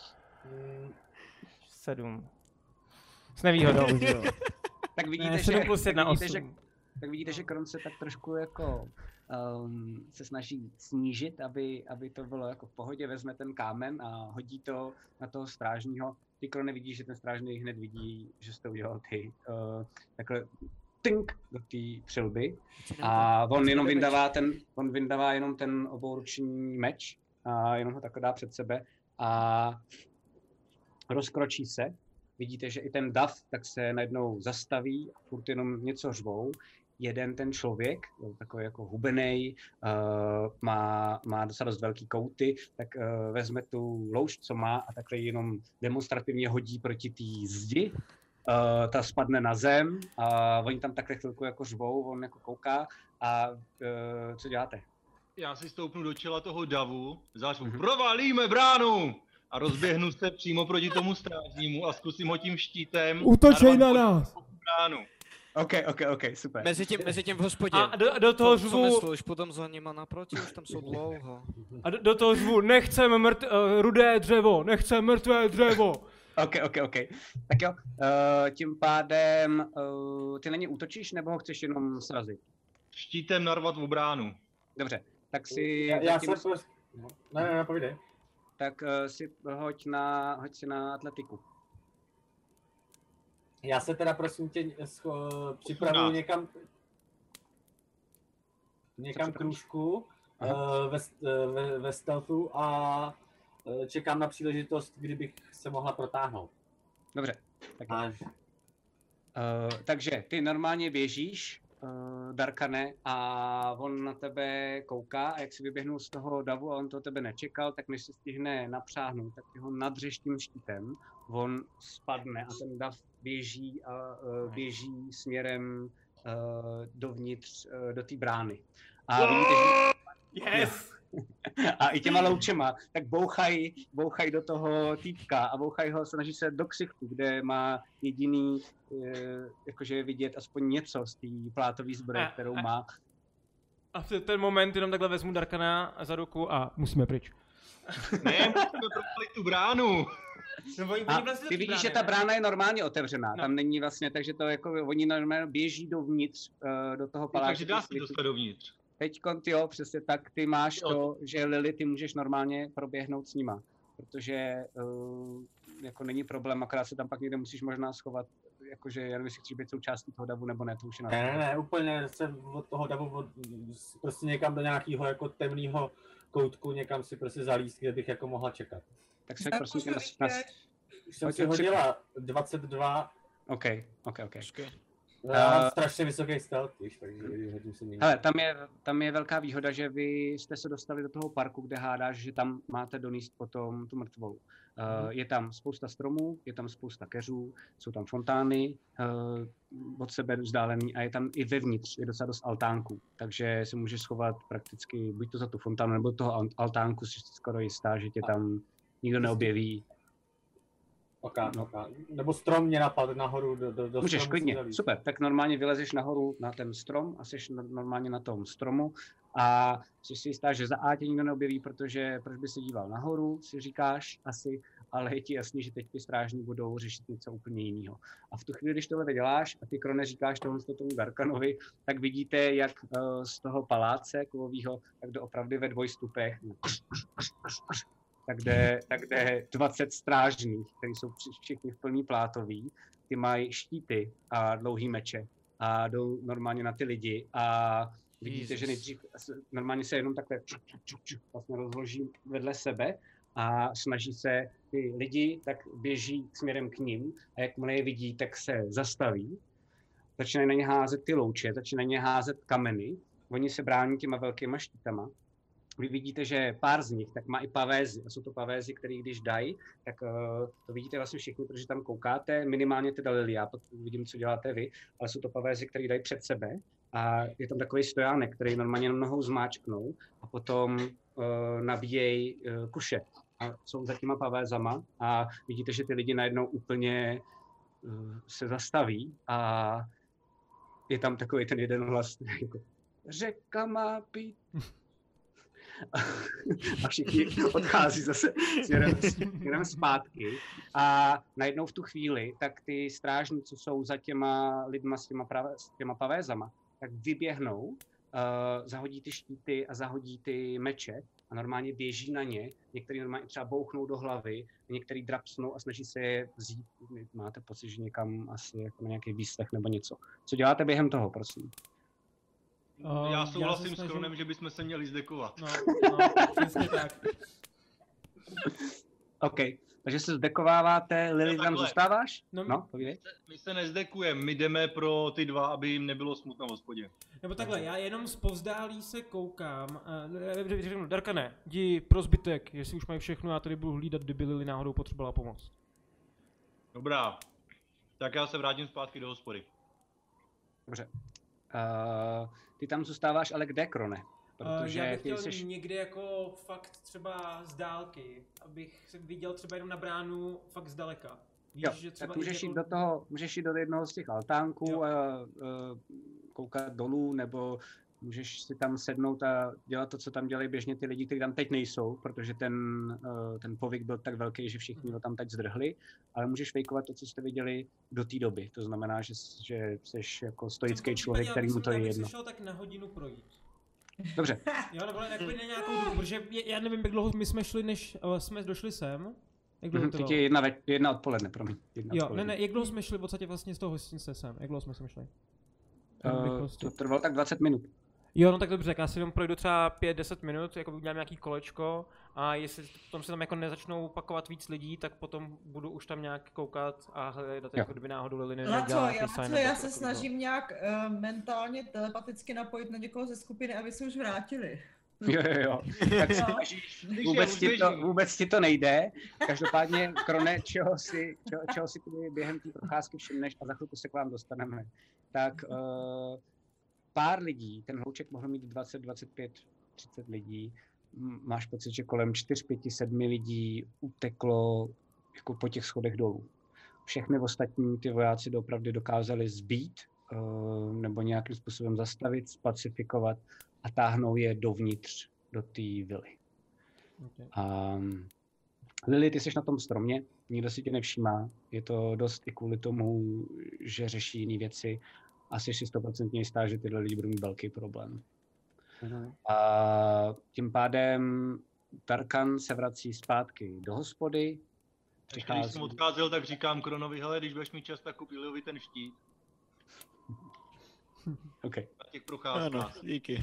Sedm. S nevýhodou. Tak vidíte, Ne, že, sedm plus jedna, tak vidíte, že, osm. tak vidíte, že Kron se tak trošku jako um, se snaží snížit, aby, aby to bylo jako v pohodě, vezme ten kámen a hodí to na toho strážního. Ty, Krone, vidíš, že ten strážný hned vidí, že jsi to udělal ty. Uh, takhle tink do té přilby a on jenom vyndává ten, on vyndává jenom ten obouruční meč a jenom ho takhle dá před sebe a rozkročí se. Vidíte, že i ten dav tak se najednou zastaví a furt jenom něco řvou. Jeden ten člověk, takový jako hubenej, uh, má, má docela dost velký kouty, tak uh, vezme tu loušť, co má a takhle jenom demonstrativně hodí proti té zdi. Uh, ta spadne na zem a oni tam takhle chvilku jako řvou, on jako kouká a uh, co děláte? Já si stoupnu do čela toho davu, zařvu, mm-hmm. provalíme bránu! A rozběhnu se přímo proti tomu strážnímu a zkusím ho tím štítem Útočej na narvat nás! bránu. OK, OK, OK, super. Mezi tím, mezi tím v hospodě. A do, do toho Co- řvu... Co myslíš, potom za nima naproti, už tam jsou dlouho. A do, do toho řvu, nechceme mrt, uh, rudé dřevo, nechceme mrtvé dřevo. OK, OK, OK. Tak jo, uh, tím pádem uh, ty na ně útočíš, nebo ho chceš jenom srazit? Štítem narvat v bránu. Dobře, tak si... Já, já zatím- jsem prostě... Ne, ne, ne, povídej. Tak uh, si hoď, na, hoď si na atletiku. Já se teda prosím tě scho- připravuju někam... Někam krůžku uh, ve, uh, ve, ve stealthu a uh, čekám na příležitost, kdybych se mohla protáhnout. Dobře. Tak Až. Uh, takže ty normálně běžíš, uh, Darkane, a on na tebe kouká a jak si vyběhnul z toho davu a on to tebe nečekal, tak než se stihne napřáhnout, tak ty ho nadřeš tím štítem, on spadne a ten dav běží a uh, běží směrem uh, dovnitř, uh, do té brány. A vidíte, že... Yes! A i těma loučema, tak bouchají bouchaj do toho týpka a bouchají ho, snaží se do ksichtu, kde má jediný, e, jakože vidět aspoň něco z té plátové zbroje, kterou má. A v ten moment jenom takhle vezmu Darkana za ruku a musíme pryč. Ne, musíme propalit tu bránu. No, oni, A oni vlastně ty vidíš, že ta brána je normálně otevřená, No. tam není vlastně, takže to jako, oni normálně běží dovnitř uh, do toho paláce. Takže dá se dostat dovnitř. Teď jo, přesně tak, ty máš Jo. to, že Lily, ty můžeš normálně proběhnout s nima, protože uh, jako není problém, akorát se tam pak někde musíš možná schovat, jakože já nevím, jestli chceš být součástí toho davu nebo ne, to už je na Ne, ne, ne, úplně se od toho davu od, prostě někam do nějakého jako temného koutku, někam si prostě zalíst, kde bych jako mohla čekat. Tak se prosím tě nas, nas... Už jsem Hoď si si tři- hodila dvacet dva, OK, OK, OK. já mám Eh, strašně vysoký stealth, víš, takže hodím si méně. Hele, tam je, tam je velká výhoda, že vy jste se dostali do toho parku, kde hádáš, že tam máte donést potom tu mrtvolu. Uh, je tam spousta stromů, je tam spousta keřů, jsou tam fontány uh, od sebe vzdálený a je tam i vevnitř, je docela dost altánků, takže se můžeš schovat prakticky buď to za tu fontánu nebo toho al- altánku, jsi skoro jistá, že tě tam nikdo neobjeví. Okay, no. okay. Nebo strom mě napadl nahoru do, do, do Můžeš stromu klidně, si zalíst. super, tak normálně vylezeš nahoru na ten strom a jsi no- normálně na tom stromu a jsi si jistá, že za A tě nikdo neobjeví, protože proč by se díval nahoru, si říkáš asi, ale je ti jasný, že teď ty strážní budou řešit něco úplně jiného. A v tu chvíli, když tohle děláš a ty, Krone, říkáš tohle tomu Darkanovi, tak vidíte, jak uh, z toho paláce kovového, tak doopravdy ve dvojstupech, tak jde, tak jde dvacet strážných, kteří jsou všichni v plný plátový, ty mají štíty a dlouhý meče a jdou normálně na ty lidi a vidíte, Jesus. že nejdřív s- normálně se jenom takhle čuk, čuk, čuk, čuk, vlastně rozloží vedle sebe a snaží se ty lidi, tak běží směrem k ním a jakmile je vidí, tak se zastaví, začínají na ně házet ty louče, začínají na ně házet kameny, oni se brání těma velkýma štítama. Vy vidíte, že pár z nich tak má i pavézy. A jsou to pavézy, které když dají, tak uh, to vidíte vlastně všichni, protože tam koukáte, minimálně teda Lily, já vidím, co děláte vy, ale jsou to pavézy, které dají před sebe a je tam takový stojánek, který normálně nohou zmáčknou a potom uh, nabíjejí uh, kuše. A jsou za těma pavézama a vidíte, že ty lidi najednou úplně uh, se zastaví a je tam takový ten jeden hlas, jako řeka má být. A všichni odchází zase směrem, směrem zpátky. A najednou v tu chvíli, tak ty strážní, co jsou za těma lidma s těma, pravé, s těma pavézama, tak vyběhnou, uh, zahodí ty štíty a zahodí ty meče a normálně běží na ně. Některý normálně třeba bouchnou do hlavy, některý drapsnou a snaží se je vzít. Máte pocit, že někam asi jako na nějaký výslech nebo něco. Co děláte během toho, prosím? Uh, já souhlasím já s Kronem, že bychom se měli zdekovat. No, no, přesně tak. OK, takže se zdekováváte, Lily, tam zůstáváš? No, no povídej. My se nezdekujeme, my jdeme pro ty dva, aby jim nebylo smutno v hospodě. Nebo takhle, já jenom zpovzdálí se koukám. Uh, Darkane, jdi pro zbytek, jestli už mají všechno, já tady budu hlídat, kdyby Lily náhodou potřebovala pomoc. Dobrá, tak já se vrátím zpátky do hospody. Dobře. Uh, ty tam zůstáváš, ale kde, Krone? Protože uh, já bych chtěl jsi... někde jako fakt třeba z dálky, abych se viděl třeba jenom na bránu fakt zdaleka. Víš, jo, že třeba tak můžeš jít jako... do toho, můžeš jít do jednoho z těch altánků jo. a uh, koukat dolů, nebo můžeš si tam sednout a dělat to, co tam dělají běžně ty lidi, kteří tam teď nejsou, protože ten, uh, ten povyk byl tak velký, že všichni ho tam teď zdrhli, ale můžeš fejkovat to, co jste viděli do té doby. To znamená, že, že jsi jako stoický člověk, který mu to je jedno. Já bych šel tak na hodinu projít. Dobře. Jo, nebo jakoby na nějakou dobu, protože já nevím, jak dlouho my jsme šli, než uh, jsme došli sem. Jak dlouho to Teď je jedna, ve, jedna odpoledne, promiň. Jedna jo, odpoledne. ne, ne, jak dlouho jsme šli v podstatě vlastně z toho hostince sem? Jak dlouho jsme sem šli? Uh, prostě... To trvalo tak dvacet minut. Jo, no tak dobře, tak já si jenom projdu třeba pět deset minut, jako udělám nějaký kolečko a jestli potom se tam jako nezačnou pakovat víc lidí, tak potom budu už tam nějak koukat a hledat, jako kdyby náhodou Lily nedělala nějaký sign. Já se snažím nějak uh, mentálně, telepaticky napojit na někoho ze skupiny, aby se už vrátili. Jo, jo, jo. Tak si snažíš, vůbec, ti to, vůbec ti to nejde. Každopádně, Krone, čeho si, čeho, čeho si ty během té procházky všimneš a za chvilku se k vám dostaneme, tak uh, pár lidí, ten hlouček mohl mít dvacet, dvacet pět, třicet lidí, máš pocit, že kolem čtyři, pět, sedm lidí uteklo jako po těch schodech dolů. Všechny ostatní ty vojáci doopravdy dokázali zbít uh, nebo nějakým způsobem zastavit, spacifikovat a táhnou je dovnitř do té vily. Okay. Um, Lily, ty jsi na tom stromě, nikdo si tě nevšímá, je to dost i kvůli tomu, že řeší jiné věci a jsi si stoprocentně jistá, že tyhle lidi budou mít velký problém. Uh-huh. A tím pádem Tarkan se vrací zpátky do hospody. Přichází... Když jsem odcházel, tak říkám Kronovi, hele, když budeš mít čas, tak kup Iliovi ten štít. OK. Na těch procházkách. Ano, díky.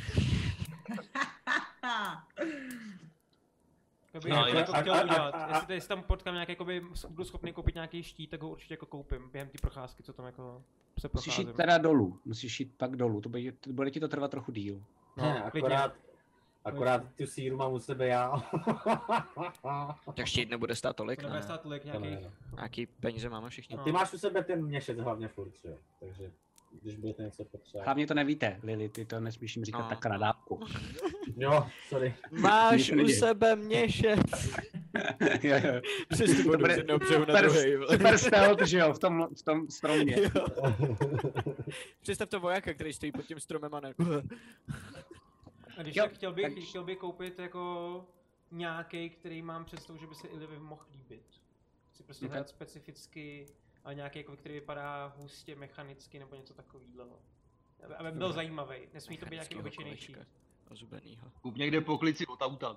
Jakoby, no, jako to chtěl udělat. Jestli tady tam potkám nějak, jakoby, budu schopný koupit nějaký štít, tak ho určitě jako koupím během té procházky, co tam jako se procházím. Musíš jít teda dolů, musíš jít pak dolů, to bude, to bude ti to trvat trochu díl. No, ne, akorát, akorát tu síru mám u sebe já. Tak štít nebude stát tolik, ne? Nebude stát tolik nějakých. Nějaký peníze máme všichni. No. Ty máš u sebe ten měšec hlavně furt, jo, takže když budete něco potřebovat. Hlavně to nevíte, Lily, ty to nesmíš jim říkat no. tak na dávku. Jo, sorry. Máš u sebe měšec. Jo, jo. Přestupuji do jednou břehu na druhý. Super stealth, že jo, v tom, v tom stromě. Představ to vojáka, který stojí pod tím stromem a ne. A když jo, tak chtěl bych, tak... chtěl bych koupit jako nějaký, který mám představu, že by se Ilivy mohl líbit. Chci prostě okay. hrát specificky, ale nějaký, jako, který vypadá hustě, mechanicky nebo něco takového. Aby, aby byl zajímavý, nesmí to být nějaký obyčejný štít. Zubenýho. Kup někde poklici od auta.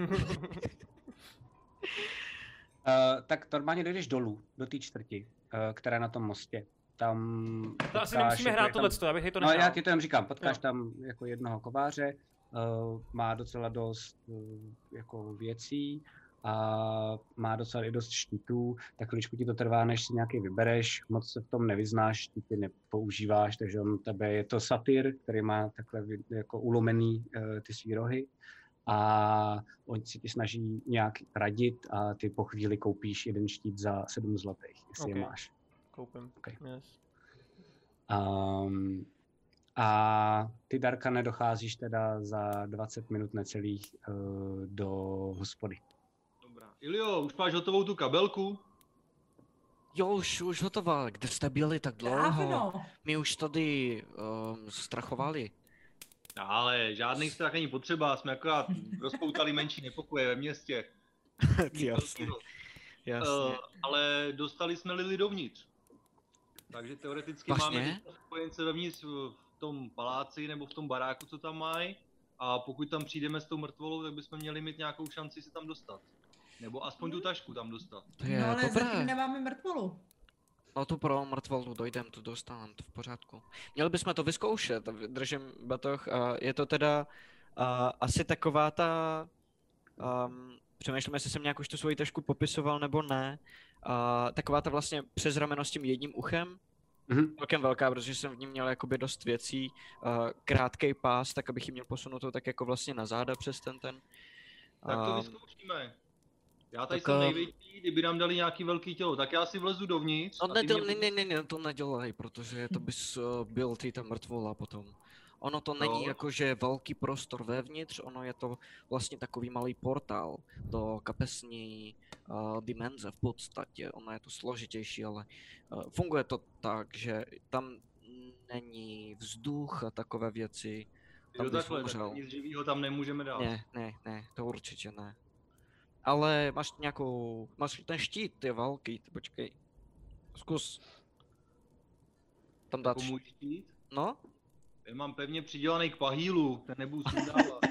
Uh, tak normálně dojdeš dolů, do té čtvrti, uh, která je na tom mostě. Tam to asi nemusíme hrát tohleto, já bych je to nehrál. No já ti to jen říkám, potkáš jo. tam jako jednoho kováře, uh, má docela dost uh, jako věcí a má docela i dost štítů, tak chviličku ti to trvá, než si nějaký vybereš, moc se v tom nevyznáš, štíty nepoužíváš, takže on tebe je to satyr, který má takhle jako ulomený uh, ty svý rohy. A on si ti snaží nějak radit a ty po chvíli koupíš jeden štít za sedm zlatých, jestli okay. je máš. Koupím, okay. yes. Um, A ty, Darka, nedocházíš teda za dvacet minut necelých uh, do hospody. Dobrá. Ilio, už máš hotovou tu kabelku? Jo, už, už hotová. Kde jste byli tak dlouho? Dávno. My už tady um, strachovali. Ale žádný strach není potřeba, jsme akorát rozpoutali menší nepokoje ve městě. Jasně. Jasně. Uh, ale dostali jsme Lily dovnitř. Takže teoreticky Vlastně? máme spojence vevnitř v tom paláci nebo v tom baráku, co tam mají. A pokud tam přijdeme s tou mrtvolou, tak bychom měli mít nějakou šanci se tam dostat. Nebo aspoň tu tašku tam dostat. To je No ale dobré. zatím nemáme mrtvolu. No to pro mrtvolu dojdem, tu dostaneme, to v pořádku. Měli bychom to vyzkoušet, držím batoh, a je to teda a, asi taková ta, um, přemýšlím, jestli jsem nějak už tu svoji tašku popisoval nebo ne, a, taková ta vlastně přes rameno s tím jedním uchem, Mhm. celkem velká, protože jsem v ní měl jakoby dost věcí, a, krátkej pás, tak abych ji měl posunutou tak jako vlastně na záda přes ten ten. Tak to Um, vyzkoušíme. Já tady tak, jsem eh, největší, kdyby nám dali nějaký velký tělo, tak já si vlezu dovnitř. No a ne, ty to, mě- ne, ne, ne, ne, to nedělej, protože to bys uh, byl ty ta mrtvola potom. Ono to není No. jako, že velký prostor vevnitř, ono je to vlastně takový malý portál do kapesní uh, dimenze v podstatě. Ono je to složitější, ale uh, funguje to tak, že tam není vzduch a takové věci. Tam Jo, bys takhle, tak umřel. nic živýho tam nemůžeme dát. Ne, ne, ne, to určitě ne. Ale máš nějakou, máš ten štít, je velký, ty počkej. Zkus. Tam dát Jako štít. můj štít? No? Já mám pevně přidělaný k pahýlu, ten nebudu sundávat.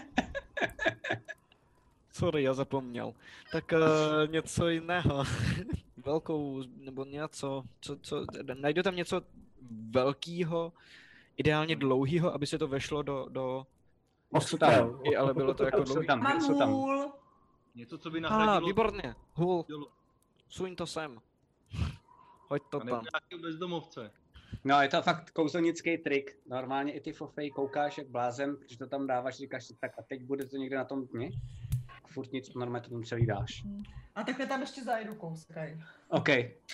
Sorry, já zapomněl. Tak uh, něco jiného. Velkou, nebo něco, co, co, najdu tam něco velkýho, ideálně dlouhýho, aby se to vešlo do, do, Co tam? i, ale bylo to jako Co dlouhý. tam? Mám Co tam? hůl. Něco, co by Ah, nahradilo... výborně, hůl, tělo. suň to sem. Hoď to A nebo tam. nějakého bezdomovce. No, je to fakt kouzelnický trik. Normálně i ty fofej koukáš jak blázen, protože to tam dáváš, říkáš si tak a teď bude to někde na tom dně. A furt nic, normálně to tam celý dáš. A takhle tam ještě zajedu kouskaj. OK.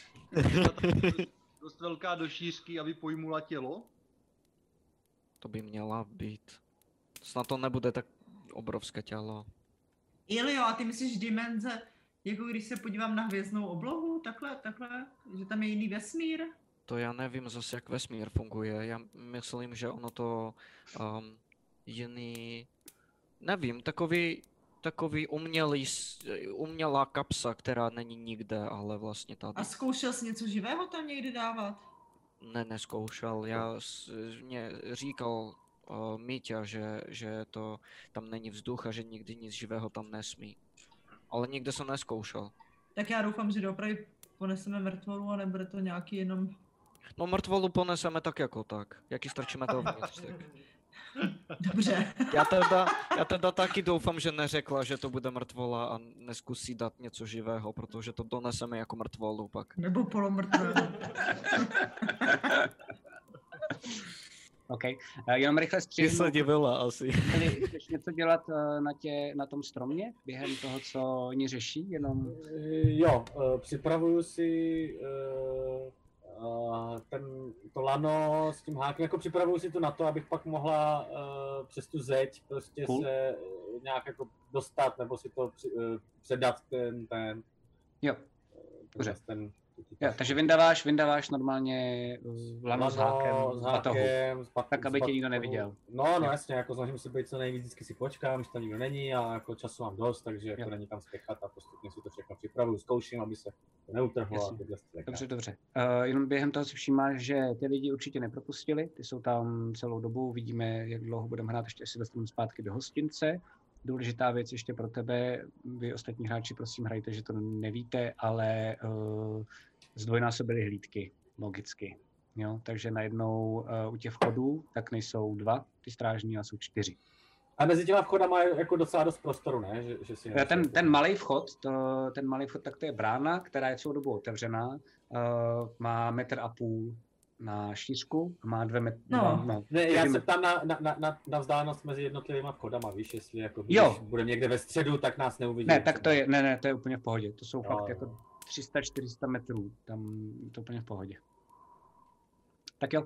Dost velká do šířky, aby pojmula tělo. To by měla být. Snad to nebude tak obrovské tělo. Ilio, a ty myslíš dimenze, jako když se podívám na hvězdnou oblohu, takhle, takhle, že tam je jiný vesmír? To já nevím zase, jak vesmír funguje. Já myslím, že ono to um, jiný, nevím, takový, takový umělý, s- umělá kapsa, která není nikde, ale vlastně tady. A zkoušel jsi něco živého tam někdy dávat? Ne, neskoušel. Já s- mě říkal uh, Míťa, že, že to tam není vzduch a že nikdy nic živého tam nesmí. Ale nikde jsem neskoušel. Tak já doufám, že doopravdy poneseme mrtvolu a nebude to nějaký jenom... No mrtvolu poneseme tak jako tak. Jak ji strčíme dovnitř, tak. Dobře. Já teda, já teda taky doufám, že neřekla, že to bude mrtvola a neskusí dát něco živého, protože to doneseme jako mrtvolu pak. Nebo polomrtvolu. OK. Uh, jenom rychle Ty střihnu. se divila asi. Chceš chceš něco dělat uh, na, tě, na tom stromě během toho, co oni řeší? Jenom... Eh, Jo, eh, připravuju si eh, eh, ten, to lano s tím hákem, jako připravuju si to na to, abych pak mohla eh, přes tu zeď prostě Cool. se eh, nějak jako dostat, nebo si to při, eh, předat ten, ten, Jo, ten, dobře. ten, Jo, takže vyndáváš, vyndáváš normálně uh, lano s hákem, s z batohu. hákem, s bat- Tak, s aby tě nikdo batohu. neviděl. No, no Jo. jasně, jako snažím se být co nejvíc, vždycky si počkám, když tam nikdo není a jako času mám dost, takže Jo. jako není kam spěchat a postupně si to všechno připravuju, zkouším, aby se to neutrhlo a Jasně. tyhle ty věci. Dobře, dobře. Uh, jenom během toho si všímáš, že ty lidi určitě nepropustili, ty jsou tam celou dobu, vidíme, jak dlouho budeme hrát, ještě si dostaneme zpátky do hostince. Důležitá věc ještě pro tebe, vy ostatní hráči prosím hrajte, že to nevíte, ale uh, zdvojnásobili hlídky, logicky. Jo? Takže najednou uh, u těch vchodů tak nejsou dva, ty strážní, ale jsou čtyři. A mezi těma vchodama je jako docela dost prostoru, ne? Že, že si Eh, Ten, ten malý vchod, to, ten malý vchod, tak to je brána, která je celou dobu otevřená, uh, má metr a půl na šířku a má dvě metry. No. no, Ne, já čtyři se metry. ptám na, na, na, na, na vzdálenost mezi jednotlivými vchodama, víš, jestli jako když Jo. budeme někde ve středu, tak nás neuvidí. Ne, tak to je, ne, ne, to je úplně v pohodě. To jsou Jo, fakt jo. jako tři sta čtyři sta metrů, tam to je úplně v pohodě. Tak jo,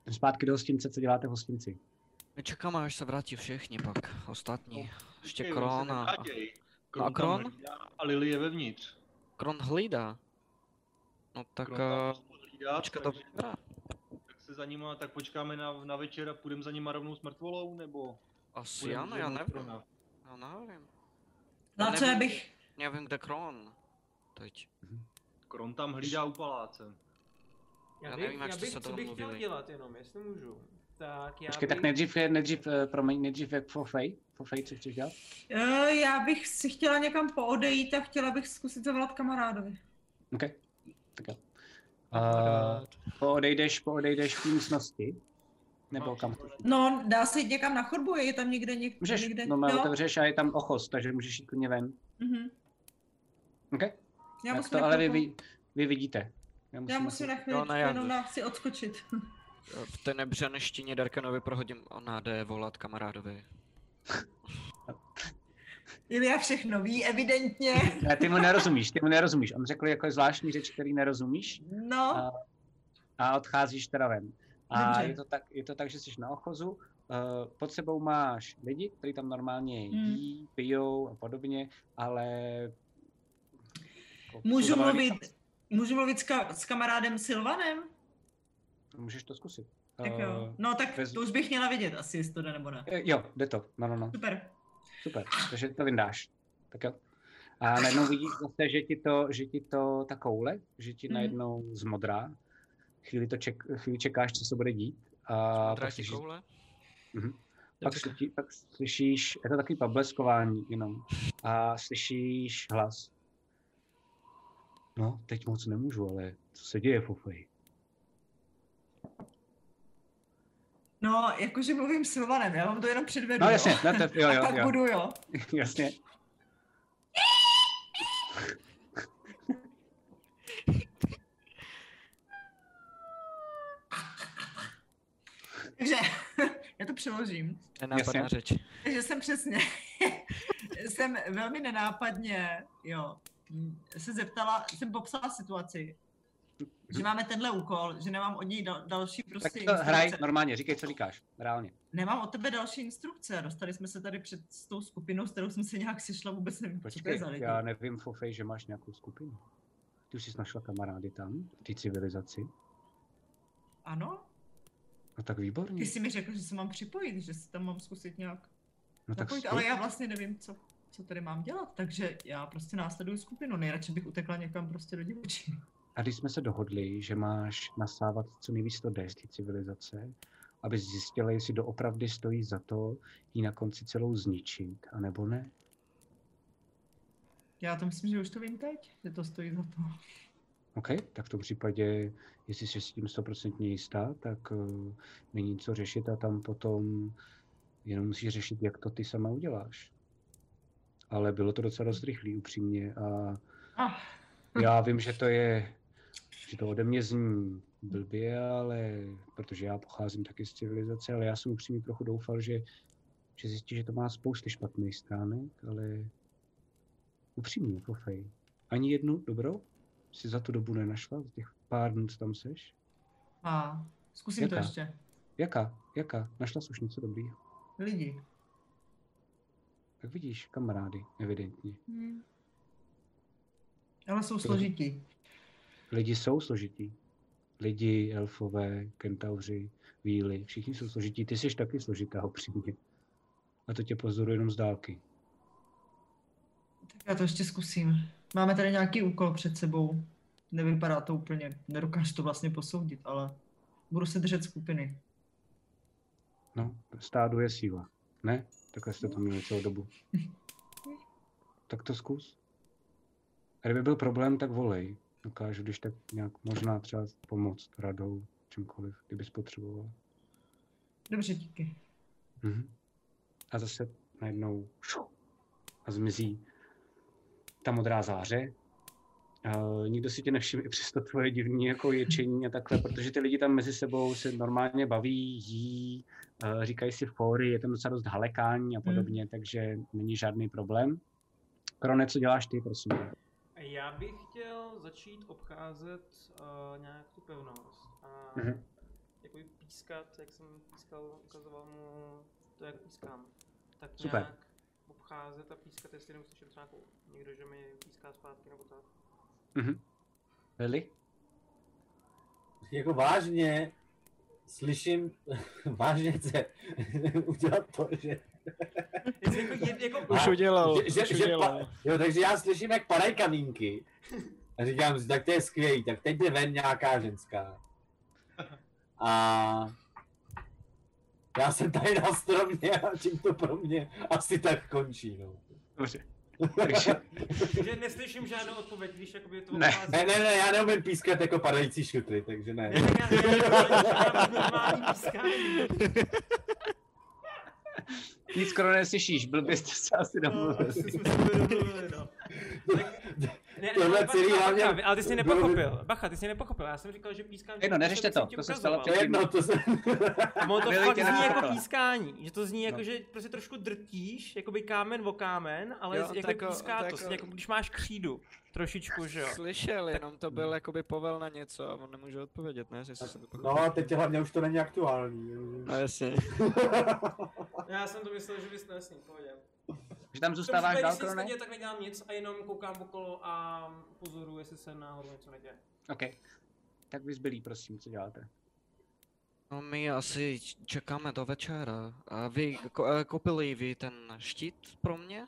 Zpátky do hostince, co děláte v hostinci? My čekáme, až se vrátí všichni pak, ostatní. Ještě Počkej, Kron oni se a... nevrátěj. No a Kron tam Kron? hlídá A Lily je vevnitř. Kron hlídá. No tak... Kron tam Uh, musí hlídat, počkat, to takže- vypadá. Tak se za nima, tak počkáme na, na večer a půjdeme za nima rovnou s mrtvolou, nebo? Asi půjdem ano, já rovnou nevím. Krona? Já nevím. No a co já bych... Nevím, kde Kron. Teď. Kron tam hlídá u paláce. Já Já nevím, bych, jak já jste bych se co toho bych chtěl mluvili. dělat jenom, jestli můžu. Tak já Počkej, bych... tak nejdřív, je- nejdřív, eh, promiň, nejdřív jak for Fej? For Fej, co chceš dělat? Uh, já bych si chtěla někam poodejít a chtěla bych zkusit zavolat kamarádovi. OK, tak jo. Uh, poodejdeš, poodejdeš v té místnosti? Nebo kam? No, dá se jít někam na chodbu, je tam někde něk... Můžeš, někde... no má jo? otevřeš a je tam ochos, takže můžeš jít klidně ven. Mhm. OK? Já Jak musím to na ale vy, chvilku- vy, vy vidíte. Já Já musím na Jo, chvíli ne, já- jenom na si odskočit. V té nebřeneštině Darkanovi prohodím, ona jde volat kamarádovi. Ilia všechno ví, evidentně. Ne, ty mu nerozumíš, ty mu nerozumíš. On řekl jako zvláštní řeč, který nerozumíš. No. A, a odcházíš teda ven. A Dobře. je to, tak, je to tak, že jsi na ochozu. Uh, pod sebou máš lidi, kteří tam normálně Hmm. jí, pijou a podobně, ale... jako Můžu jsou zavalený- mluvit, můžu mluvit s, ka- s kamarádem Silvanem? Můžeš to zkusit. Tak jo. Eh, No tak bez- to už bych měla vědět asi, jestli to jde nebo ne. Eh, Jo, jde to. No, no, no. Super. Super, takže to vyndáš. Tak jo. A najednou vidíš zase, že ti to, že ti to ta koule, že ti Mhm. najednou zmodrá. Chvíli, to ček, chvíli čekáš, co se bude dít. A Modrá pak ti slyšíš, koule? mhm. pak, Dobře. slyší, pak slyšíš, je to takový pobleskování jenom. A slyšíš hlas. No, teď moc nemůžu, ale co se děje, Fofej? No, jakože mluvím s Silvanem, já vám to jenom předvedu. No jo. jasně, no, to, jo, A jo, pak jo. budu, jo. Jasně. Takže já to přeložím. Nenápadná Jasně. řeč. Takže jsem přesně, jsem velmi nenápadně, jo, mm, se zeptala, jsem popsala situaci, že máme tenhle úkol, že nemám od něj dal, další prostě Tak to hraj instrukce. normálně, říkej, co říkáš, reálně. Nemám od tebe další instrukce, dostali jsme se tady před s tou skupinou, s kterou jsem se nějak sešla, vůbec nevím, co to je Počkej, za lidi. já nevím, Fofej, že máš nějakou skupinu. Ty už jsi našla kamarády tam, v té civilizaci. Ano? No tak výborně. Ty jsi mi řekl, že se mám připojit, že se tam mám zkusit nějak No tak zapojit, zkuš. ale já vlastně nevím, co, co tady mám dělat, takže já prostě následuju skupinu, nejradši bych utekla někam prostě do divočiny. A když jsme se dohodli, že máš nasávat co nejvíc to jde z té civilizace, aby zjistila, jestli doopravdy stojí za to jí na konci celou zničit, anebo ne. Já to myslím, že už to vím teď, že to stojí za to. OK, tak v tom případě, jestli jsi s tím stoprocentně jistá, tak uh, není co řešit a tam potom jenom musíš řešit, jak to ty sama uděláš. Ale bylo to docela dost rychlý, upřímně. A Ah. já vím, že to je, že to ode mě zní blbě, ale protože já pocházím taky z civilizace, ale já jsem upřímně trochu doufal, že, že zjistí, že to má spousty špatných stránek, ale upřímně, Fofej, ani jednu dobrou si za tu dobu nenašla, z těch pár dnů, co tam seš? A zkusím Jaká? to ještě. Jaká? Jaká? Našla jsi už něco dobrýho? Lidi. Tak vidíš, kamarády, evidentně. Hmm. Ale jsou složití. Lidi jsou složití. Lidi, elfové, kentauři, víly, všichni jsou složití. Ty jsi taky složitá, upřímně. A to tě pozoruji jenom z dálky. Tak já to ještě zkusím. Máme tady nějaký úkol před sebou. Nevypadá to úplně, nedokážu to vlastně posoudit, ale budu se držet skupiny. No, stádu je síla. Ne? Takhle jste to měli celou dobu. Tak to zkus. A kdyby byl problém, tak volej. Dokážu, když tak nějak možná třeba pomoct radou, čímkoliv, kdybys potřeboval. Dobře, díky. Mhm. A zase najednou šu, a zmizí ta modrá záře. Uh, nikdo si tě nevšiml i přes to tvoje divné jako ječení a takhle, protože ty lidi tam mezi sebou se normálně baví, jí, uh, říkají si fóry, je tam docela dost halekání a podobně, hmm. takže není žádný problém. Krone, co děláš ty, prosím? Já bych chtěl začít obcházet uh, nějak tu pevnost a Mhm. jakoby pískat, jak jsem pískal, ukazoval mu to, jak pískám. Tak Super. nějak obcházet a pískat, jestli neuslyším třeba nějakou, někdo, že mi píská zpátky nebo tak. Mhm. Lily? Jako vážně, slyším, vážně chce udělat to, že... jako, je, jako, Už udělal, že, že, už že udělal. Pa, jo, takže já slyším, jak padají kamínky. A říkám si, tak to je skvělý, tak teď jde ven nějaká ženská. A já jsem tady na stromě a čím to pro mě asi tak končí, no. Dobře. Takže... Takže neslyším žádnou odpověď, když jakoby to Ne. obchází. Ne, ne, ne, já neumím pískat jako padající šutry, takže ne. Ne, tak já, já, já, já normální pískání. Nic skoro neslyšíš, blbě jste se asi domluvili. Asi jsme se domluvili, no. Ne, Tohle ale celý bacha, hlavně- bacha, ale ty jsi nepochopil. Bacha, ty jsi nepochopil. Já jsem říkal, že pískám. Jedno, neřešte to, jsem ti to se ukazoval. stalo To je jedno, to se... A ono to Byli fakt tě zní nepochopil. jako pískání, že to zní jako, No. že prostě trošku drtíš, jakoby kámen o kámen, ale Jo, jo, jako tak- píská to, tak- zní jako když máš křídu, trošičku, že jo. Slyšel, jenom to byl jakoby povel na něco a on nemůže odpovědět, ne? Jestli jsem to No pochopil. a teď hlavně už to není aktuální. No jasně. Já jsem to myslel, že bys to jasný, pohodě. Že tam V tom zůstáváš případě, dál, když se nic Krone? neděje, tak nedělám nic a jenom koukám okolo a pozoruju, jestli se náhodou něco neděje. OK. Tak vy zbylí, prosím, co děláte? No my asi čekáme do večera. A vy ko- eh, koupili vy ten štít pro mě?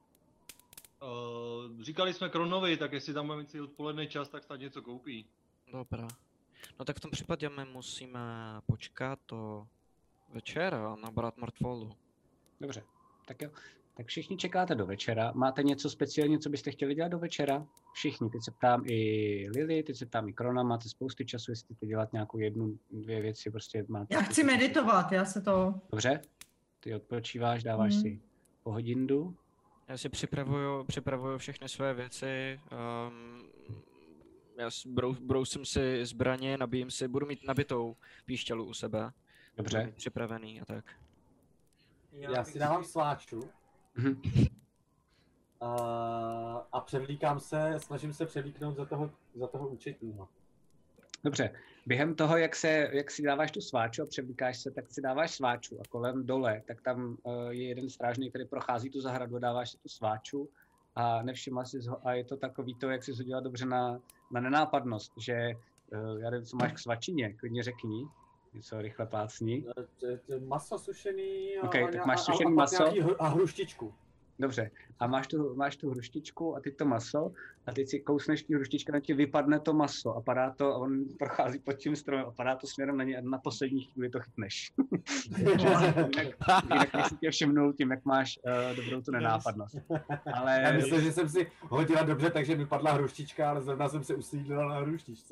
Uh, říkali jsme Kronovi, tak jestli tam budeme mít si odpoledne čas, tak snad něco koupí. Dobrá. No tak v tom případě my musíme počkat do večera a nabrat mrtvolu. Dobře, tak jo. Tak všichni čekáte do večera. Máte něco speciálního, co byste chtěli dělat do večera? Všichni, teď se ptám i Lily, teď se ptám i Krona, máte spousty času, jestli chcete dělat nějakou jednu, dvě věci, prostě máte... Já spoustu chci času. meditovat, já se to... Dobře, ty odpočíváš, dáváš Mhm. si po hodinu. Já si připravuju, připravuju všechny své věci. Um, já s- brou, brousím si zbraně, nabijím si, budu mít nabitou píšťalu u sebe. Budu Dobře. mít připravený a tak. Já si dávám sláču. Mhm. A, a převlíkám se, snažím se převlíknout za toho, za toho účetního. Dobře, během toho, jak, se, jak si dáváš tu sváču a převlíkáš se, tak si dáváš sváču a kolem dole, tak tam uh, je jeden strážný, který prochází tu zahradu, dáváš si tu sváču a nevšimla si ho a je to takový to, jak jsi hodila dobře na, na nenápadnost, že uh, já nevím, co máš k svačině, klidně řekni, něco rychle plácni. To- to Maso sušený a, OK, tak a- máš a- sušený a, pak maso. nějaký hru- a hruštičku. Dobře, a máš tu, máš tu hruštičku a ty to maso a teď si kousneš tí hruštičky, na ti vypadne to maso a padá to a on prochází pod tím stromem a padá to směrem na ně a na poslední chvíli to chytneš. jinak, jinak bych si tě všimnul tím, jak máš uh, dobrou tu nenápadnost. Ale Já myslím, že jsem si hodila dobře, takže mi padla hruštička, ale zrovna jsem se usídlila na hruštičce.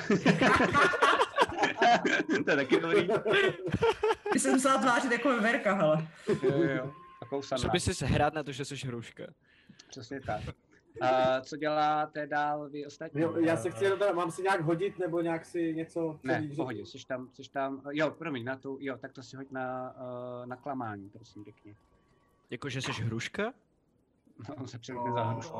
to je taky dobrý. Ty jsem musela tvářit jako veverka, hele. Jo, jo. A kousaná. Co by si hrát na to, že jsi hruška? Přesně tak. A co děláte dál vy ostatní? Jo, já se chci jenom teda, mám si nějak hodit, nebo nějak si něco... Ne, celý- v pohodě, jsi tam, jsi tam, jo, promiň, na tu, jo, tak to si hoď na, uh, na klamání, prosím, pěkně. Jako, že jsi hruška? No, on se přelkne za hrušku.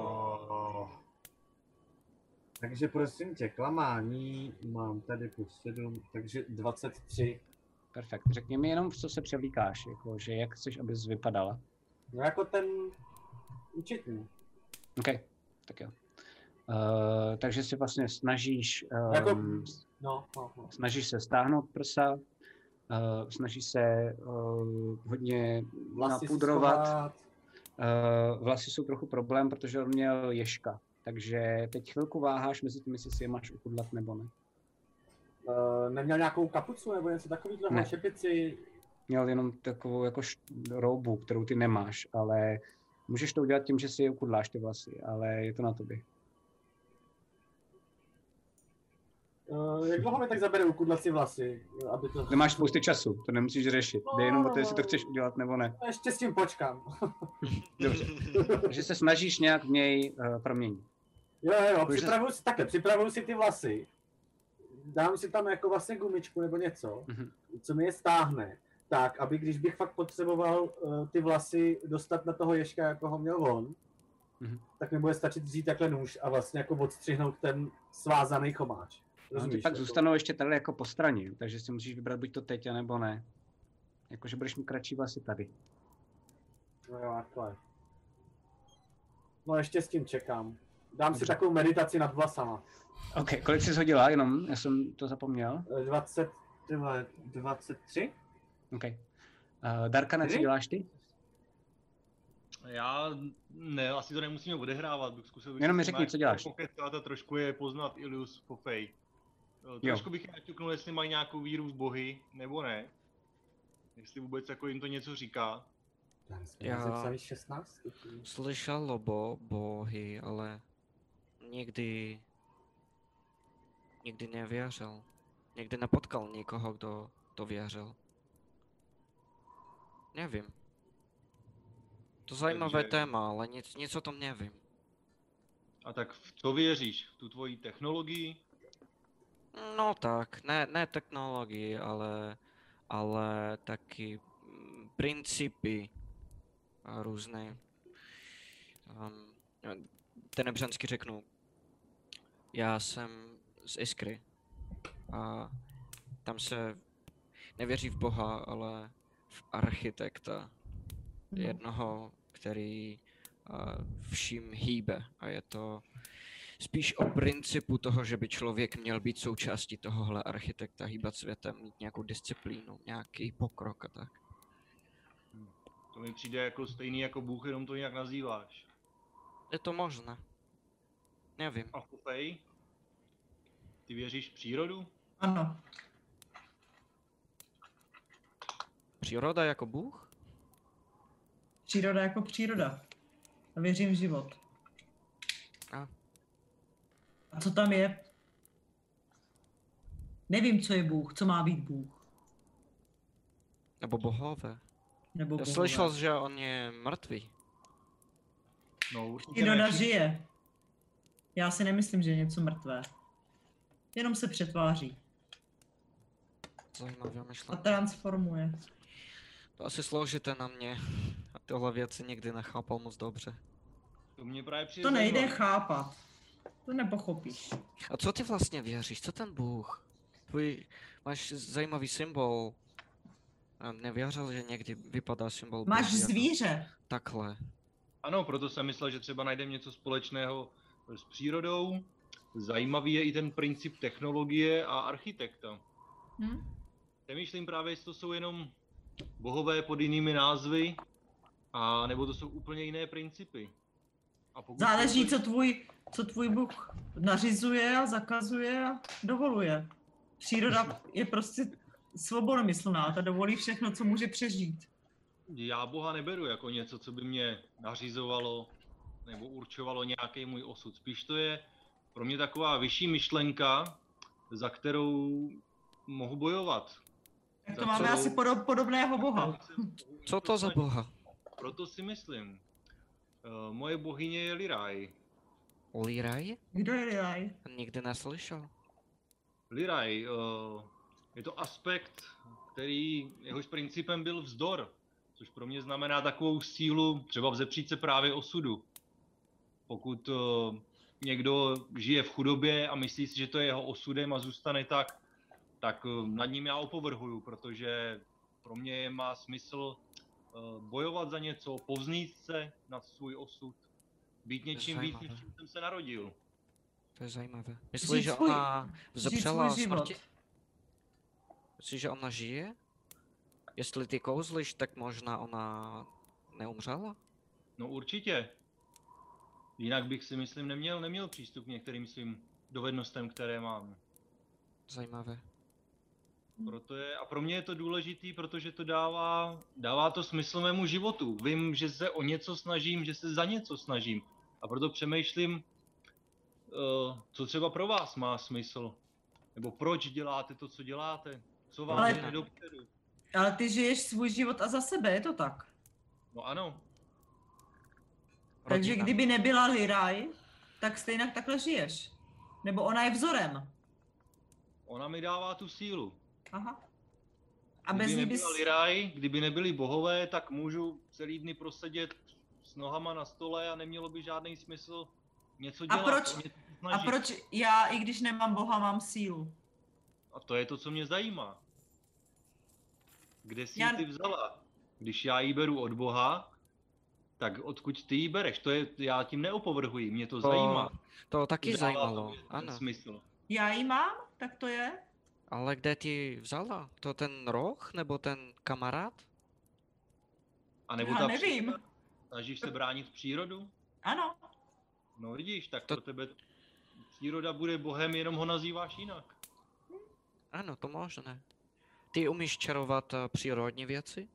Takže prosím tě, klamání mám tady plus sedm, takže dvacet tři. Perfekt, řekni mi jenom, v co se převlíkáš, jako, že jak chceš, abys vypadala. No jako ten účetní. OK, tak jo. Uh, takže si vlastně snažíš, um, Jako, no, no, no. snažíš se stáhnout prsa, uh, snažíš se uh, hodně Vlasy si napudrovat. schovat. Uh, vlasy jsou trochu problém, protože on měl ježka, takže teď chvilku váháš mezi tím, jestli si je máš ukudlat nebo ne. Uh, neměl nějakou kapucu nebo něco takového, Ne. šepici? Měl jenom takovou jako š- roubu, kterou ty nemáš, ale můžeš to udělat tím, že si je ukudláš ty vlasy, ale je to na tobě. Uh, jak dlouho mi tak zabere ukudlat si vlasy, aby to... Nemáš spousty času, to nemusíš řešit, jde jenom o to, jestli to chceš udělat nebo ne. Ještě s tím počkám. Dobře, takže se snažíš nějak v něj uh, proměnit. Jo, jo, jo, Můžeš- připravuju si, takhle, připravuju si ty vlasy, dám si tam jako vlastně gumičku nebo něco, Mhm. co mi je stáhne, tak, aby když bych fakt potřeboval uh, ty vlasy dostat na toho ježka, jako ho měl on, Mhm. tak mi bude stačit vzít takhle nůž a vlastně jako odstřihnout ten svázaný chomáč. No, ty Rozumíš, pak jako- zůstanou ještě tady jako po straně, takže si musíš vybrat buď to teď, anebo ne. Jakože budeš mít kratší vlasy tady. No jo, takhle. No ještě s tím čekám. Dám Dobře. si takovou meditaci nad vlasama. OK, kolik jsi hodila, jenom, já jsem to zapomněl. Eh, dvacet, tyhle, dvacet tři? OK. Uh, Darkane, co Ty? děláš ty? Já ne, asi to nemusíme odehrávat, bych zkusil bych Jenom mi s řekni, nimi co děláš. pokecat a trošku je poznat Ilius Fofej. Trošku bych je naťuknul, jestli mají nějakou víru v bohy, nebo ne. Jestli vůbec jako jim to něco říká. Já šestnáct. slyšel o bo, bohy, ale nikdy, nikdy nevěřil. Nikdy nepotkal nikoho, kdo to věřil. Nevím. To zajímavé Takže- téma, ale nic, nic o tom nevím. A tak v co věříš? V tu tvoji technologii? No tak, ne, ne technologii, ale, ale taky mm, principy a různé. Um, tenebřansky řeknu, já jsem z Iskry a tam se nevěří v Boha, ale v architekta. Jednoho, který uh, vším hýbe a je to spíš o principu toho, že by člověk měl být součástí tohohle architekta, hýbat světem, mít nějakou disciplínu, nějaký pokrok a tak. To mi přijde jako stejný jako Bůh, jenom to nějak nazýváš. Je to možné. Nevím. A Fofej? Ty věříš v přírodu? Ano. Příroda jako Bůh? Příroda jako příroda. A věřím v život. A? A co tam je? Nevím, co je Bůh, co má být Bůh. Nebo bohové? Nebo Já bohové. slyšel, že on je mrtvý. No určitě Příroda ne. žije. Já si nemyslím, že je něco mrtvé. Jenom se přetváří Zajímavá a myšlenka. transformuje. To asi složité na mě. A tyhle věci nikdy nechápal moc dobře. To mě právě přijde To nejde zajímavé. chápat. To nepochopíš. A co ty vlastně věříš? Co ten Bůh? Tvůj, máš zajímavý symbol. A nevěřil, že někdy vypadá symbol Máš Boží jako zvíře. takhle. Ano, proto jsem myslel, že třeba najdeme něco společného s přírodou. Zajímavý je i ten princip technologie a architekta. Hm? Přemýšlím právě, jestli to jsou jenom bohové pod jinými názvy, a nebo to jsou úplně jiné principy. A pokud Záleží, jsou co to- tvůj, co tvůj Bůh nařizuje a zakazuje a dovoluje. Příroda je prostě svobodomyslná, ta dovolí všechno, co může přežít. Já Boha neberu jako něco, co by mě nařizovalo nebo určovalo nějaký můj osud. Spíš to je pro mě taková vyšší myšlenka, za kterou mohu bojovat. Tak Za to máme kterou- asi podob, podobného Boha. Co to za boha? Proto si myslím. Uh, moje bohyně je Liraj. Liraj? Kdo je Liraj? Nikdy neslyšel. Liraj, uh, je to aspekt, který jehož principem byl vzdor, což pro mě znamená takovou sílu třeba vzepřít se právě osudu. Pokud uh, někdo žije v chudobě a myslí si, že to je jeho osudem a zůstane tak, tak uh, nad ním já opovrhuju, protože pro mě má smysl uh, bojovat za něco, povznít se nad svůj osud, být něčím víc, zajímavé. než čím jsem se narodil. To je zajímavé. Myslíš, že svůj- ona žít vzepřela svůj život. smrti? Myslíš, že ona žije? Jestli ty kouzlíš, tak možná ona neumřela? No určitě. Jinak bych si myslím neměl, neměl přístup k některým svým dovednostem, které mám. Zajímavé. Proto je, a pro mě je to důležitý, protože to dává, dává to smysl mému životu. Vím, že se o něco snažím, že se za něco snažím. A proto přemýšlím, uh, co třeba pro vás má smysl. Nebo proč děláte to, co děláte. Co vám Ale- jde dopředu. Ale ty žiješ svůj život a za sebe, je to tak. No ano. Takže Rodina. kdyby nebyla Liraj, tak stejně takhle žiješ. Nebo ona je vzorem. Ona mi dává tu sílu. Aha. A Kdyby bez ní bys... nebyla Liraj, kdyby nebyli bohové, tak můžu celý dny prosedět s nohama na stole a nemělo by žádný smysl něco A dělat. proč- o něco se snažit. A proč já, i když nemám boha, mám sílu? A to je to, co mě zajímá. Kde jsi Já- ji ty vzala? Když já ji beru od boha, tak odkud ty ji bereš? To je, já tím neopovrhuji, mě to, To- zajímá. To taky Dává zajímalo, to ten ano. smysl. Já ji mám? Tak to je? Ale kde ti vzala? To ten roh nebo ten kamarád? A nebo Já ta nevím. příroda? Snažíš se bránit přírodu? Ano. No vidíš, tak To- pro tebe příroda bude bohem, jenom ho nazýváš jinak. Ano, to možné. Ty umíš čarovat uh, přírodní věci?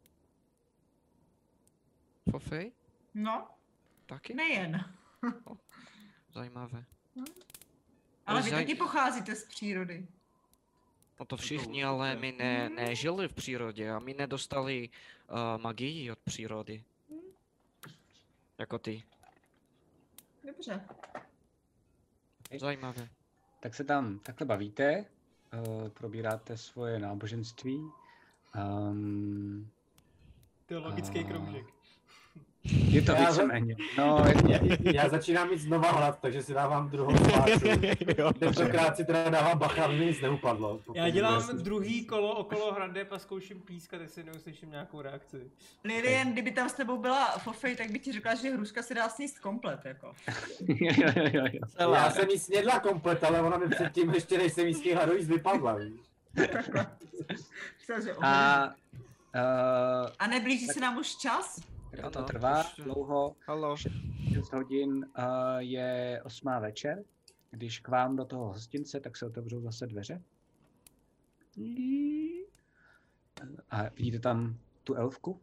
Fofej? No, Taky? nejen. Zajímavé. Ale vy Zaj- taky pocházíte z přírody. No to To všichni, určitě. ale my ne, nežili v přírodě a my nedostali uh, magii od přírody. Jako ty. Dobře. Zajímavé. Tak se tam takhle bavíte, uh, probíráte svoje náboženství. Um, Teologický A- kroužek. je to Já za- víceméně. No, je, Já, já začínám mít znova hlad, takže si dávám druhou spáčku. Tentokrát si teda dávám bacha, aby mi nic neupadlo. pokud Já dělám vůbec. druhý kolo okolo hradeb a zkouším pískat, jestli neuslyším nějakou reakci. Lilian, kdyby tam s tebou byla Fofej, tak by ti řekla, že hruška se dá sníst komplet, jako. jo, jo, jo, jo. Já jsem jí snědla komplet, ale ona mi předtím ještě, než jsem jí z těch hladovíc vypadla, víš. Myslel, že A, ohledně. uh, A neblíží se nám už čas? to Ano, trvá už- dlouho. Halo. šest hodin uh, je osmá večer. Když k vám do toho hostince, tak se otevřou zase dveře. A vidíte tam tu elfku.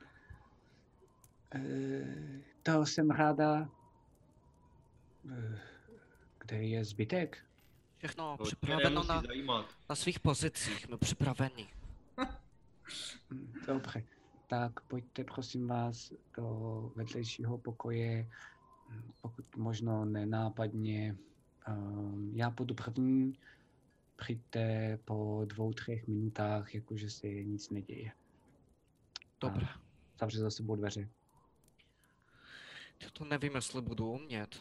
E, toho jsem ráda. E, kde je zbytek? Všechno To tě připraveno nemusí na, zajímat. na svých pozicích, jsme připraveni. Hm, Dobře. Tak pojďte prosím vás do vedlejšího pokoje, hm, pokud možno nenápadně. Um, já půjdu první, přijďte po dvou, třech minutách, jakože se nic neděje. Dobré. Zavře za sebou dveře. Já to nevím, jestli budu umět.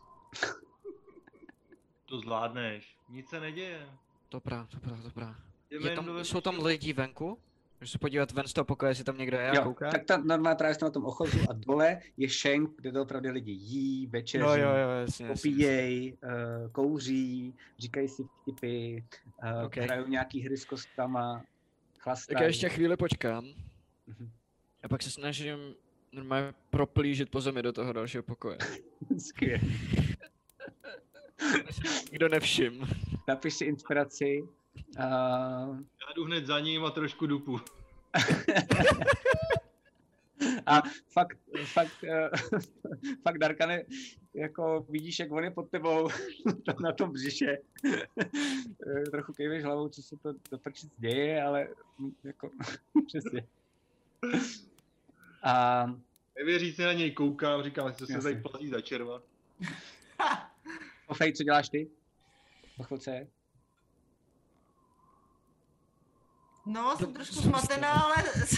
To zvládneš. Nic se neděje. Dobrá, dobrá, dobrá. Jdeme Je jen tam, do jsou tam vedlejšího- lidi venku? Můžu se podívat ven z toho pokoje, jestli tam někdo je a Jo, kouká? tak tam normálně právě jste na tom ochozu a dole je šenk, kde to opravdu lidi jí, večeří, No jo, jo, jasně, jasně. popíjejí, uh, kouří, říkají si vtipy, uh, Ok. hrajou nějaký hry s kostkama, chlastají. Tak já ještě chvíli počkám. Mhm. A pak se snažím normálně proplížit po zemi do toho dalšího pokoje. Skvěle. Nikdo nevšim. Napiš si inspiraci. Uh, Já jdu hned za ním a trošku dupu. a fakt, fakt, uh, fakt Darkane, jako vidíš, jak on je pod tebou tam na tom břiše. Eh, Trochu kejveš hlavou, co se to do prčic děje, ale hm, jako přesně. A Nevěřící na něj koukám, říkám, co se Jasně. tady plazí za červa. Ofej, co děláš ty? Po chvilce. No, jsem trošku zmatená, ale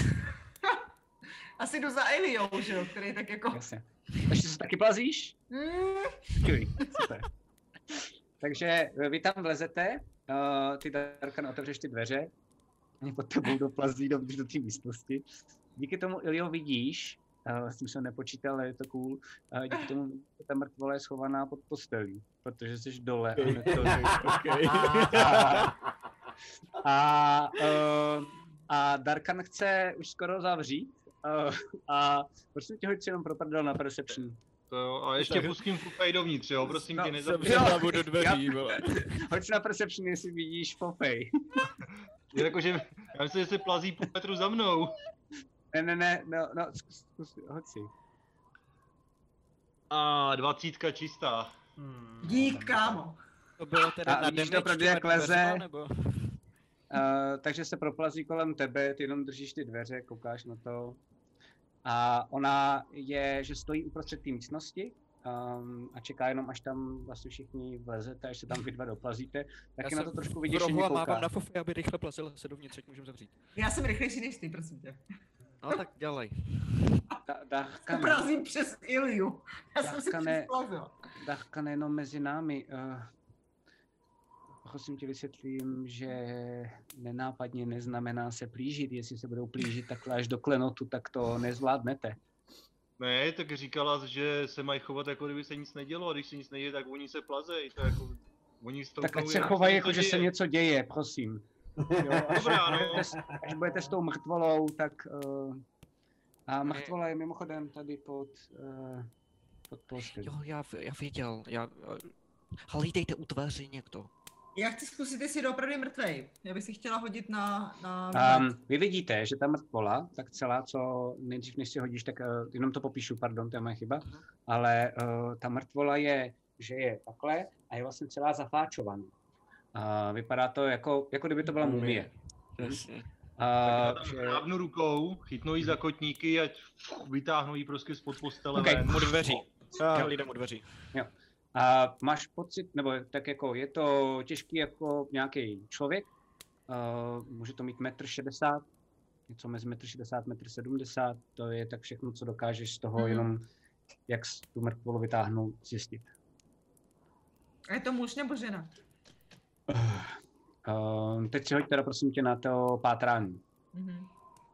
asi jdu za Eliou, že jo, který tak jako... Jasně. Takže se taky plazíš? Mm, Skvělý, super. Takže eh, vy tam vlezete, uh, ty Darkan otevřeš ty dveře, oni pod tebou doplazí dovnitř do té místnosti. Díky tomu Ilio vidíš, uh, s tím jsem nepočítal, ale je to cool, uh, díky tomu že ta mrtvola je schovaná pod postelí, protože jsi dole. A, ne to, Okay. a, a, uh, a Darkan chce už skoro zavřít uh, a prosím tě, hoď si jenom pro prdel na perception. To jo, a ještě Tak- pustím Fufej dovnitř, jo, prosím No, tě, Jsem nezabij. Jo. hlavu do dveří, vole. Hoď si na perception, jestli vidíš Popej. Jakože, já myslím, že se plazí půl metru za mnou. Ne, ne, ne, no, no, zkus, zkus, hoď si. A dvacítka čistá. Hmm. dík, kámo. To bylo teda A na vidíš to damage opravdu, těma jak leze? dveřma, nebo? Uh, takže se proplazí kolem tebe, ty jenom držíš ty dveře, koukáš na to. A ona je, že stojí uprostřed té místnosti um, a čeká jenom, až tam vlastně všichni vlezete, až se tam vy dva doplazíte, taky Já na se to trošku v vyděšeně rohu a kouká. mávám na Fofy, aby rychle plazil se dovnitř, ať můžeme zavřít. Já jsem rychlejší než ty, prosím tě. No tak dělej. Darkane. Obrazím přes Iliu. Já jsem si Darkane, představila. Darkane, jenom mezi námi. Uh, prosím tě vysvětlím, že nenápadně neznamená se plížit. Jestli se budou plížit takhle až do klenotu, tak to nezvládnete. Ne, tak říkala, že se mají chovat, jako kdyby se nic nedělo, a když se nic neděje, tak oni se plazej. To jako, oni tak ať se chovají, jako že se něco děje, prosím. Jo, až, Dobrá, no. budete, až budete s tou mrtvolou, tak... Uh, a mrtvola je mimochodem tady pod, uh, pod postelí. Jo, já, já věděl, já... Hlídejte u dveří někdo. Já chci zkusit, jestli je opravdu mrtvej. Já bych si chtěla hodit na... na Um, vy vidíte, že ta mrtvola, tak celá, co nejdřív než si hodíš, tak uh, jenom to popíšu, pardon, to je moje chyba, uh-huh. ale uh, ta mrtvola je, že je takhle a je vlastně celá zafáčovaná. Uh, vypadá to jako, jako kdyby to byla mumie. Jasně. Uh, tak já tam že... rukou, chytnou jí za kotníky a vytáhnou jí prostě spod postele okay. ven. Od dveří. Já lidem od dveří. Jo. A máš pocit, nebo tak jako je to těžký jako nějaký člověk, uh, může to mít metr šedesát, něco mezi metr šedesát, metr sedmdesát, to je tak všechno, co dokážeš z toho mm. jenom, jak tu mrtvolu vytáhnout, zjistit. A je to muž nebo žena? Uh, teď si hoď teda prosím tě na to pátrání. Mm-hmm.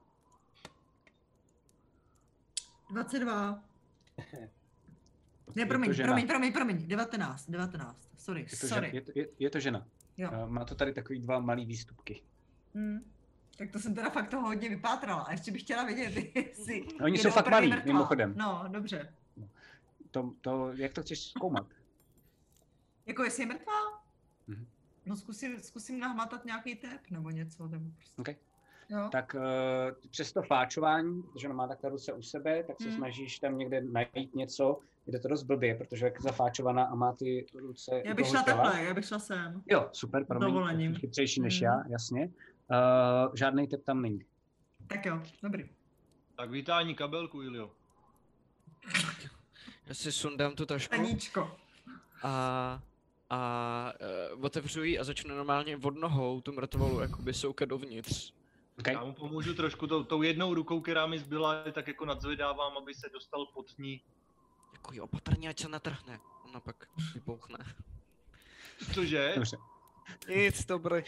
dvacet dva. Ne, promiň, promiň, promiň, promiň, devatenáct, devatenáct, sorry, je to sorry. Žena, je, to, je, je to žena. Jo. Uh, má to tady takový dva malý výstupky. Hmm. Tak to jsem teda fakt toho hodně vypátrala a ještě bych chtěla vědět, jestli... Oni jsou fakt malí, mimochodem. No, dobře. To, to, jak to chceš zkoumat? Jako jestli je mrtvá? Mm-hmm. No zkusím, zkusím nahmatat nějaký tep nebo něco, nebo prostě. Okay. Jo. Tak uh, přes to fáčování, protože ona má takhle ruce u sebe, tak se hmm. snažíš tam někde najít něco, jde to dost blbě, protože jak je zafáčovaná a má ty ruce. Já bych šla těla. takhle, já bych šla sem. Jo, super, pro mě chytřejší než hmm. já, jasně. Uh, žádnej tep tam není. Tak jo, dobrý. Tak vytáhni kabelku, Ilio. Já si sundám tu tašku. Taníčko. A... A uh, otevřu ji a začnu normálně od nohou tu mrtvolu jakoby soukat dovnitř. Okay. Já mu pomůžu trošku tou, tou jednou rukou, která mi zbyla, tak jako nadzvedávám, aby se dostal pod ní. Jako jo, opatrně, ať se netrhne. Ona pak vypouchne. Cože? Dobře. Nic, dobrý.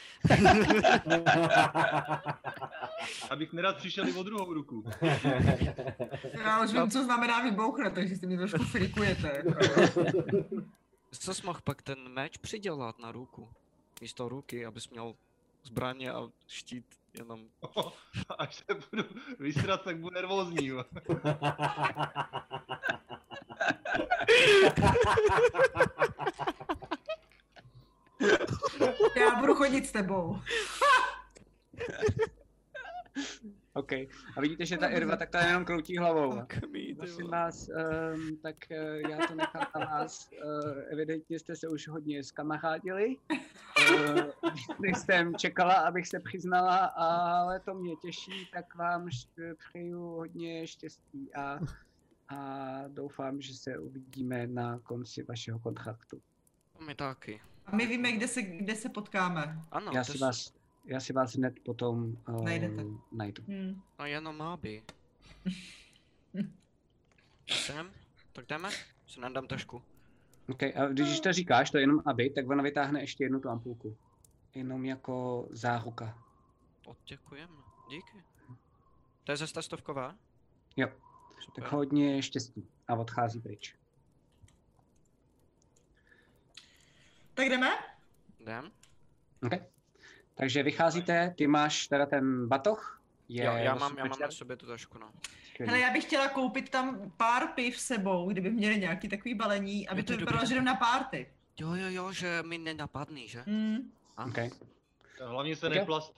Abych nerad přišel i o druhou ruku. Já už vím, co znamená vybouchne, takže si mi trošku frikujete. Co jsi mohl pak ten meč přidělat na ruku? Místo ruky, abys měl zbraně a štít jenom. Oh, až se budu vysrat, tak budu nervózní. Já budu chodit s tebou. OK. A vidíte, že ta Irva tak ta jenom kroutí hlavou. Prosím vás, um, tak uh, já to nechám na vás. Uh, evidentně jste se už hodně zkamarádili. Uh, jsem čekala, abych se přiznala, ale to mě těší, tak vám přeju hodně štěstí a, a doufám, že se uvidíme na konci vašeho kontraktu. My taky. A my víme, kde se, kde se potkáme. Ano, já si vás Já si vás hned potom uh, najdu. Hmm. No jenom aby. Jsem? Tak jdeme? Si nadám tašku. OK, a když to říkáš, to je jenom aby, tak ona vytáhne ještě jednu tu ampulku. Jenom jako záruka. Děkujeme, díky. To je zase ta stovková? Jo, super. Tak hodně štěstí a odchází pryč. Tak jdeme? Jdem. OK. Takže vycházíte, ty máš teda ten batoh? Je jo, já mám, já mám na sobě tu tašku, no. Hele, já bych chtěla koupit tam pár piv sebou, kdyby měli nějaký takový balení, aby to vypadalo, že jdem na párty. Jo, jo, jo, že mi nenapadný, že? Mm. Okay. Hlavně se okay. neplast.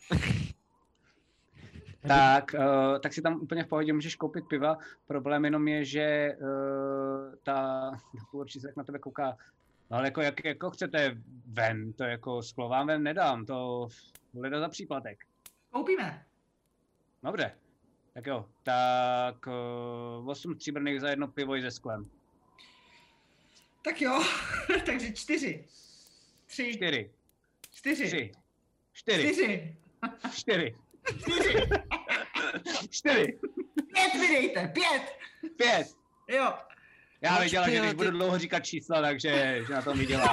Tak, uh, tak si tam úplně v pohodě můžeš koupit piva. Problém jenom je, že uh, ta půlorčí se tak na tebe kouká. No ale jako, jak, jako chcete ven, to jako sklo vám ven nedám, to hledá za příplatek. Koupíme. Dobře, tak jo, tak uh, osm stříbrných za jedno pivo i ze sklem. Tak jo, takže čtyři. Tři. Čtyři. Čtyři. Tři. Čtyři. Čtyři. Čtyři. Čtyři. čtyři. Pět mi dejte, pět. Pět. Jo. Já věděla, že když budu dlouho říkat čísla, takže že na tom vydělám.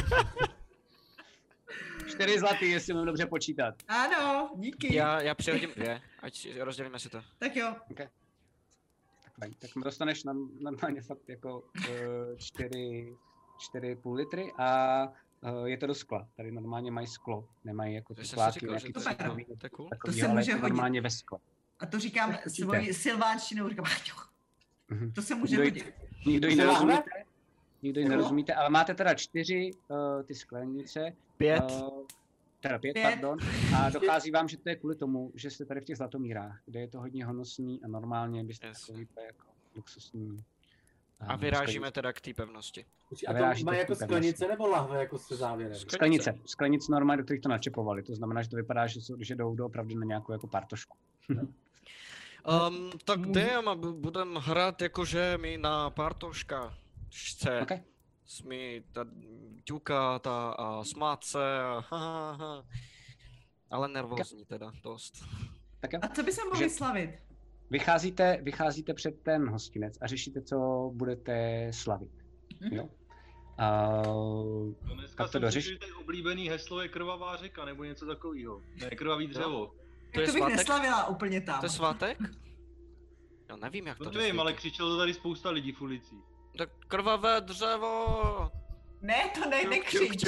Čtyři zlatý, jestli můžu dobře počítat. Ano, díky. Já, já přihodím dvě, ať si rozdělíme si to. Tak jo. Okay. Tak, tak dostaneš na, normálně fakt jako uh, čtyři, čtyři půl litry a uh, je to do skla. Tady normálně mají sklo, nemají jako ty skládky nějaký to, takový, to, takový, to se může hodit. normálně ve skle. A to říkám svojí silvánštinou, říkám, mm-hmm. to se může nikdo hodit. Nikdo ji nerozumíte, nikdo ji nerozumíte, ale máte teda čtyři uh, ty sklenice. Pět. Uh, teda pět, pět, pardon. A dochází vám, že to je kvůli tomu, že jste tady v těch Zlatomírách, kde je to hodně honosný a normálně byste yes. takový jako luxusní. A vyrážíme teda k té pevnosti. A, a to má jako sklenice nebo lahve jako se závěrem? Sklenice. Sklenice normálně, do kterých to načepovali. To znamená, že to vypadá, že, jsou, že jdou do opravdu na nějakou jako partošku. um, tak jdem a budem hrát jakože my na partoškačce. Okay. Smí ta ťukat a, a smát se a ha, ha, ha. Ale nervózní teda dost. Tak jo. A co by se mohli že... slavit? Vycházíte, vycházíte před ten hostinec a řešíte, co budete slavit. Mm-hmm. Jo? Uh, no dneska jsem řeš... slyšel, že oblíbený heslo je krvavá řeka, nebo něco takového. Ne, krvavý dřevo. To, to, je to bych svátek? neslavila úplně tam. To je svátek? Já nevím, jak to no nevím, ale křičelo to tady spousta lidí v ulicích. Tak krvavé dřevo! Ne, to nejde křič.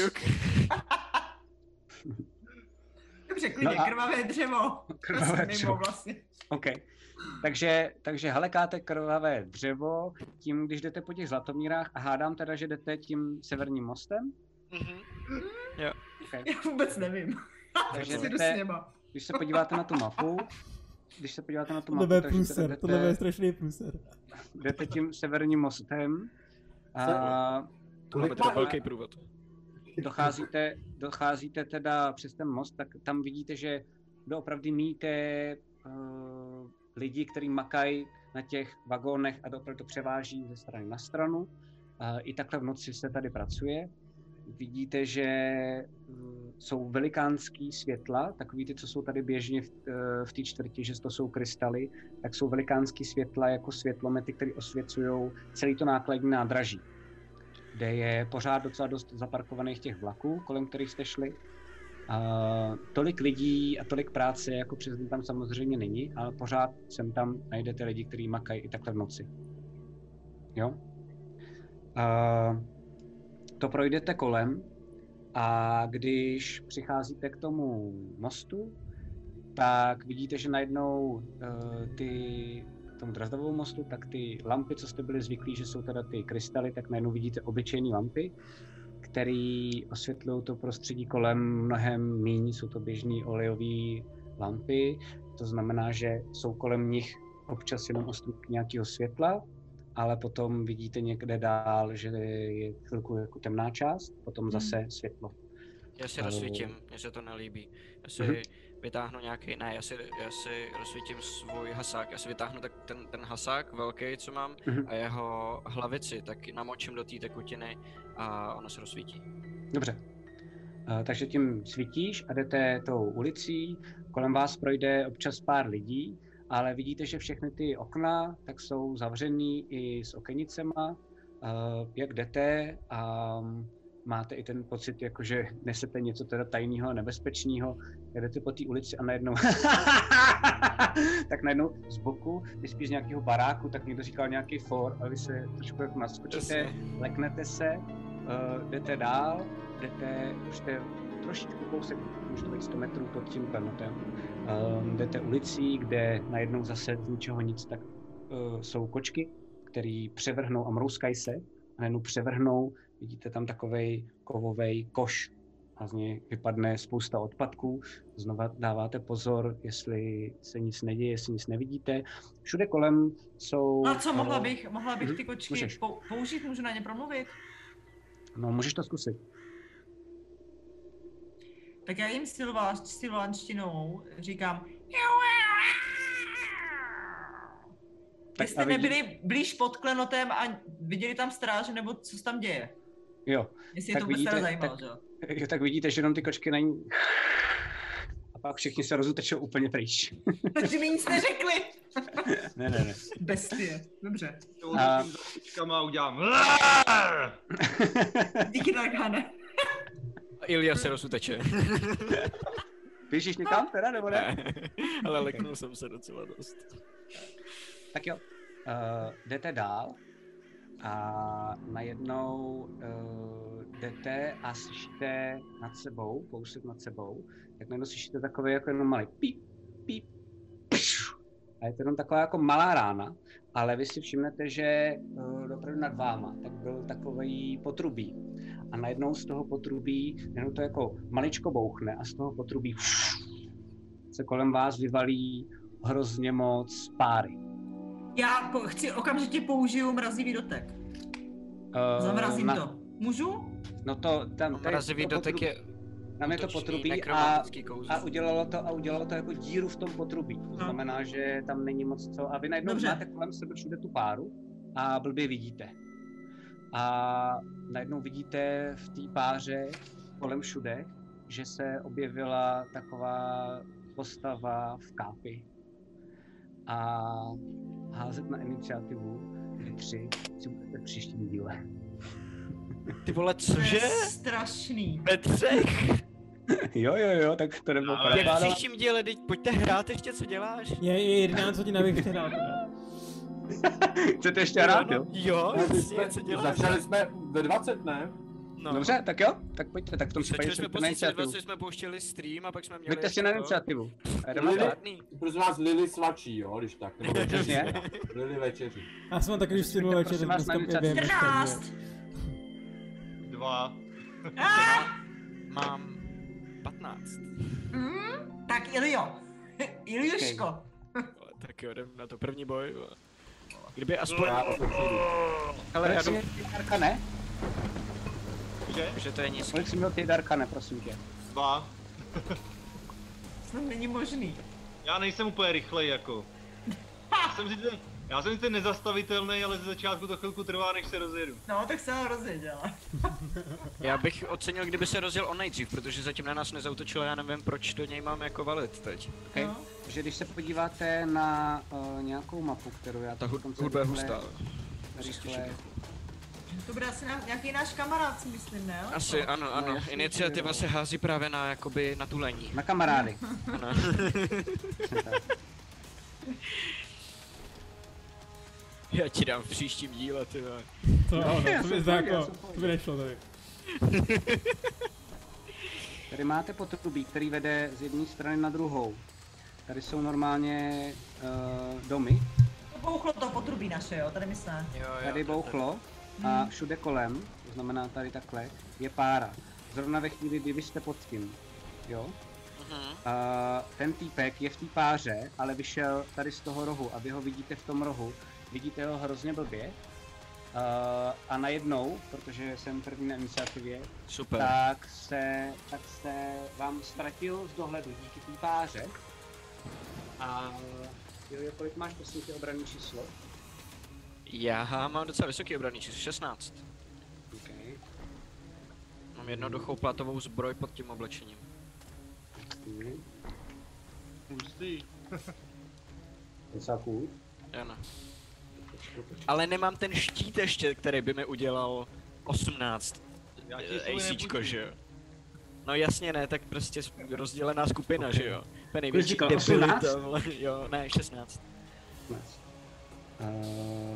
Dobře, klidně, no a... krvavé dřevo. Krvavé dřevo. Vlastně. OK. Takže, takže halekáte krvavé dřevo tím, když jdete po těch Zlatomírách a hádám teda, že jdete tím severním mostem? Mhm. Jo. Okay. Já vůbec nevím. Takže jdete, když se podíváte na tu mapu, když se podíváte na tu mapu, tohle je průser, jdete, tohle je strašný průser. Jdete tím severním mostem a máme teda velký průvod. Docházíte, docházíte teda přes ten most, tak tam vidíte, že doopravdy míjíte uh, lidi, kteří makají na těch vagónech a opravdu to převáží ze strany na stranu. Uh, I takhle v noci se tady pracuje. Vidíte, že uh, jsou velikánský světla, takový ty, co jsou tady běžně v, uh, v té čtvrti, že to jsou krystaly, tak jsou velikánský světla jako světlomety, které osvěcují celý to nákladní nádraží, kde je pořád docela dost zaparkovaných těch vlaků, kolem kterých jste šli. Uh, tolik lidí a tolik práce jako přes den tam samozřejmě není, ale pořád sem tam najdete lidi, kteří makají i takhle v noci. Jo? Uh, to projdete kolem a když přicházíte k tomu mostu, tak vidíte, že najednou uh, ty tomu Drazdovovu mostu, tak ty lampy, co jste byli zvyklí, že jsou teda ty krystaly, tak najednou vidíte obyčejné lampy, které osvětlují to prostředí kolem mnohem míň, jsou to běžné olejové lampy, to znamená, že jsou kolem nich občas jenom ostrůvky nějakého světla, ale potom vidíte někde dál, že je chvilku jako temná část, potom zase světlo. Já si rozsvítím, mně se to nelíbí. Já si mm-hmm. vytáhnu nějaký, ne, já si, já si rozsvítím svůj hasák. Já si vytáhnu tak ten, ten hasák velký, co mám, mm-hmm. a jeho hlavici, tak namočím do té tekutiny a ono se rozsvítí. Dobře. Uh, takže tím svítíš a jdete tou ulicí, kolem vás projde občas pár lidí, ale vidíte, že všechny ty okna tak jsou zavřený i s okenicema, uh, jak jdete a máte i ten pocit, jako že nesete něco teda tajného a nebezpečného, jdete po té ulici a najednou tak najednou z boku, spíš z nějakého baráku, tak někdo říkal nějaký for a vy se trošku jako naskočíte, leknete se, uh, jdete dál, jdete, už jste trošičku kousek, už to být sto metrů pod tím klenotem, uh, jdete ulicí, kde najednou zase z ničeho nic, tak uh, jsou kočky, které převrhnou a mrouskají se a najednou převrhnou. Vidíte tam takovej kovovej koš a z něj vypadne spousta odpadků. Znova dáváte pozor, jestli se nic neděje, jestli nic nevidíte. Všude kolem jsou... A co, mohla bych, mohla bych ty kočky můžeš. použít, můžu na ně promluvit? No, můžeš to zkusit. Tak já jim silvánštinou říkám... Tak Jestli nebyli blíž pod klenotem a viděli tam stráže, nebo co se tam děje? Jo. Jestli je to vůbec teda zajímalo, tak, že jo? Jo, tak vidíte, že jenom ty kočky na ní... A A pak všichni se rozutečou úplně pryč. Takže mi nic neřekli. ne, ne, ne. Bestie, dobře. A... a udělám. Díky, Darkane. Ilja se rozuteče. Běžíš někam teda, nebo ne? ne ale leknul jsem se docela dost. Tak jo, uh, jdete dál a najednou uh, jdete a slyšíte nad sebou, kousek nad sebou, jak najednou slyšíte takový jako jenom malý píp, píp, pš. A je to jenom taková jako malá rána, ale vy si všimnete, že uh, opravdu nad váma tak byl takový potrubí. A najednou z toho potrubí, jenom to jako maličko bouchne a z toho potrubí pš, se kolem vás vyvalí hrozně moc páry. Já po, chci okamžitě použiju mrazivý dotek. Uh, Zamrazím na, to. Můžu? No to tam... No, mrazivý to dotek potrubí, je... Tam je to potrubí a, a udělalo to a udělalo to jako díru v tom potrubí. To znamená, že tam není moc co. A vy najednou Dobře. máte kolem sebe všude tu páru a blbě vidíte. A najednou vidíte v té páře kolem všude, že se objevila taková postava v kápi. A házet na iniciativu vy tři si budete v příštím díle. Ty vole, cože? To je strašný. Ve třech? Jo, jo, jo, tak to nebylo Ale jak v příštím díle, teď pojďte hrát ještě, co děláš? Je, je jedenáct hodin, abych chtěl hrát. Chcete ještě hrát, jo? Jo, jasně, co děláš? Začali jsme ve dvacet, ne? No. Dobře, tak jo, tak pojďte, tak v tom případě jsme po dvacet jsme pouštěli stream a pak jsme měli... Pojďte si na iniciativu. Prosím vás, Lily svačí, jo, když tak. Přesně. Lily večeři. Já jsem taky už streamoval večer, vás na iniciativu. čtrnáct. Dva. Mám patnáct. Mm, tak Iljo. Iljuško. Tak jo, jdem na to první boj. Kdyby aspoň... Ale já jdu... Darka ne? Že? Že to je nízký. Kolik jsi měl ty Darka ne, prosím tě? Dva. To není možný. Já nejsem úplně rychlej jako. Já jsem sice, já jsem sice nezastavitelný, ale ze začátku to chvilku trvá, než se rozjedu. No, tak se rozjeděla. Já bych ocenil, kdyby se rozjel on nejdřív, protože zatím na nás nezautočil, já nevím, proč do něj mám jako valit teď. Okay. No. Takže když se podíváte na uh, nějakou mapu, kterou já... Ta hudba je hustá. Rychle... To bude asi na, nějaký náš kamarád, si myslím, ne? Asi, to? ano, ano. No, iniciativa se hází právě na, jakoby, na tulení. Na kamarády. Ano. Já ti dám v příštím díle, ty vole. To ano, to by jako, to by nešlo tady. Tady máte potrubí, který vede z jedné strany na druhou. Tady jsou normálně uh, domy. To bouchlo to potrubí naše, jo, tady myslím. Tady bouchlo a všude kolem, to znamená tady takhle, je pára. Zrovna ve chvíli, kdy vy jste pod tím, jo? Uh, ten týpek je v té páře, ale vyšel tady z toho rohu a vy ho vidíte v tom rohu. Vidíte ho hrozně blbě. Uh, a najednou, protože jsem první na iniciativě, super. Tak, se, tak se vám ztratil z dohledu díky té páře. A jo, kolik máš prosím tě obranný číslo? Já mám docela vysoký obranný číslo, šestnáct. Okay. Mám jednoduchou platovou zbroj pod tím oblečením. Hmm. Hustý. Docela cool. Ano. Ale nemám ten štít ještě, který by mi udělal osmnáct ACčko, že jo? No jasně ne, tak prostě rozdělená skupina, okay. Že jo? To největší debilita, jo, ne, šestnáct. Uh...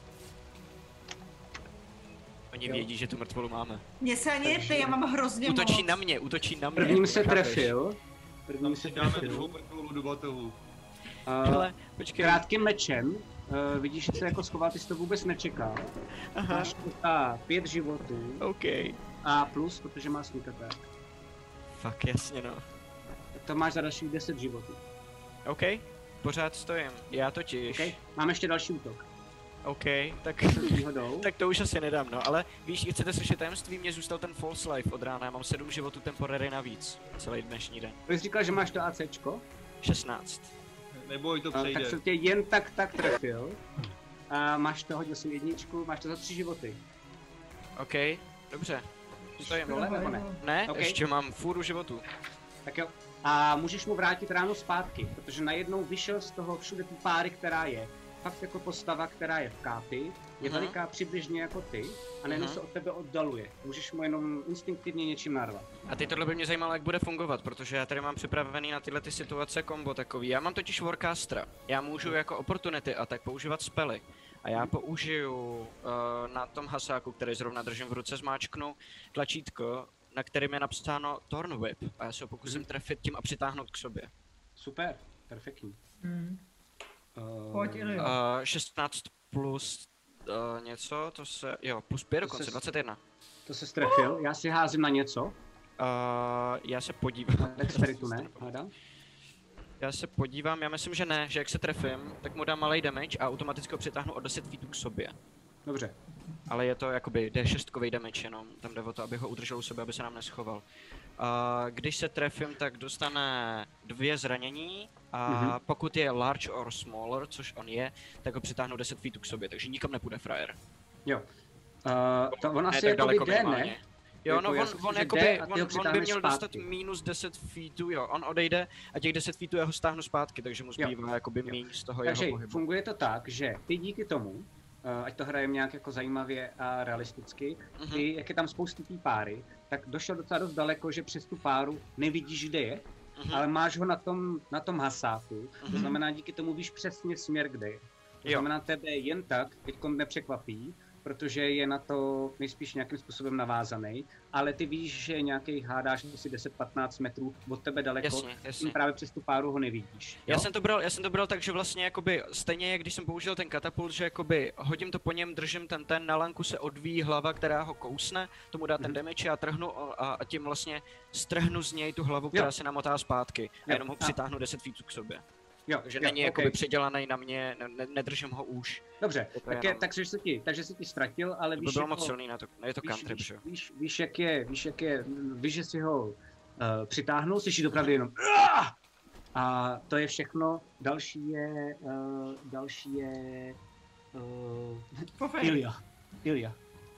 Oni jo. Vědí, že tu mrtvolu máme. Mně se ani jete, já mám hrozně moc. Útočí na mě, útočí na mě. Prvním se trefil. Prvním se trefil. Prvním do batohu. Ale, počkej. Krátkým mečem, uh, vidíš, že se jako schoval, ty jsi to vůbec nečekal. Aha. Máš a pět životů. OK. A plus, protože máš sneak attack. Fakt jasně no. Tak to máš za dalších deset životů. OK, pořád stojím, já totiž. OK, mám ještě další útok. OK, tak, tak to už asi nedám, no, ale víš, chcete slyšet tajemství, mě zůstal ten false life od rána, já mám sedm životů temporary navíc, celý dnešní den. Ty jsi říkal, že máš to ACčko? šestnáct. Neboj, to přejde. Tak jsem tě jen tak tak trefil. A máš to, hodil jsem jedničku, máš to za tři životy. OK, dobře. Stojím. Dole, nebo ne? Ne, okay. Ještě mám fůru životů. Tak jo, a můžeš mu vrátit ráno zpátky, protože najednou vyšel z toho všude ty páry, která je fakt jako postava, která je v kápi, je Aha. veliká přibližně jako ty a najednou Aha. se od tebe oddaluje. Můžeš mu jenom instinktivně něčím narvat. A teď tohle by mě zajímalo, jak bude fungovat, protože já tady mám připravený na tyhle ty situace kombo takový. Já mám totiž Warcastera. Já můžu jako opportunity a tak používat spely. A já použiju uh, na tom hasáku, který zrovna držím v ruce, zmáčknu tlačítko, na kterém je napsáno Thorn Whip. A já se ho pokusím Mhm. trefit tím a přitáhnout k sobě. Super, perfektní. Hmm. Uh, Pojď, Ilio. Uh, šestnáct plus uh, něco, to se, jo, plus pět To dokonce, se- dvacet jedna. To se strefil, já si házím na něco, Uh, já se podívám. dexteritu ne, hledám. Já se podívám, já myslím, že ne, že jak se trefím, tak mu dám malý damage a automaticky ho přitáhnu o deset feetů k sobě. Dobře. Ale je to jakoby D šest damage jenom, tam jde o to, aby ho udržel u sebe, aby se nám neschoval. A když se trefím, tak dostane dvě zranění a Mhm. pokud je large or smaller, což on je, tak ho přitáhnu deset feetů k sobě, takže nikam nepůjde frajer. Jo. Uh, to on Ne, asi tak jako daleko jde, minimálně. ne? Jo, Jako no já on, si myslím, on, že jakoby, jde a ty ho on, on by přitáhneš měl dostat zpátky. minus deset feetů, jo, on odejde a těch deset feetů já ho stáhnu zpátky, takže mu Jo. zbývá jakoby Jo. míň z toho Takže jeho pohybu. funguje to tak, že ty díky tomu, uh, ať to hrajeme nějak jako zajímavě a realisticky, Mhm. ty, jak je tam spousty té páry, tak došel docela dost daleko, že přes tu páru nevidíš, kde je, Mhm. ale máš ho na tom, na tom hasáku, to Mhm. znamená díky tomu víš přesně směr, kde je. To Jo. znamená tebe jen tak, teďko nepřekvapí, protože je na to nejspíš nějakým způsobem navázaný, ale ty víš, že nějaký hádáš asi deset patnáct metrů od tebe daleko, Jasně, jasně. tím právě přes tu páru ho nevidíš. Já jo? jsem to bral, já jsem to bral tak, že vlastně jakoby stejně jak když jsem použil ten katapult, že jakoby hodím to po něm, držím ten ten, na lanku se odvíjí hlava, která ho kousne, tomu dá ten Mhm. damage a trhnu a, a tím vlastně strhnu z něj tu hlavu, která Jo. se namotá zpátky a Jo. jenom ho A- přitáhnu deset feetů k sobě. Jo, Takže jo, není ok. jakoby přidělaný na mě, ne, ne, nedržím ho už. Dobře, Je to tak je, jenom- takže se ti, takže se ti ztratil, ale To by víš, bylo jak moc ho- silný na to, je to víš, cantrip, víš, že jo. víš, víš, jak je, víš, jak je, víš, že si ho uh, přitáhnul, slyšíš opravdu jenom "Ah!" a to je všechno, další je, uh, další je, uh, Pofej. Ilja, Ilja.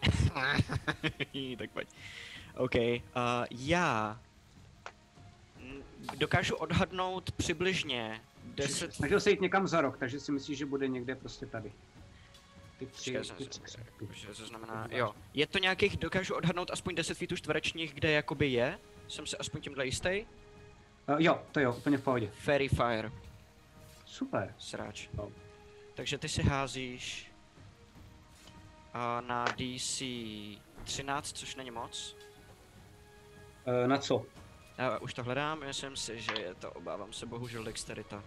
Tak pojď. OK, uh, já mm, dokážu odhadnout přibližně deset... Snažil se jít někam za rok, takže si myslíš, že bude někde prostě tady. Ty tři, Počkej, jsem ty se- tři křepky. Že to znamená, jo. Je to nějakých, dokážu odhadnout aspoň deset feetů čtverečních, kde jakoby je? Jsem se aspoň tímhle jistý? Uh, jo, to jo, úplně v pohodě. Fairy Fire, Super. sráč. No. Takže ty si házíš uh, na D C třináct, což není moc. Uh, na co? Já už to hledám, myslím si, že je to, obávám se, bohužel dexterita.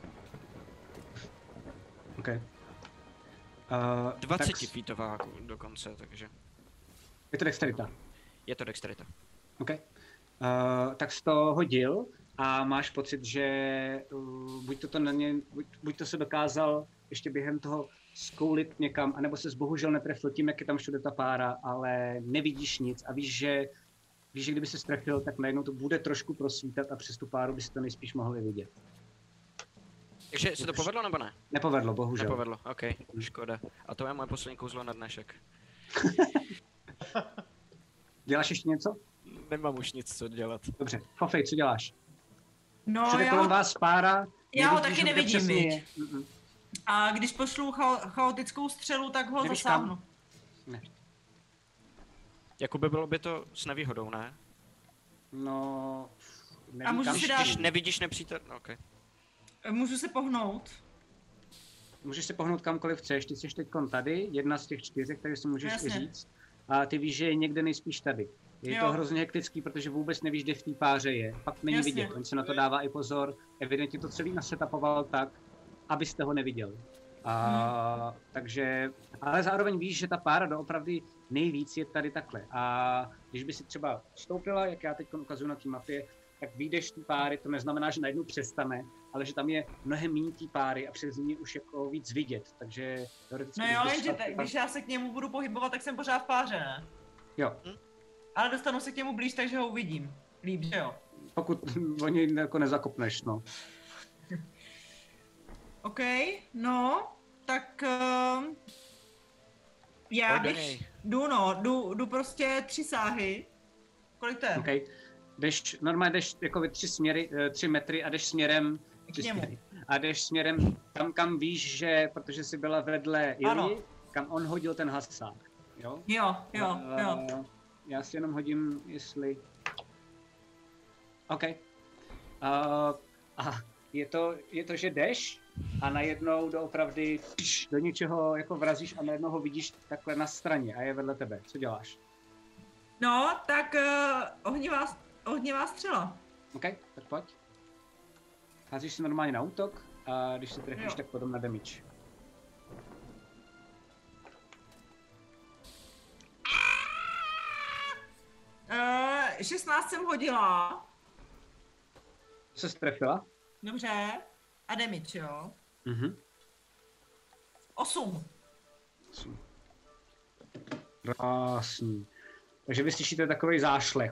OK. Uh, dvacet tak, feetová dokonce, takže je to dexterita. je to dexterita. OK. Uh, tak jsi to hodil a máš pocit, že uh, buď to, to na ně, buď, buď to se dokázal ještě během toho skoulit někam, anebo se bohužel netrefil tím, jak je tam všude ta pára, ale nevidíš nic a víš, že víš, že kdyby se strefil, tak najednou to bude trošku prosvítat a přes tu páru bys to nejspíš mohli vidět. Takže se to povedlo nebo ne? Nepovedlo, bohužel. Nepovedlo, OK, škoda. A to je moje poslední kouzlo na dnešek. Děláš ještě něco? Nemám už nic co dělat. Dobře. Fofej, co děláš? No, Všude já kolem ho, vás pára. já ho nevidíš, taky kde nevidím, přesně viď? je. Mm-mm. a když pošlu cha- chaotickou střelu, tak ho Nevíš zasáhnu. Ne. Jakoby bylo by to s nevýhodou, ne? No, nevím, A můžu kam si šli. dát- Když nevidíš nepřítel, no, OK. Můžu se pohnout. Můžeš se pohnout kamkoliv chceš, ty jsi teď tady, jedna z těch čtyřech, takže si můžeš Jasně. i říct. A ty víš, že je někde nejspíš tady. Je Jo. to hrozně hektický, protože vůbec nevíš, kde v té páře je. Fakt není Jasně. vidět, on se na to dává i pozor. Evidentně to celý nasetapoval tak, abyste ho neviděl. A, takže, ale zároveň víš, že ta pára doopravdy nejvíc je tady takhle. A když by si třeba vstoupila, jak já teď ukazuju na té mapě, tak vyjdeš z té páry, to neznamená, že najednou přestane, ale že tam je mnohem méně té páry a přes ní už jako víc vidět, takže teoreticky... No když jo, bys jenže šla- te- když já se k němu budu pohybovat, tak jsem pořád v páře, ne? Jo, Ale dostanu se k němu blíž, takže ho uvidím. Líp, že jo? pokud o něj jako nezakopneš, no. OK, no, tak uh, já Pojď do bych, něj. jdu no, jdu, jdu prostě tři sáhy. Kolik to je? Okay. jdeš, normálně jdeš jako tři směry, tři metry a jdeš směrem, tři směry, a jdeš směrem tam, kam víš, že, protože jsi byla vedle Ilji, kam on hodil ten hasák, jo? Jo, jo, uh, jo. Já si jenom hodím, jestli... OK. Uh, a je to, je to, že jdeš a najednou doopravdy pš, do něčeho jako vrazíš a najednou ho vidíš takhle na straně a je vedle tebe. Co děláš? No, tak uh, ohnivá, ohnivá střela. OK, tak pojď. Házíš si normálně na útok a když se trefíš, tak potom na damage. Uh, šestnáct jsem hodila. Co jsi trefila? Dobře. A damage, jo? Mhm. osm. osm. Krásný. Takže vy slyšíte takový zášlech.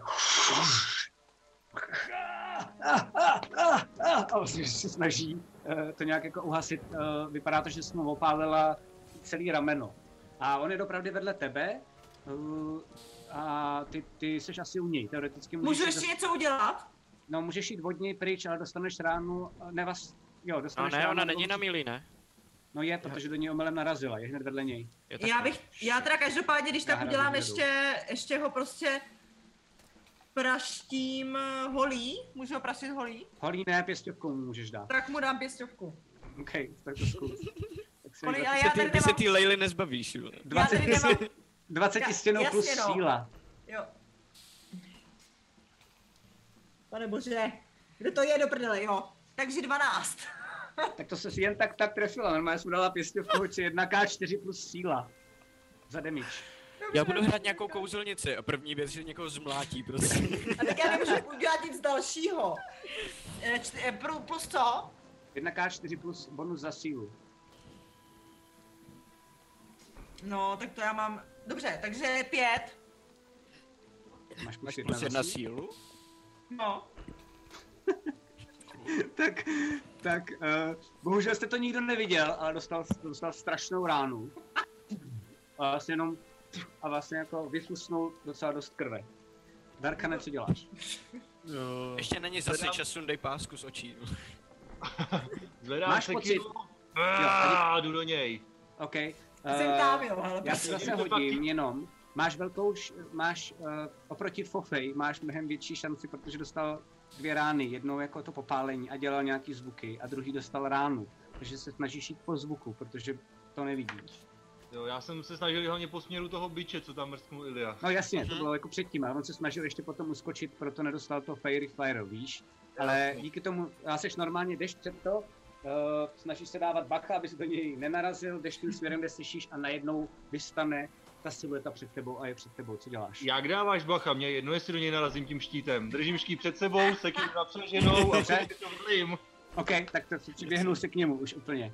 A vlastně se snaží uh, to nějak jako uhasit. Uh, vypadá to, že jsi mu opálila celý rameno. A on je dopravdy vedle tebe. Uh, a ty, ty jsi asi u něj. Teoreticky můžeš... Můžu ještě dost... něco udělat? No, můžeš jít od něj pryč, ale dostaneš ránu. Ne vás... Jo, dostaneš no ne, ránu, ona není na míli, ne? No je, protože do něj omylem narazila, je hned vedle něj. Já bych, já teda každopádně, když tak udělám ještě, ještě ho prostě praštím holí, můžu ho praštit holí? Holí ne, pěstovkou mu můžeš dát. Tak mu dám pěstovku. OK, tak to zkus. Holí, ale já tady ty se ty Lejly nezbavíš, jo? dvacet, nemám... dvacet stěnou plus no. síla. Jo. Pane bože, kde to je do prdele, jo? Takže dvanáct. Tak to se jen tak tak trefila, normálně jsem dala pěstovku, hoči jedna ká čtyři plus síla. Za damage. Já budu hrát nějakou kouzelnici a první věc, že někoho zmlátí, prostě. A tak já nemůžu udělat nic dalšího. Čty, plus co? jedna ká čtyři plus bonus za sílu. No, tak to já mám... Dobře, takže pět. Máš plus, plus jedna sílu? No. tak, tak, uh, bohužel jste to nikdo neviděl, ale dostal, dostal strašnou ránu. A vlastně jenom, a vlastně jako vyflusnul docela dost krve. Darkane, co děláš? No. Ještě není zase Zvedám... čas, sundej pásku z očí. Zvedám Máš se pocit? Aaaa, jdu do něj. OK. Uh, Jsem tam, jo, ale já si zase hodím jenom. Máš velkou, máš uh, oproti Fofej, máš mnohem větší šanci, protože dostal dvě rány, jednou jako to popálení a dělal nějaký zvuky a druhý dostal ránu, takže se snažíš jít po zvuku, protože to nevidíš. Jo, já jsem se snažil hlavně po směru toho biče, co tam mrsknul Ilya. No jasně, to bylo jako předtím, ale on se snažil ještě potom uskočit, proto nedostal to Fairy Fire, víš? Ale díky tomu, já seš normálně, jdeš před to, uh, snažíš se dávat bacha, aby se do něj nenarazil, jdeš tím směrem, kde slyšíš a najednou vystane ta silueta před tebou a je před tebou, co děláš? Jak dáváš bacha? Mě jedno, jestli do něj narazím tím štítem. Držím štít před sebou, sekiru napřaženou a před to vrlím. OK, tak to přiběhnu se k němu už úplně.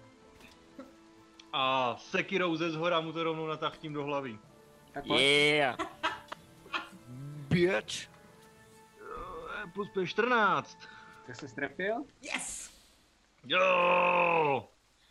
A sekirou ze zhora mu to rovnou natáhním do hlavy. Tak yeah! Bitch! Plus pět, čtrnáct. Tak se strefil? Yes! Jo!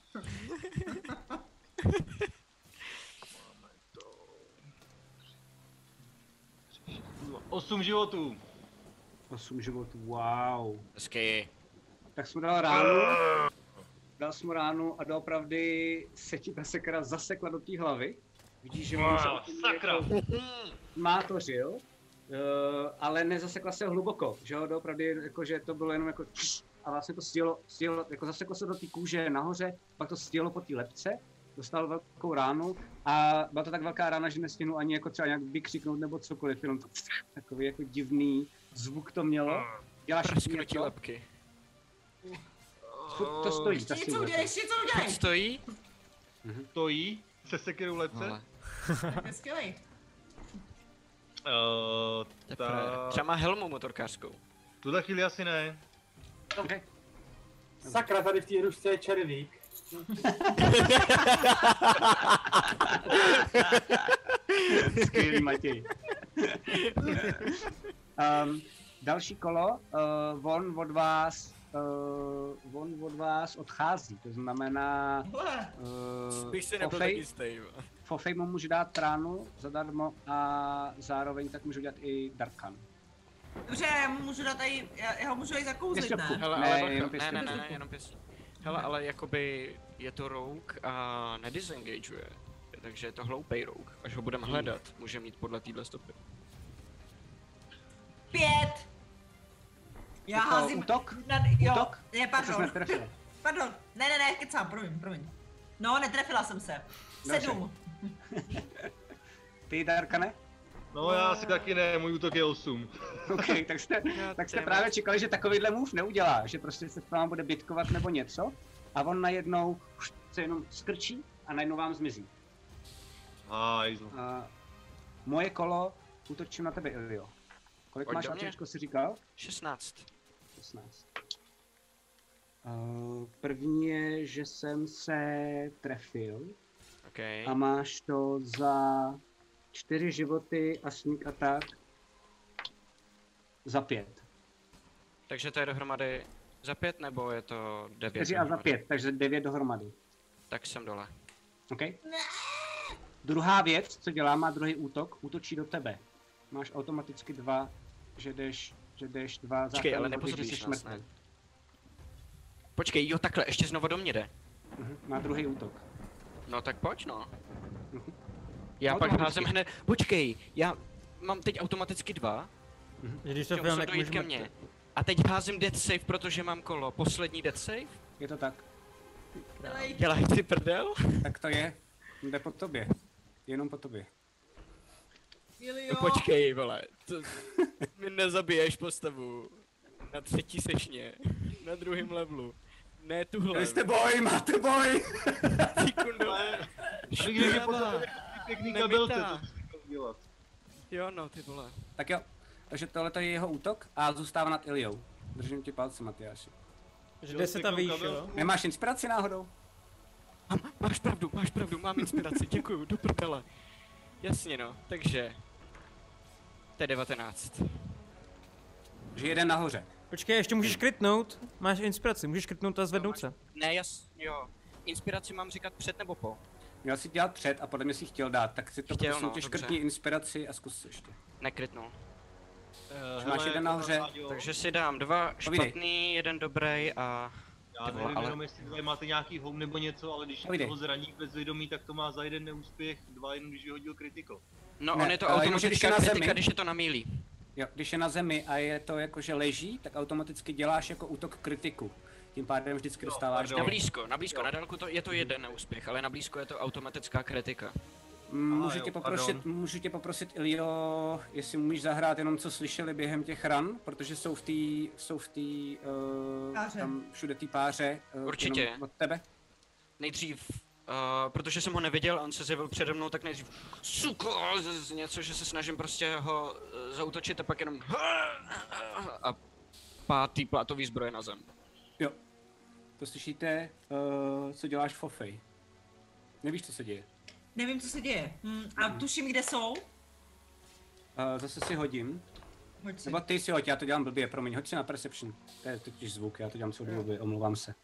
osm životů. osm životů, wow. Hezky. Tak jsem dal ránu. Dal jsem mu ránu a doopravdy se ti ta sekera zasekla do té hlavy. Vidíš, že wow, on sakra. Jako mátořil, uh, ale nezasekla se hluboko, že jo, doopravdy jako, že to bylo jenom jako a vlastně to stělo, stělo jako zaseklo se do té kůže nahoře, pak to stělo po té lebce, dostal velkou ránu a byla to tak velká rána, že nestihnu ani jako třeba nějak vykřiknout nebo cokoliv, jenom to, takový jako divný zvuk to mělo. Děláš prsknutí lebky. To stojí, ta něco udělej, ještě co udělej. Stojí? Mhm. Stojí se sekirou lebce. Je skvělej. Uh, ta... Třeba má helmu motorkářskou. Tuhle chvíli asi ne. Okay. Sakra, tady v té hrušce je červík. Skvělý, Matěj. um, další kolo, uh, on od vás, uh, on od vás odchází, to znamená, uh, Spíš si nebyl Fofej, taky stej. Fofej mu může dát ránu zadarmo a zároveň tak můžu dělat i Darkan. Dobře, já mu můžu dát tady, já, já ho můžu i zakouzlit, ne? Hele, Ne, ale bacha, jenom ne, pěstí. ne, ne, ne, jenom pěstí. Hele, ale jakoby je to rogue a nedisengageuje. Takže je to hloupej rogue. Až ho budeme hledat, může mít podle téhle stopy. Pět! Já Jako házím... útok? Na, jo, Útok? ne, To se pardon. netrefil. Pardon, ne, ne, ne, kecám, promiň, promiň. No, netrefila jsem se. Sedm. Ty, Darkane? No já si taky ne, můj útok je osm. OK, tak jste, tak jste právě čekali, že takovýhle move neudělá, že prostě se s vámi bude bitkovat nebo něco a on najednou už se jenom skrčí a najednou vám zmizí. Hajzl. A moje kolo, útočím na tebe, Ilio. Kolik Pojď máš do mě. ACčko, jsi říkal? šestnáct. šestnáct. Uh, první je, že jsem se trefil OK. a máš to za čtyři životy a sneak attack za pět. Takže to je dohromady za pět, nebo je to devět? čtyři a za pět, takže devět dohromady. Tak jsem dole. OK? Druhá věc, co dělá, má druhý útok, útočí do tebe. Máš automaticky dva, že jdeš, že jdeš dva Počkej, ale záchranné body, že nepozorníš jsi nás, mrtvý. ne? Počkej, jo, takhle, ještě znova do mě jde. Mhm, má druhý útok. No tak pojď, no. Mhm. Já pak Automaticky. házím hned, počkej, já mám teď automaticky dva. Že když to Chtěl film, jsem jak dojít ke můžeme... mně. A teď házím death save, protože mám kolo. Poslední death save? Je to tak. Dělaj ty prdel? Tak to je. Jde po tobě. Jenom po tobě. Ilio. No počkej, vole. To, mi nezabiješ postavu. Na třetí sešně. Na druhém levelu. Ne tuhle. Vy jste boj, máte boj! Sekundu. Když je potom pěkný kabelce, Nebytá. to si chtěl dělat. Jo, no, ty vole. Tak jo. Takže tohle je jeho útok a zůstává nad Iliou. Držím ti palce, Matyáši. Že jde se tam výš, jo? Nemáš inspiraci náhodou? Mám, máš pravdu, máš pravdu, mám inspiraci, děkuju, do prdele. Jasně no, takže... To je devatenáct. Že jeden nahoře. Počkej, ještě můžeš krytnout. Máš inspiraci, můžeš krytnout a zvednout se. Ne, jas, jo. Inspiraci mám říkat před nebo po? Měl si dělat před a podle mě si chtěl dát, tak si to Chtěl, prosím no, tě dobře. škrtni inspiraci a zkus ještě. Nekrytnul. Eh, Máš hele, jeden nahoře. Láďo, Takže si dám dva Povídej. špatný, jeden dobrý a... Já Ty vole, nevím ale- jenom, jestli tady máte nějaký home nebo něco, ale když Povídej. ho zraní bez vědomí, tak to má za jeden neúspěch, dva jenom když vyhodil kritiko. No Ne, on je to ale jenomže když je automatická na kritika, zemi- když je to na mílí. Jo, když je na zemi a je to jako, že leží, tak automaticky děláš jako útok kritiku. Tím pádem vždycky Jo, dostáváš pardon. Na dvě. blízko, na blízko, na dálku to, je to jeden neúspěch, ale na blízko je to automatická kritika. Mm, Aha, Můžu jo, tě poprosit, pardon. můžu tě poprosit, Ilio, jestli můžeš zahrát jenom co slyšeli během těch ran, protože jsou v té, jsou v té, uh, Páře. tam všude té páře, uh, Určitě. jenom od tebe. Nejdřív, uh, protože jsem ho neviděl a on se zjevil přede mnou, tak nejdřív suko, z- z- něco, že se snažím prostě ho uh, zautočit a pak jenom a pátý plátový zbroje na zem. Jo. To slyšíte, uh, co děláš Fofej. Nevíš, co se děje. Nevím, co se děje. Hm, a tuším, kde jsou. Uh, zase si hodím. Hoď si. Nebo ty si hoď, já to dělám blbě, promiň, hoď si na Perception. To je totiž zvuk, já to dělám celou blbě, omlouvám se.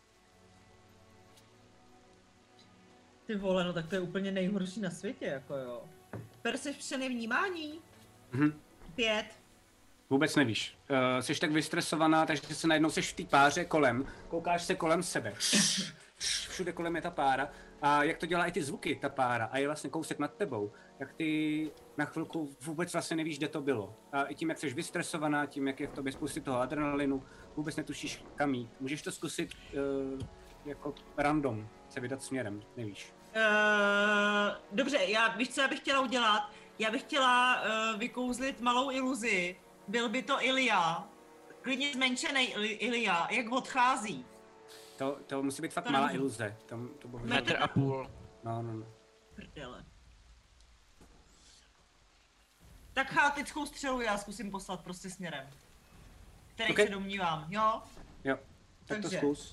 Ty vole, no tak to je úplně nejhorší na světě, jako jo. Perception je vnímání. Mhm. Pět. Vůbec nevíš. Uh, jsi tak vystresovaná, takže se najednou seš v té páře kolem, koukáš se kolem sebe. Všude kolem je ta pára. A jak to dělá i ty zvuky, ta pára, a je vlastně kousek nad tebou, tak ty na chvilku vůbec vlastně nevíš, kde to bylo. A i tím, jak jsi vystresovaná, tím, jak je v tobě spousty toho adrenalinu, vůbec netušíš, kam jít. Můžeš to zkusit uh, jako random, se vydat směrem, nevíš. Uh, dobře, já víš, co já bych chtěla udělat? Já bych chtěla uh, vykouzlit malou iluzi. Byl by to Ilia. Klidně zmenšený Ili- Ilia, jak odchází. To, to musí být fakt To malá nemůžu. iluze. Tam, to bohužel. Metr a půl. No, no, no. Prdele. Tak chaotickou střelu já zkusím poslat prostě směrem. Který Okay. se domnívám, jo? Jo, tak to Takže. zkus.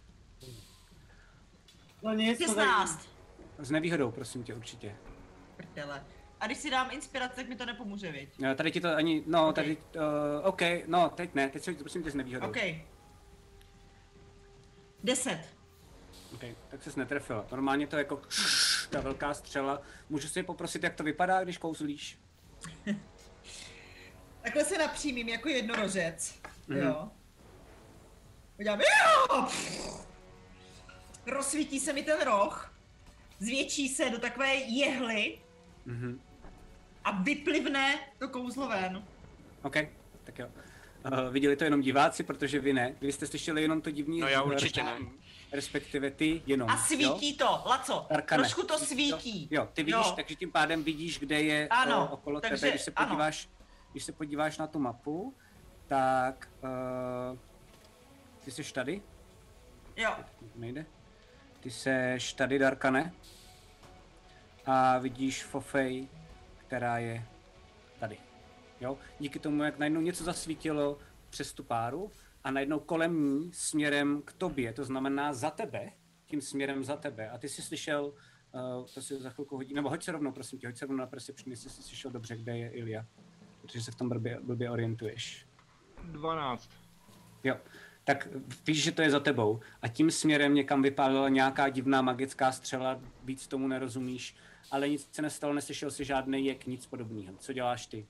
No nic, to tak... šestnáct. S nevýhodou, prosím tě, určitě. Prdele. A když si dám inspiraci, tak mi to nepomůže, viď? No, tady ti to ani, no, Ok. tady, uh, OK, no, teď ne, teď se prosím tě s nevýhodou. OK. Deset. OK, tak ses netrefila. Normálně to jako ta velká střela. Můžu si poprosit, jak to vypadá, když kouzlíš? Takhle se napřímím jako jednorožec. Mhm. Jo. Udělám, jo! Rozsvítí se mi ten roh, zvětší se do takové jehly Mhm. a vyplivne to kouzlo ven. OK, tak jo. Uh, viděli to jenom diváci, protože vy ne. Vy jste slyšeli jenom to divný... No já určitě ne. Respektive ty jenom. A svítí jo? to, Laco, Darkane, trošku to vidíš svítí. Jo, ty vidíš, Jo. takže tím pádem vidíš, kde je Ano, uh, okolo takže tebe. Když se ano. podíváš, když se podíváš na tu mapu, tak uh, ty jsi tady? Jo. Nejde? Ty seš tady, Darkane. A vidíš Fofej, která je tady. Jo? Díky tomu, jak najednou něco zasvítilo přes tu páru a najednou kolem ní směrem k tobě, to znamená za tebe, tím směrem za tebe. A ty jsi slyšel, uh, to si za chvilku hodí, nebo hoď se rovnou, prosím tě, hoď se rovnou na Perception, jestli jsi slyšel dobře, kde je Ilya. Protože se v tom blbě, blbě orientuješ. dvanáct. Jo, tak víš, že to je za tebou a tím směrem někam vypálila nějaká divná magická střela, víc tomu nerozumíš, ale nic se nestalo, neslyšel si žádný jek, nic podobného. Co děláš ty?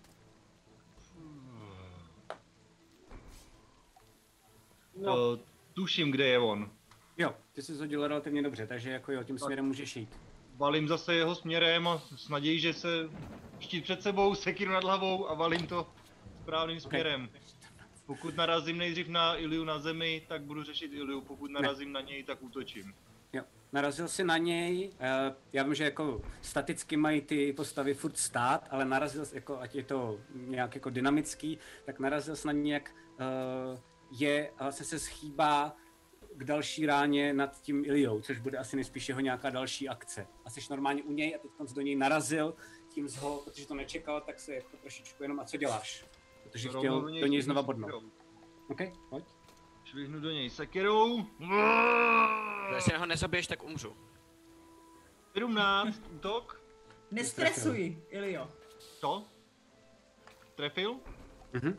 No. Uh, tuším, kde je on. Jo, ty jsi zhodil relativně dobře, takže jako jo, tím směrem můžeš jít. Valím zase jeho směrem a s nadějí, že se štít před sebou, sekiru nad hlavou a valím to správným směrem. Pokud narazím nejdřív na Ilyu na zemi, tak budu řešit Ilyu, pokud narazím ne. na něj, tak útočím. Jo, narazil si na něj, uh, já vím, že jako staticky mají ty postavy furt stát, ale narazil jsi, jako, ať je to nějak jako dynamický, tak narazil jsi na něj, jak uh, je, vlastně se schýbá k další ráně nad tím Ilyou, což bude asi nejspíš jeho nějaká další akce. A jsi normálně u něj a teď do něj narazil, tím z ho, protože to nečekal, tak se jako trošičku jenom, a co děláš? Protože Rovnou chtěl do něj do něj švihnu znova bodnout. sekirou. OK, pojď. Švihnu do něj sekirou. Jestli ho nezabiješ, tak umřu. sedmnáct, útok. Nestresuj, Ilyo. To? Trefil? Mhm.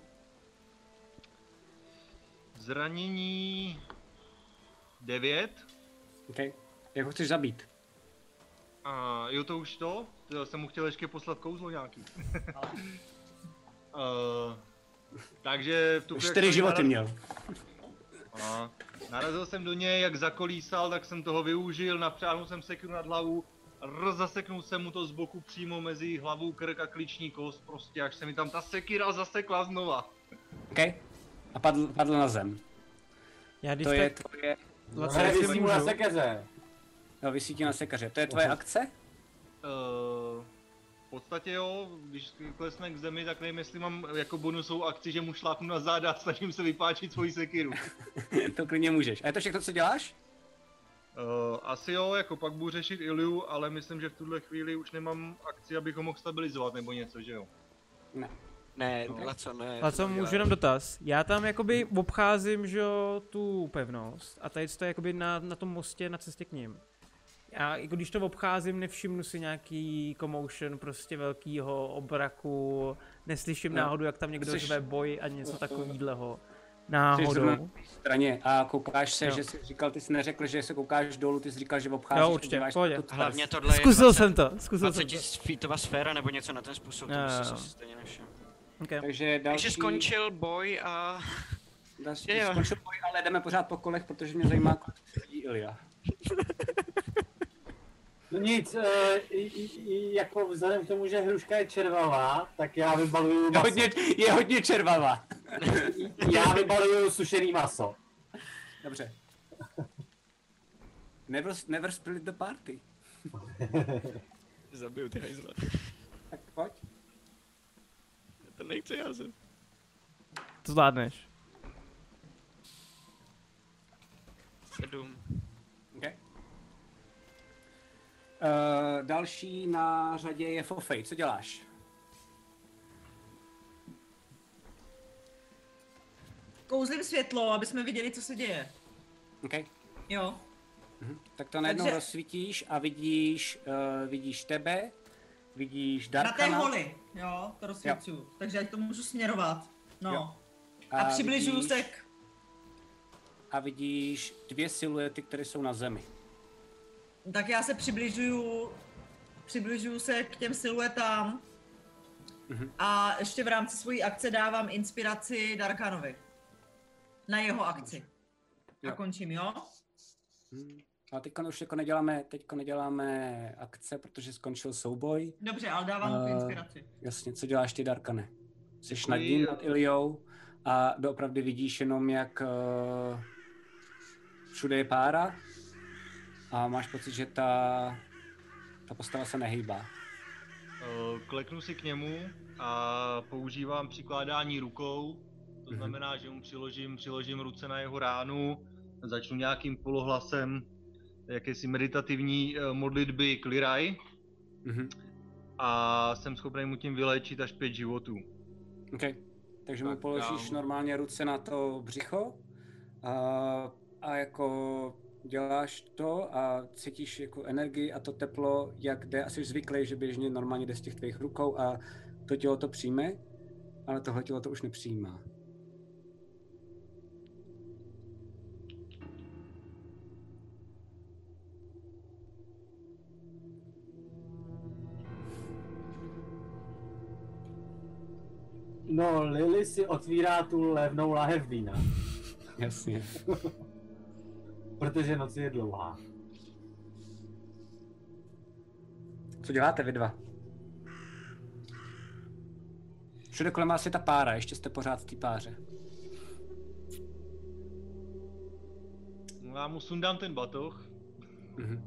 Zranění... devět. OK. Jak ho chceš zabít? A jo, to už to? Já jsem mu chtěl ještě poslat kouzlo nějaký. uh, takže v tu chvíli, Čtyři jak jsem životy naraz- měl. A narazil jsem do něj, jak zakolísal, tak jsem toho využil, napřáhnul jsem sekiru nad hlavu, rozaseknul jsem mu to z boku přímo mezi hlavou, krk a klíční kost, prostě až se mi tam ta sekira zasekla znova. OK. A padl, padl na zem. Já když To tak... je tvoje... Laco, jestli Visí mu na můžu. sekeře. No, vysí ti na sekaře. To je tvoje akce? Uh, v podstatě jo, když klesne k zemi, tak nevím, jestli mám jako bonusovou akci, že mu šlápnu na záda a snažím se vypáčit svoji sekiru. To klidně můžeš. A je to všechno, co děláš? Uh, asi jo, jako pak budu řešit Ilyu, ale myslím, že v tuhle chvíli už nemám akci, abych ho mohl stabilizovat nebo něco, že jo? Ne. Ne, No. Laco, ne. A co, můžu jenom dotaz? Já tam jakoby obcházím, že jo, tu pevnost a tady to je jakoby na, na tom mostě na cestě k ním. A jako když to obcházím, nevšimnu si nějaký commotion prostě velkýho obraku, neslyším No. náhodou, jak tam někdo Jsi- řve boj a něco takovýhleho. Jsi Náhodou. zrovna na té straně a koukáš se, Jo. že jsi říkal, ty jsi neřekl, že se koukáš dolů, ty jsi říkal, že obcházíš. Jo, a určitě, díváš v pohodě. na tu tvrz. Hlavně tohle je Zkusil dvacet jsem to, zkusil jsem to. dvacet feetová sféra nebo něco na ten způsob, to Jo, bych jo, si jo. asi stejně nevšiml. Okay. Takže další... Takže skončil boj a... Další, Jo, jo. skončil boj, ale jdeme pořád po kolech, protože mě zajímá, kolik sedí Ilya. No nic, uh, i, i, i, jako vzhledem k tomu, že hruška je červavá, tak já vybaluju Je maso. hodně, je hodně červavá. Já vybaluju sušený maso. Dobře. Never, never split the party. Zabiju ty hajzle. Tak pojď. To nechci já se. To zvládneš. Sedm. Okay. Uh, další na řadě je Fofej. Co děláš? Kouzlím světlo, aby jsme viděli, co se děje. Okay. Jo. Mhm. Tak to najednou Takže- rozsvítíš a vidíš, uh, vidíš tebe, vidíš Na té Darkana. holi, jo, to rozsvícuju. Takže ať to můžu směrovat. No. Jo. A, přibližuju vidíš, se k... A vidíš dvě siluety, které jsou na zemi. Tak já se přibližuju... Přibližuju se k těm siluetám. Mhm. A ještě v rámci svojí akce dávám inspiraci Darkanovi. Na jeho akci. A Jo. končím, jo? Hmm. A teďka už jako neděláme, teďko neděláme akce, protože skončil souboj. Dobře, ale dávám mu tu Eh, inspiraci. Jasně, co děláš ty, Darkane? Jsi Děkuji, nad ním, a- nad Iliou a doopravdy vidíš jenom, jak uh, všude je pára a máš pocit, že ta, ta postava se nehýbá. Eh, Kleknu si k němu a používám přikládání rukou. To Mhm. znamená, že mu přiložím, přiložím ruce na jeho ránu, začnu nějakým polohlasem jakési meditativní eh, modlitby Clear Eye Mhm. a jsem schopný mu tím vyléčit až pět životů. Okay. Takže mu Tak položíš dám. normálně ruce na to břicho a, a jako děláš to a cítíš jako energii a to teplo, jak jde, asi zvyklý, že běžně normálně jde z těch tvých rukou a to tělo to přijme, ale tohle tělo to už nepřijímá. No, Lily si otvírá tu levnou lahev vína, Jasně. protože noc je dlouhá. Co děláte vy dva? Všude kolem vás je ta pára, ještě jste pořád v té páře. No, já mu sundám ten batoh. Mhm.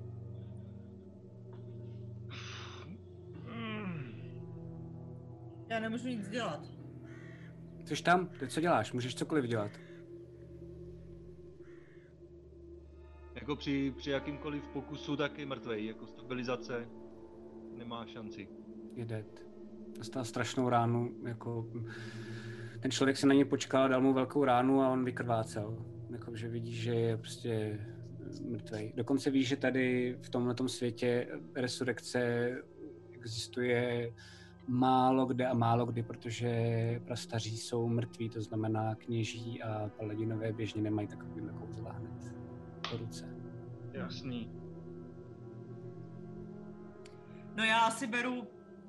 Já nemůžu nic dělat. Jsi tam? Teď co děláš? Můžeš cokoliv dělat. Jako při, při jakýmkoliv pokusu, tak je mrtvej. Jako stabilizace nemá šanci. Je dead. Dostal strašnou ránu, jako... Ten člověk se na něj počkal, dal mu velkou ránu a on vykrvácel. Jako, že vidíš, že je prostě mrtvej. Dokonce víš, že tady v tomhletom světě resurrekce existuje málo kde a málo kdy, protože prastaří jsou mrtví, to znamená kněží a paladinové běžně nemají takovýhle kouzla hned po ruce. Jasný. No já asi beru...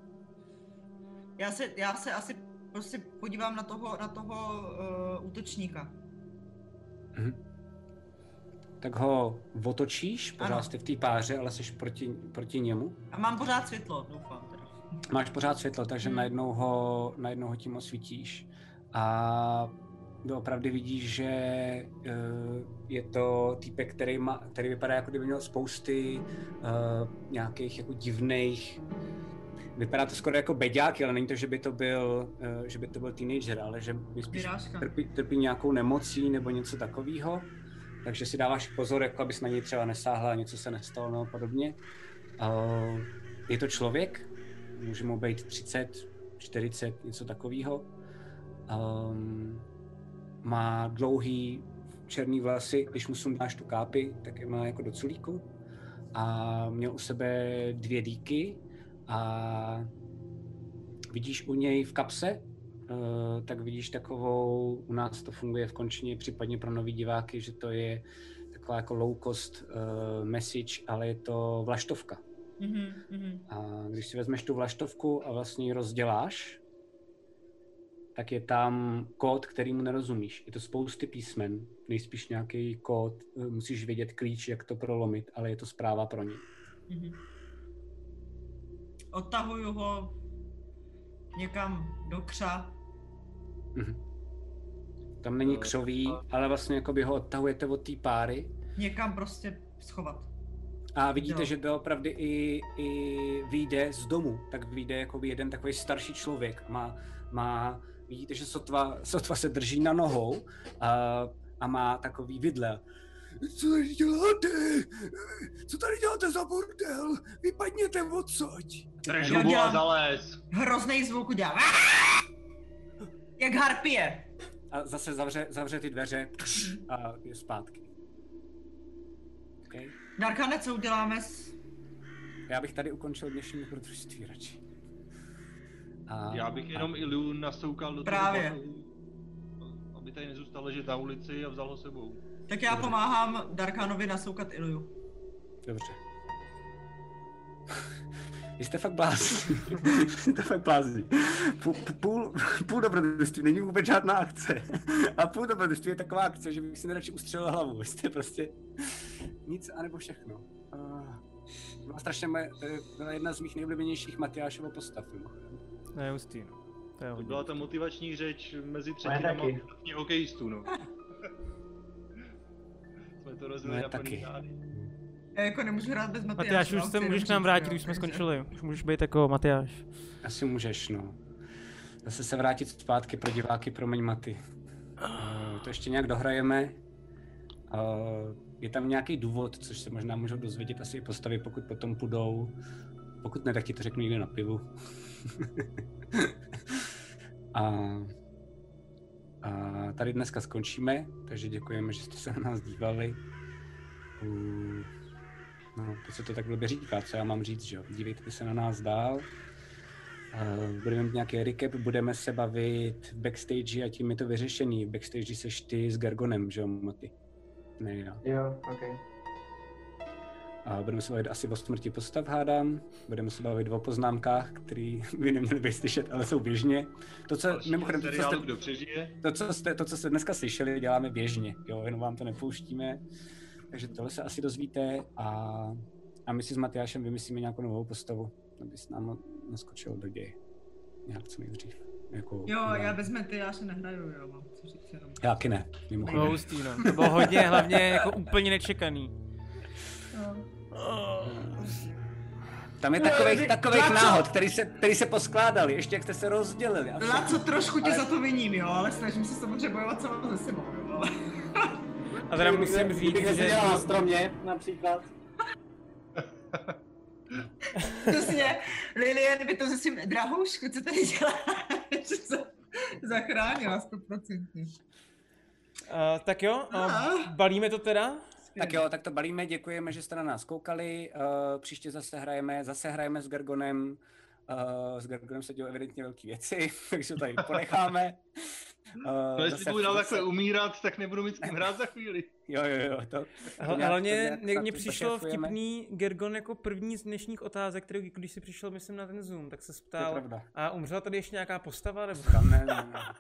Já se, já se asi prostě podívám na toho, na toho uh, útočníka. Mhm. Tak ho otočíš, pořád Ano. jste v té páře, ale jsi proti, proti němu. A mám pořád světlo, doufám teda. Máš pořád světlo, takže Hmm. najednou, ho, najednou ho tím osvítíš. A doopravdy vidíš, že uh, je to týpek, který, má, který vypadá, jako kdyby měl spousty uh, nějakých jako divných... Vypadá to skoro jako beďák, ale není to, že by to byl, uh, že by to byl teenager, ale že by spíš Vyrážka. trpí, trpí nějakou nemocí nebo něco takového. Takže si dáváš pozor, jako abys na něj třeba nesáhla, něco se nestalo nebo podobně. Uh, je to člověk, může mu být třicet, čtyřicet, něco takového. Um, má dlouhý černý vlasy, když mu sundáš tu kápi, tak je má jako do culíku. A měl u sebe dvě dýky a vidíš u něj v kapse, uh, tak vidíš takovou, u nás to funguje v končině, případně pro nový diváky, že to je taková jako low cost uh, message, ale je to vlaštovka. Mhm, mhm. A když si vezmeš tu vlaštovku a vlastně ji rozděláš, tak je tam kód, kterýmu nerozumíš. Je to spousty písmen, nejspíš nějaký kód, musíš vědět klíč, jak to prolomit, ale je to zpráva pro ně. Mhm. Odtahuju ho někam do křa. Mhm. Tam není křoví, ale vlastně jakoby ho odtahujete od té páry. Někam prostě schovat. A vidíte, Jo. že doopravdy i, i vyjde z domu, tak vyjde jako jeden takový starší člověk. Má, má, vidíte, že sotva, sotva se drží na nohou a, a má takový vidle. Co tady děláte? Co tady děláte za bordel? Vypadněte odsaď. Drž Já hubu a dělám- zalez. Hrozný zvuk udělá. Jak harpie. A zase zavře, zavře ty dveře a je zpátky. Okay. Darkane, co uděláme s... Já bych tady ukončil dnešní dobrodružství radši. A, Já bych jenom Iliu nasoukal do toho Právě. batohu, aby tady nezůstal ležet na ulici a vzal ho sebou. Tak já pomáhám Darkanovi nasoukat Iliu. Dobře. Vy jste fakt blázni. Jste fakt blázni. Půl, půl, půl dobrodružství není vůbec žádná akce. A půl dobrodružství je taková akce, že bych si nejradši ustřelil hlavu. Vy jste prostě nic anebo všechno. Uh, byla strašně moje, byla jedna z mých nejoblíbenějších Matyášovo postav. To je hustý, no. To je hodně. Byla ta motivační řeč mezi třetinama ostatních hokejistů, no. Jsme to rozdělili na plný řády. Já jako nemůžu hrát bez Matyáše. Matyáš, už se můžeš k nám vrátit, už jsme skončili. Už můžeš být jako Matyáš. Asi můžeš, no. Zase se vrátit zpátky pro diváky, promiň Maty. Uh, to ještě nějak dohrajeme. Uh, je tam nějaký důvod, což se možná můžou dozvědět asi i postavy, pokud potom půjdou. Pokud ne, tak ti to řeknu někde na pivu. a, a tady dneska skončíme, takže děkujeme, že jste se na nás dívali. Uh, no, teď se to tak blbě říká, co já mám říct, že jo? Dívejte se na nás dál. Uh, budeme mít nějaký recap, budeme se bavit v backstage a tím je to vyřešený. V backstage seš ty s Gargonem, že jo, Maty? Ne, já. Jo, ok. A budeme se bavit asi o smrti postav, hádám. Budeme se bavit o poznámkách, které by neměly být slyšet, ale jsou běžně. To, co, mimochodem, to, co jste, to, co jste, to, co jste dneska slyšeli, děláme běžně, jo, jenom vám to nepouštíme. Takže tohle se asi dozvíte a, a my si s Matyášem vymyslíme nějakou novou postavu, aby s námi naskočil do děje. Nějak co nejdřív. Jako, jo, no. Já bez Matyáše nehraju, jo, mám co říct jenom. Já taky ne, mimochodem. No, hustý, no. To bylo hodně, hlavně jako úplně nečekaný. No. Tam je takových, takových náhod, který se, který se poskládali, ještě jak jste se rozdělili. Láco, trošku tě ale... za to viním, jo, ale snažím se samozřejmě bojovat sama ze sebou, jo, ale... A teda musím říct, že... že... dělá na stromě, například. Přesně, Lilian by to ze svým drahoušku, co tady dělá, že se zachránila stoprocentně. Uh, tak jo, uh, balíme to teda? Tak jo, tak to balíme, děkujeme, že jste na nás koukali, uh, příště zase hrajeme, zase hrajeme s Gargonem, uh, s Gargonem se dělou evidentně velké věci, takže to tady ponecháme. Uh, no jestli budu dál takhle umírat, tak nebudu mít s kým hrát za chvíli. Jo, jo, jo, to... Hlavně mně přišlo vtipný Gergon jako první z dnešních otázek, který když si přišel, myslím, na ten Zoom, tak se ptal, a umřela tady ještě nějaká postava, nebo? Tam ne, ne, ne.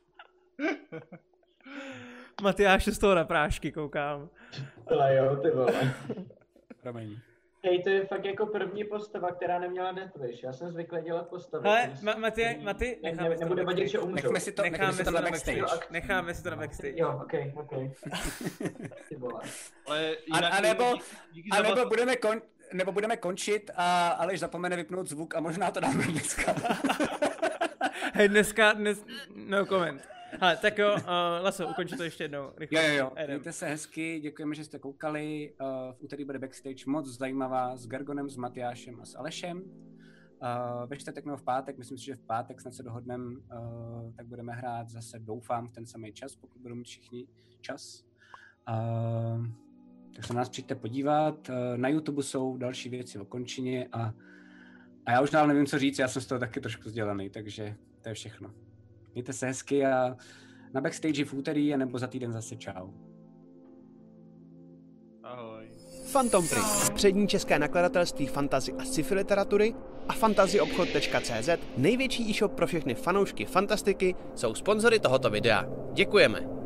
Matyáš z toho na prášky koukám. Ale jo, ty vole. Promiň. Hej, to je fakt jako první postava, která neměla deathwish. Já jsem zvyklý dělat postavy. Ale, ma- Maty, Maty, necháme ne, si to nebude na vadit, že umřou. Necháme si to, necháme si to na backstage. Necháme si to na backstage. Jo, ok, ok. Ty vole. Ale a, a nebo, a nebo budeme kon, nebo budeme končit a Aleš zapomene vypnout zvuk a možná to dáme dneska. Hej, dneska, dnes, no comment. Hele, tak jo, uh, Laso, ukonči to ještě jednou. Rychle. Jo, jo, jo. Mějte se hezky, děkujeme, že jste koukali. Uh, v úterý bude backstage moc zajímavá s Gargonem, s Matyášem a s Alešem. Uh, ve čtvrtek nebo v pátek, myslím si, že v pátek snad se dohodneme, uh, tak budeme hrát zase, doufám, v ten samý čas, pokud budou mít všichni čas. Uh, tak se na nás přijďte podívat. Uh, na YouTube jsou další věci o končině a, a já už dál nevím, co říct, já jsem z toho taky trošku vzdělaný, takže to je všechno. Mějte se hezky a na backstage v úterý, nebo za týden zase čau. Ahoj. Phantom Print, střední české nakladatelství fantasy a sci-fi literatury a fantasyobchod tečka cé zet, největší e-shop pro všechny fanoušky fantastiky, jsou sponzory tohoto videa. Děkujeme.